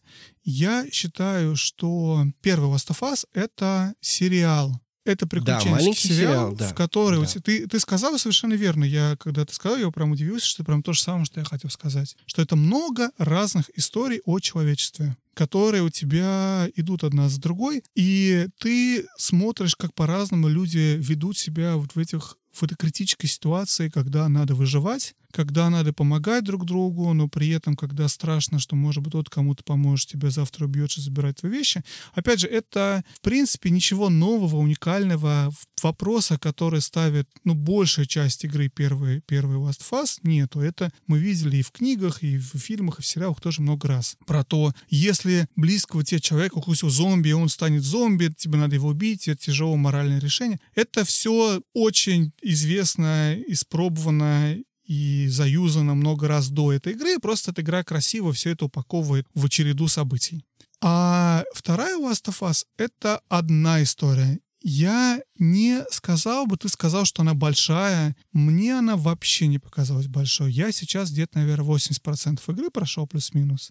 Я считаю, что первый Last of Us — это сериал. Это приключенческий да, сериал, сериал, да. в который... Да. Ты, ты сказал совершенно верно. Я, когда ты сказал, я прям удивился, что это прям то же самое, что я хотел сказать. Что это много разных историй о человечестве, которые у тебя идут одна за другой, и ты смотришь, как по-разному люди ведут себя вот в этих в этой критической ситуации, когда надо выживать, когда надо помогать друг другу, но при этом, когда страшно, что, может быть, тот кому-то поможет, тебя завтра убьет и забирает твои вещи. Опять же, это, в принципе, ничего нового, уникального. Вопроса, который ставит, ну, большая часть игры первой, первой Last of Us, нету. Это мы видели и в книгах, и в фильмах, и в сериалах тоже много раз. Про то, если близкого тебе человека укусил зомби, и он станет зомби, тебе надо его убить, это тяжелое моральное решение. Это все очень известно, испробовано и заюзано много раз до этой игры, просто эта игра красиво все это упаковывает в череду событий. А вторая Last of Us — это одна история. Я не сказал бы, ты сказал, что она большая. Мне она вообще не показалась большой. Я сейчас где-то, наверное, восемьдесят процентов игры прошел плюс-минус.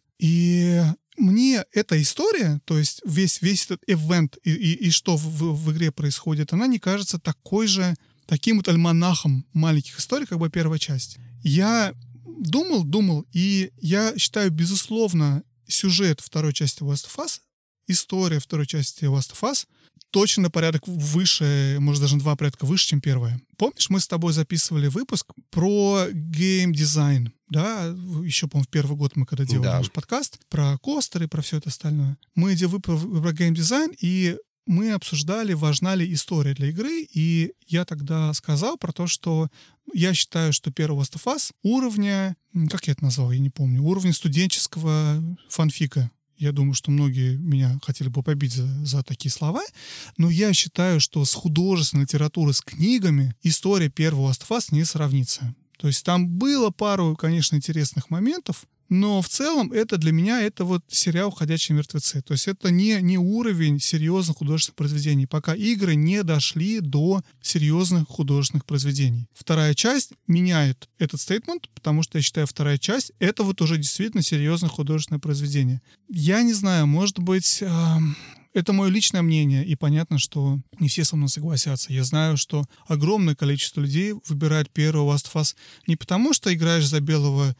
И мне эта история, то есть весь, весь этот ивент и, и, и что в, в игре происходит, она не кажется такой же, таким вот альманахом маленьких историй, как бы первая часть. Я думал, думал, и я считаю, безусловно, сюжет второй части Last of Us, история второй части Last of Us точно на порядок выше, может, даже на два порядка выше, чем первая. Помнишь, мы с тобой записывали выпуск про геймдизайн, да? Еще, по-моему, в первый год мы когда делали да. наш подкаст про костеры, про все это остальное. Мы делали выпуск про геймдизайн, и мы обсуждали, важна ли история для игры, и я тогда сказал про то, что я считаю, что первый Last of Us уровня, как я это назвал, я не помню, уровня студенческого фанфика. Я думаю, что многие меня хотели бы побить за, за такие слова, но я считаю, что с художественной литературой, с книгами история первого Last of Us не сравнится. То есть там было пару, конечно, интересных моментов, но в целом это для меня это вот сериал «Ходячие мертвецы». То есть это не, не уровень серьезных художественных произведений, пока игры не дошли до серьезных художественных произведений. Вторая часть меняет этот стейтмент, потому что я считаю, вторая часть — это вот уже действительно серьезное художественное произведение. Я не знаю, может быть... Э- Это мое личное мнение, и понятно, что не все со мной согласятся. Я знаю, что огромное количество людей выбирает первый Last of Us не потому, что играешь за белого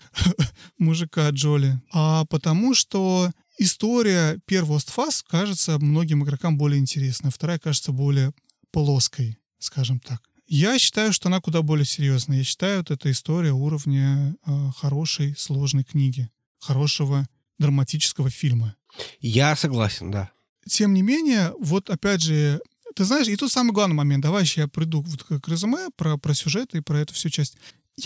мужика Джоли, а потому что история первого Last of Us кажется многим игрокам более интересной, а вторая кажется более плоской, скажем так. Я считаю, что она куда более серьезная. Я считаю, что это история уровня э, хорошей, сложной книги, хорошего драматического фильма. Я согласен, да. Тем не менее, вот опять же, ты знаешь, и тут самый главный момент. Давай еще я приду вот к резюме про, про сюжет и про эту всю часть. Я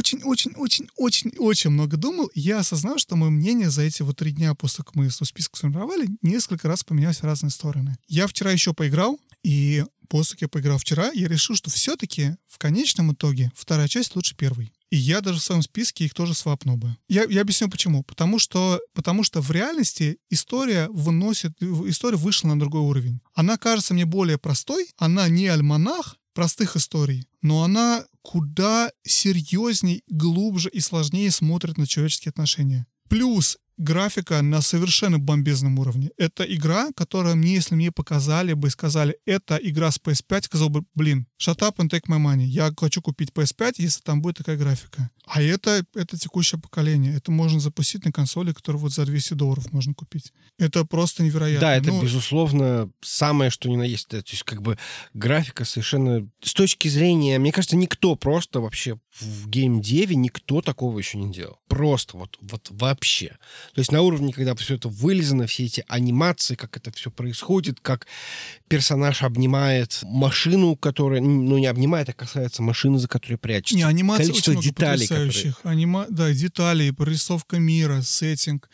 очень-очень-очень-очень-очень много думал, и я осознал, что мое мнение за эти вот три дня после того, как мы список сформировали, несколько раз поменялось в разные стороны. Я вчера еще поиграл, и после того, как я поиграл вчера, я решил, что все-таки в конечном итоге вторая часть лучше первой. И я даже в своем списке их тоже свапнул бы. Я, я объясню почему. Потому что, потому что в реальности история выносит, история вышла на другой уровень. Она кажется мне более простой, она не альманах простых историй, но она куда серьезней, глубже и сложнее смотрит на человеческие отношения. Плюс графика на совершенно бомбезном уровне. Это игра, которая мне, если мне показали бы и сказали, это игра с пи эс пять, сказал бы, блин, shut up and take my money. Я хочу купить пи эс пять, если там будет такая графика. А это, это текущее поколение. Это можно запустить на консоли, которую вот за двести долларов можно купить. Это просто невероятно. Да, это, ну, безусловно, самое, что ни на есть. То есть, как бы, графика совершенно... С точки зрения... Мне кажется, никто просто вообще в геймдеве, никто такого еще не делал. Просто вот, вот вообще. То есть на уровне, когда все это вылезано, все эти анимации, как это все происходит, как персонаж обнимает машину, которая... Ну, не обнимает, а касается машины, за которой прячется. Не, анимация количество очень много деталей, потрясающих. которые... Анима... Да, детали, прорисовка мира, сеттинг.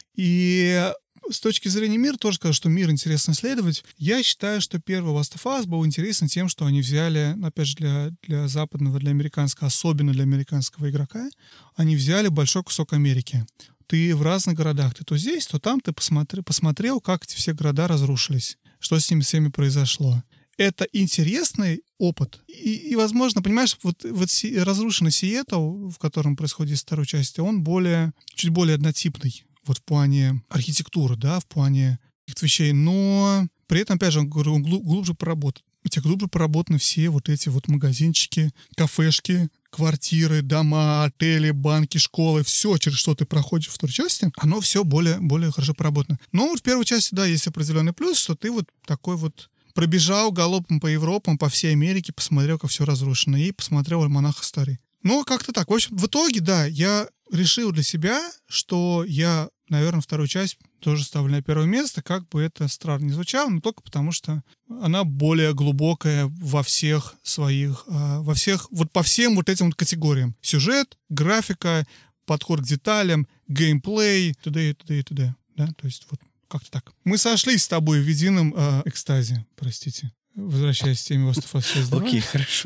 И с точки зрения мира, тоже скажу, что мир интересно исследовать. Я считаю, что первый Last of Us был интересен тем, что они взяли, опять же, для, для западного, для американского, особенно для американского игрока, они взяли большой кусок Америки. Ты в разных городах, ты то здесь, то там, ты посмотри, посмотрел, как эти все города разрушились, что с ними всеми произошло. Это интересный опыт. И, и возможно, понимаешь, вот, вот си, разрушенный Сиэтл, в котором происходит вторая часть, он более, чуть более однотипный. Вот в плане архитектуры, да, в плане каких-то вещей. Но при этом, опять же, он, говорю, он глубже проработан. У тебя глубже проработаны все вот эти вот магазинчики, кафешки, квартиры, дома, отели, банки, школы, все, через что ты проходишь в второй части, оно все более, более хорошо проработано. Но вот в первой части, да, есть определенный плюс, что ты вот такой вот пробежал галопом по Европам, по всей Америке, посмотрел, как все разрушено, и посмотрел «Альманах истории». Ну, как-то так. В общем, в итоге, да, я решил для себя, что я, наверное, вторую часть тоже ставлю на первое место, как бы это странно не звучало, но только потому, что она более глубокая во всех своих, во всех, вот по всем вот этим вот категориям. Сюжет, графика, подход к деталям, геймплей, т.д. и т.д. и т.д. Да, то есть вот как-то так. Мы сошлись с тобой в едином э, экстазе, простите. Возвращаясь к теме Last of Us часть два. Окей, хорошо.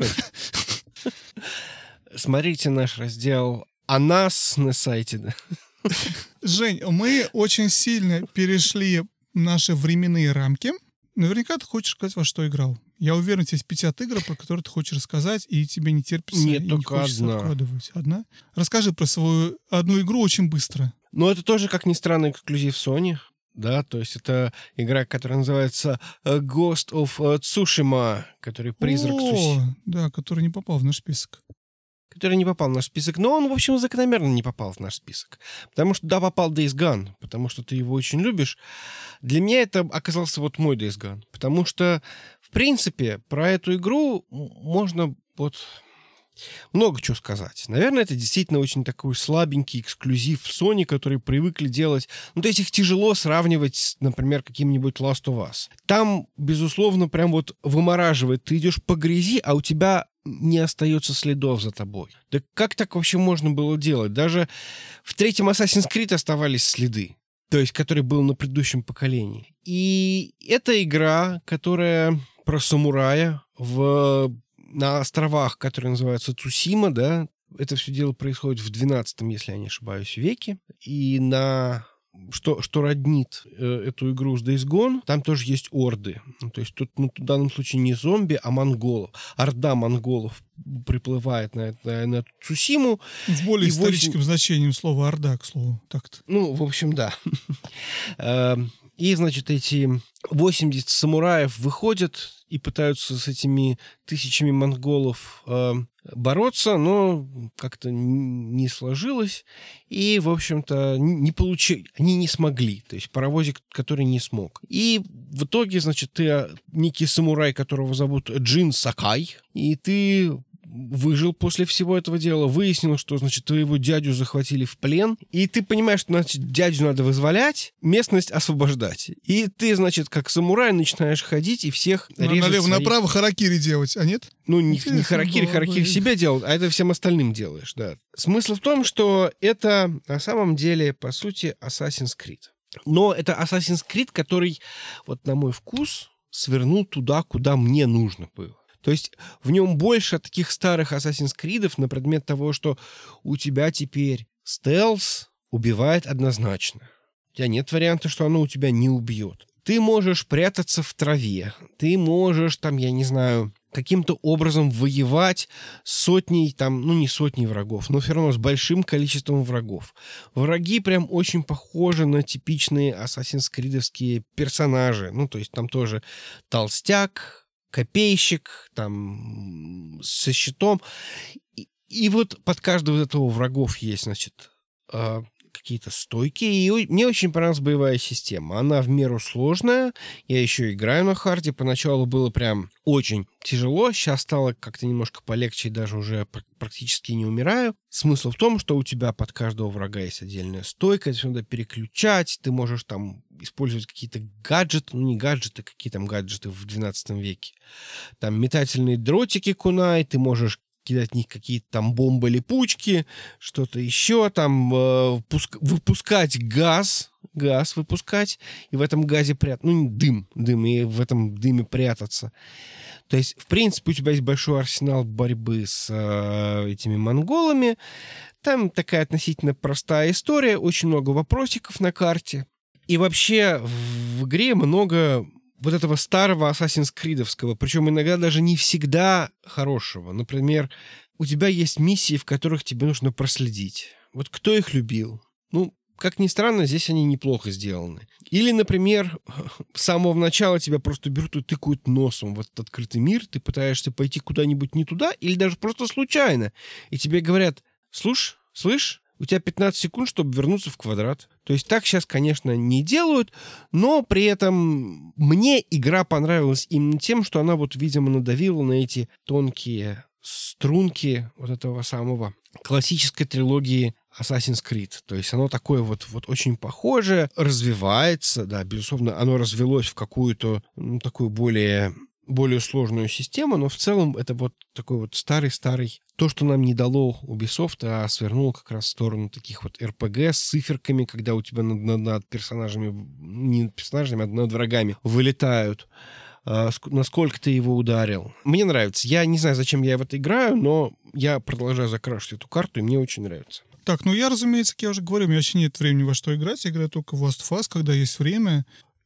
Смотрите наш раздел «О нас» на сайте. Жень, мы очень сильно перешли наши временные рамки. Наверняка ты хочешь сказать, во что играл. Я уверен, у тебя есть пятьдесят игр, про которые ты хочешь рассказать, и тебе не терпится. Нет, и только не хочется одна. откладывать. Одна? Расскажи про свою одну игру очень быстро. Ну, это тоже, как ни странно, эксклюзив Sony. Да, то есть это игра, которая называется Ghost of Tsushima, который призрак О, Сусимы. да, который не попал в наш список. Который не попал в наш список. Но он, в общем, закономерно не попал в наш список. Потому что, да, попал Days Gone, потому что ты его очень любишь. Для меня это оказался вот мой Days Gone. Потому что, в принципе, про эту игру можно вот... Много чего сказать. Наверное, это действительно очень такой слабенький эксклюзив Sony, который привыкли делать. Ну, то есть их тяжело сравнивать с, например, каким-нибудь Last of Us. Там, безусловно, прям вот вымораживает. Ты идешь по грязи, а у тебя не остается следов за тобой. Да как так вообще можно было делать? Даже в третьем Assassin's Creed оставались следы. То есть, который был на предыдущем поколении. И это игра, которая про самурая в... на островах, которые называются Цусима, да, это все дело происходит в двенадцатом, если я не ошибаюсь, веке. И на... Что, что роднит э, эту игру с Days Gone, там тоже есть орды. Ну, то есть тут ну, в данном случае не зомби, а монголов. Орда монголов приплывает на, на, на Цусиму. В более историческим восемь... значением слова «орда», к слову. Так-то. Ну, в общем, да. И, значит, эти восемьдесят самураев выходят и пытаются с этими тысячами монголов э, бороться, но как-то не сложилось. И, в общем-то, не получили, они не смогли. То есть паровозик, который не смог. И в итоге, значит, ты некий самурай, которого зовут Джин Сакай, и ты... выжил после всего этого дела, выяснил, что, значит, твоего дядю захватили в плен, и ты понимаешь, что, значит, дядю надо вызволять, местность освобождать. И ты, значит, как самурай начинаешь ходить и всех ну, режешь налево-направо своих... харакири делать, а нет? Ну, не, не харакири, харакири себя делать, а это всем остальным делаешь, да. Смысл в том, что это на самом деле, по сути, Assassin's Creed. Но это Assassin's Creed, который, вот на мой вкус, свернул туда, куда мне нужно было. То есть в нем больше таких старых Assassin's Creed'ов на предмет того, что у тебя теперь стелс убивает однозначно. У тебя нет варианта, что оно у тебя не убьет. Ты можешь прятаться в траве. Ты можешь, там, я не знаю, каким-то образом воевать с сотней, там, ну не сотней врагов, но все равно с большим количеством врагов. Враги прям очень похожи на типичные Assassin's Creed'овские персонажи. Ну, то есть там тоже толстяк, копейщик, там, со щитом. И, и вот под каждого из этого врагов есть, значит, э, какие-то стойки. И мне очень понравилась боевая система. Она в меру сложная. Я еще играю на харде. Поначалу было прям очень тяжело. Сейчас стало как-то немножко полегче и даже уже практически не умираю. Смысл в том, что у тебя под каждого врага есть отдельная стойка. Это надо переключать. Ты можешь там использовать какие-то гаджеты. Ну, не гаджеты, какие там гаджеты в двенадцатом веке. Там метательные дротики кунай. Ты можешь кидать в них какие-то там бомбы-липучки, что-то еще, там э, пуск... выпускать газ, газ выпускать, и в этом газе прятаться, ну, дым, дым, и в этом дыме прятаться. То есть, в принципе, у тебя есть большой арсенал борьбы с э, этими монголами. Там такая относительно простая история, очень много вопросиков на карте. И вообще в игре много вот этого старого Assassin's Creed'овского, причем иногда даже не всегда хорошего. Например, у тебя есть миссии, в которых тебе нужно проследить. Вот кто их любил? Ну, как ни странно, здесь они неплохо сделаны. Или, например, с самого начала тебя просто берут и тыкают носом в этот открытый мир, ты пытаешься пойти куда-нибудь не туда, или даже просто случайно, и тебе говорят: слушай, слышь, у тебя пятнадцать секунд, чтобы вернуться в квадрат. То есть так сейчас, конечно, не делают, но при этом мне игра понравилась именно тем, что она вот, видимо, надавила на эти тонкие струнки вот этого самого классической трилогии Assassin's Creed. То есть оно такое вот, вот очень похожее, развивается, да, безусловно, оно развелось в какую-то, ну, такую более... более сложную систему, но в целом это вот такой вот старый-старый, то, что нам не дало Ubisoft, а свернуло как раз в сторону таких вот эр пи джи с циферками, когда у тебя над, над, над персонажами, не над персонажами, а над врагами вылетают. А, насколько ты его ударил. Мне нравится. Я не знаю, зачем я в это играю, но я продолжаю закрашивать эту карту, и мне очень нравится. Так, ну я, разумеется, как я уже говорю, у меня вообще нет времени во что играть. Я играю только в Last of Us, когда есть время.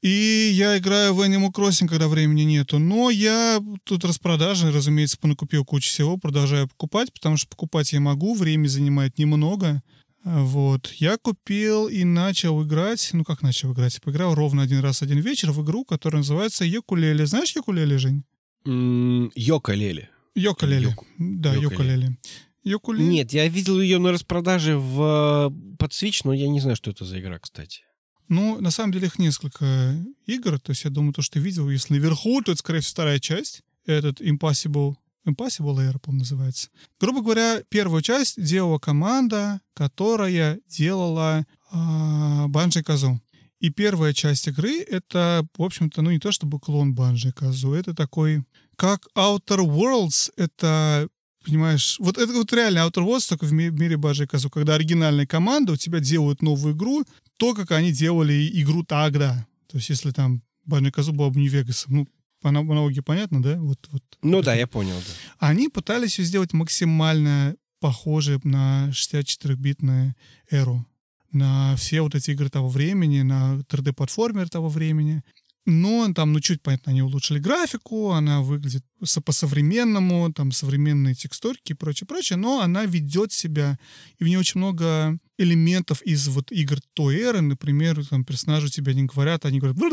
И я играю в Animal Crossing, когда времени нету. Но я тут распродажи, разумеется, понакупил кучу всего, продолжаю покупать, потому что покупать я могу, время занимает немного. Вот. Я купил и начал играть, ну как начал играть? Поиграл ровно один раз, один вечер в игру, которая называется Йокулеле. Знаешь Йокулеле, Жень? Mm, Йоколеле. Йоколеле. Йоку. Да, Йоколеле. Йокулеле. Нет, я видел ее на распродаже в под Switch, но я не знаю, что это за игра, кстати. Ну, на самом деле их несколько игр. То есть я думаю, то, что ты видел, если наверху, то это, скорее всего, вторая часть. Этот Impossible Impossible Era, по-моему, называется. Грубо говоря, первую часть делала команда, которая делала э, Банджи-Казу. И первая часть игры — это, в общем-то, ну не то чтобы клон Банджи-Казу, это такой, как Outer Worlds, это, понимаешь, вот это вот реально Outer Worlds, только в ми- мире Банджи-Казу, когда оригинальная команда у тебя делают новую игру, то, как они делали игру тогда. То есть если там Банджи-Казу была бы не Вегасом, ну, по аналогии понятно, да? Вот, вот. Ну вот да, это. я понял, да. Они пытались ее сделать максимально похожей на шестьдесят четырёхбитную эру, на все вот эти игры того времени, на три дэ-платформер того времени. Но там, ну, чуть, понятно, они улучшили графику, она выглядит со- по-современному, там современные текстурки и прочее, прочее, но она ведет себя, и в ней очень много элементов из вот игр той эры, например, там персонажи у тебя не говорят, они говорят,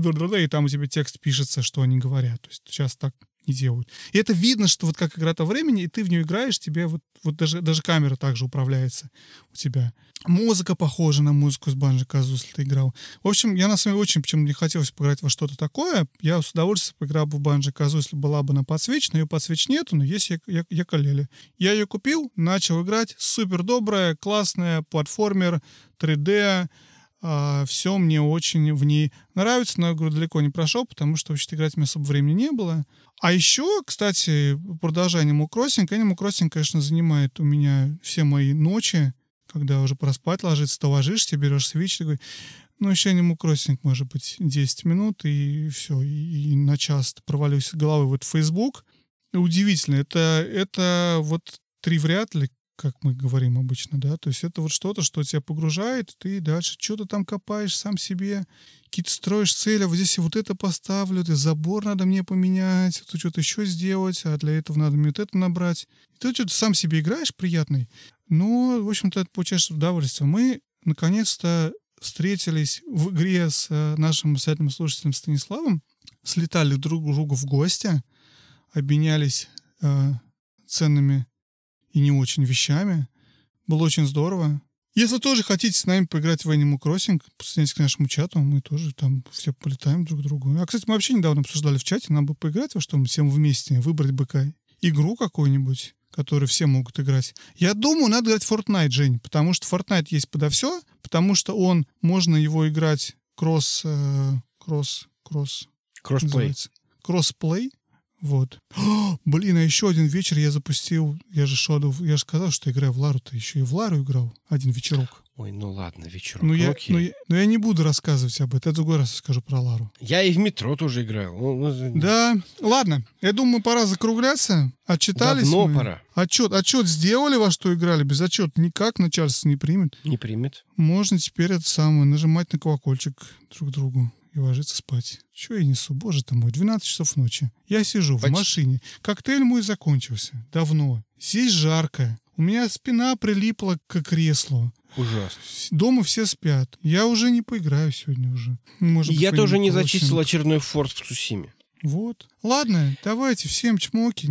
и там у тебя текст пишется, что они говорят. То есть сейчас так не делают. И это видно, что вот как игра того времени, и ты в нее играешь, тебе вот, вот даже, даже камера также управляется у тебя. Музыка похожа на музыку из Банджи-Казу, если ты играл. В общем, я на самом деле очень, почему мне хотелось поиграть во что-то такое, я с удовольствием поиграл бы в Банджи-Казу, если была бы на подсвеч, но ее подсвеч нету, но есть я, я, я колели. Я ее купил, начал играть, супер добрая, классная, платформер, три дэ, а, все мне очень в ней нравится, но я говорю, далеко не прошел, потому что вообще-то играть у меня особо времени не было. А еще, кстати, продолжая Animal Crossing, Animal Crossing, конечно, занимает у меня все мои ночи, когда уже пора спать ложиться, ты ложишься, берешь свич, такой, ну, еще Animal Crossing, может быть, десять минут, и все, и, и на час провалюсь головой вот в Facebook. Удивительно, это, это вот три в ряд ли, как мы говорим обычно, да, то есть это вот что-то, что тебя погружает, ты дальше что-то там копаешь сам себе, какие-то строишь цели, а вот здесь я вот это поставлю, это забор надо мне поменять, тут что-то еще сделать, а для этого надо мне вот это набрать. И ты что-то сам себе играешь приятный, но, в общем-то, это получаешь удовольствие. Мы, наконец-то, встретились в игре с э, нашим обязательным слушателем Станиславом, слетали друг к другу в гости, обменялись э, ценными и не очень вещами. Было очень здорово. Если тоже хотите с нами поиграть в Animal Crossing, присоединяйтесь к нашему чату, мы тоже там все полетаем друг к другу. А, кстати, мы вообще недавно обсуждали в чате, нам бы поиграть во что-нибудь всем вместе, выбрать быка, игру какую-нибудь, которую все могут играть. Я думаю, надо играть в Fortnite, Жень, потому что Fortnite есть подо все, потому что он, можно его играть кросс, э, кросс, кросс, Кроссплей. кроссплей. Вот. О, блин, а еще один вечер я запустил, я же шоду, я же сказал, что играю в Лару-то, еще и в Лару играл один вечерок. Ой, ну ладно, вечерок. Но я, Окей. но, я, но я не буду рассказывать об этом, я в другой раз расскажу про Лару. Я и в метро тоже играл. Ну, ну, Да, ладно, я думаю, пора закругляться. Отчитались Давно мы. пора. Отчет, отчет сделали, во что играли? Без отчета никак начальство не примет. Не примет. Можно теперь это самое, нажимать на колокольчик друг другу и ложиться спать. Чего я несу? Боже ты мой, двенадцать часов ночи. Я сижу Почти. в машине. Коктейль мой закончился. Давно. Здесь жарко. У меня спина прилипла к креслу. Ужасно. Дома все спят. Я уже не поиграю сегодня уже. Может быть, Я в тоже Animal не Crossing. зачистил очередной форт в Цусиме. Вот. Ладно, давайте всем чмоки.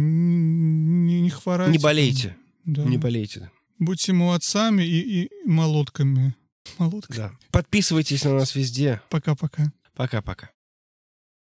Не, не хворайте. Не болейте. Да. Не болейте. Будьте молодцами и, и молотками. Молотками. Да. Подписывайтесь на нас везде. Пока-пока. Пока-пока.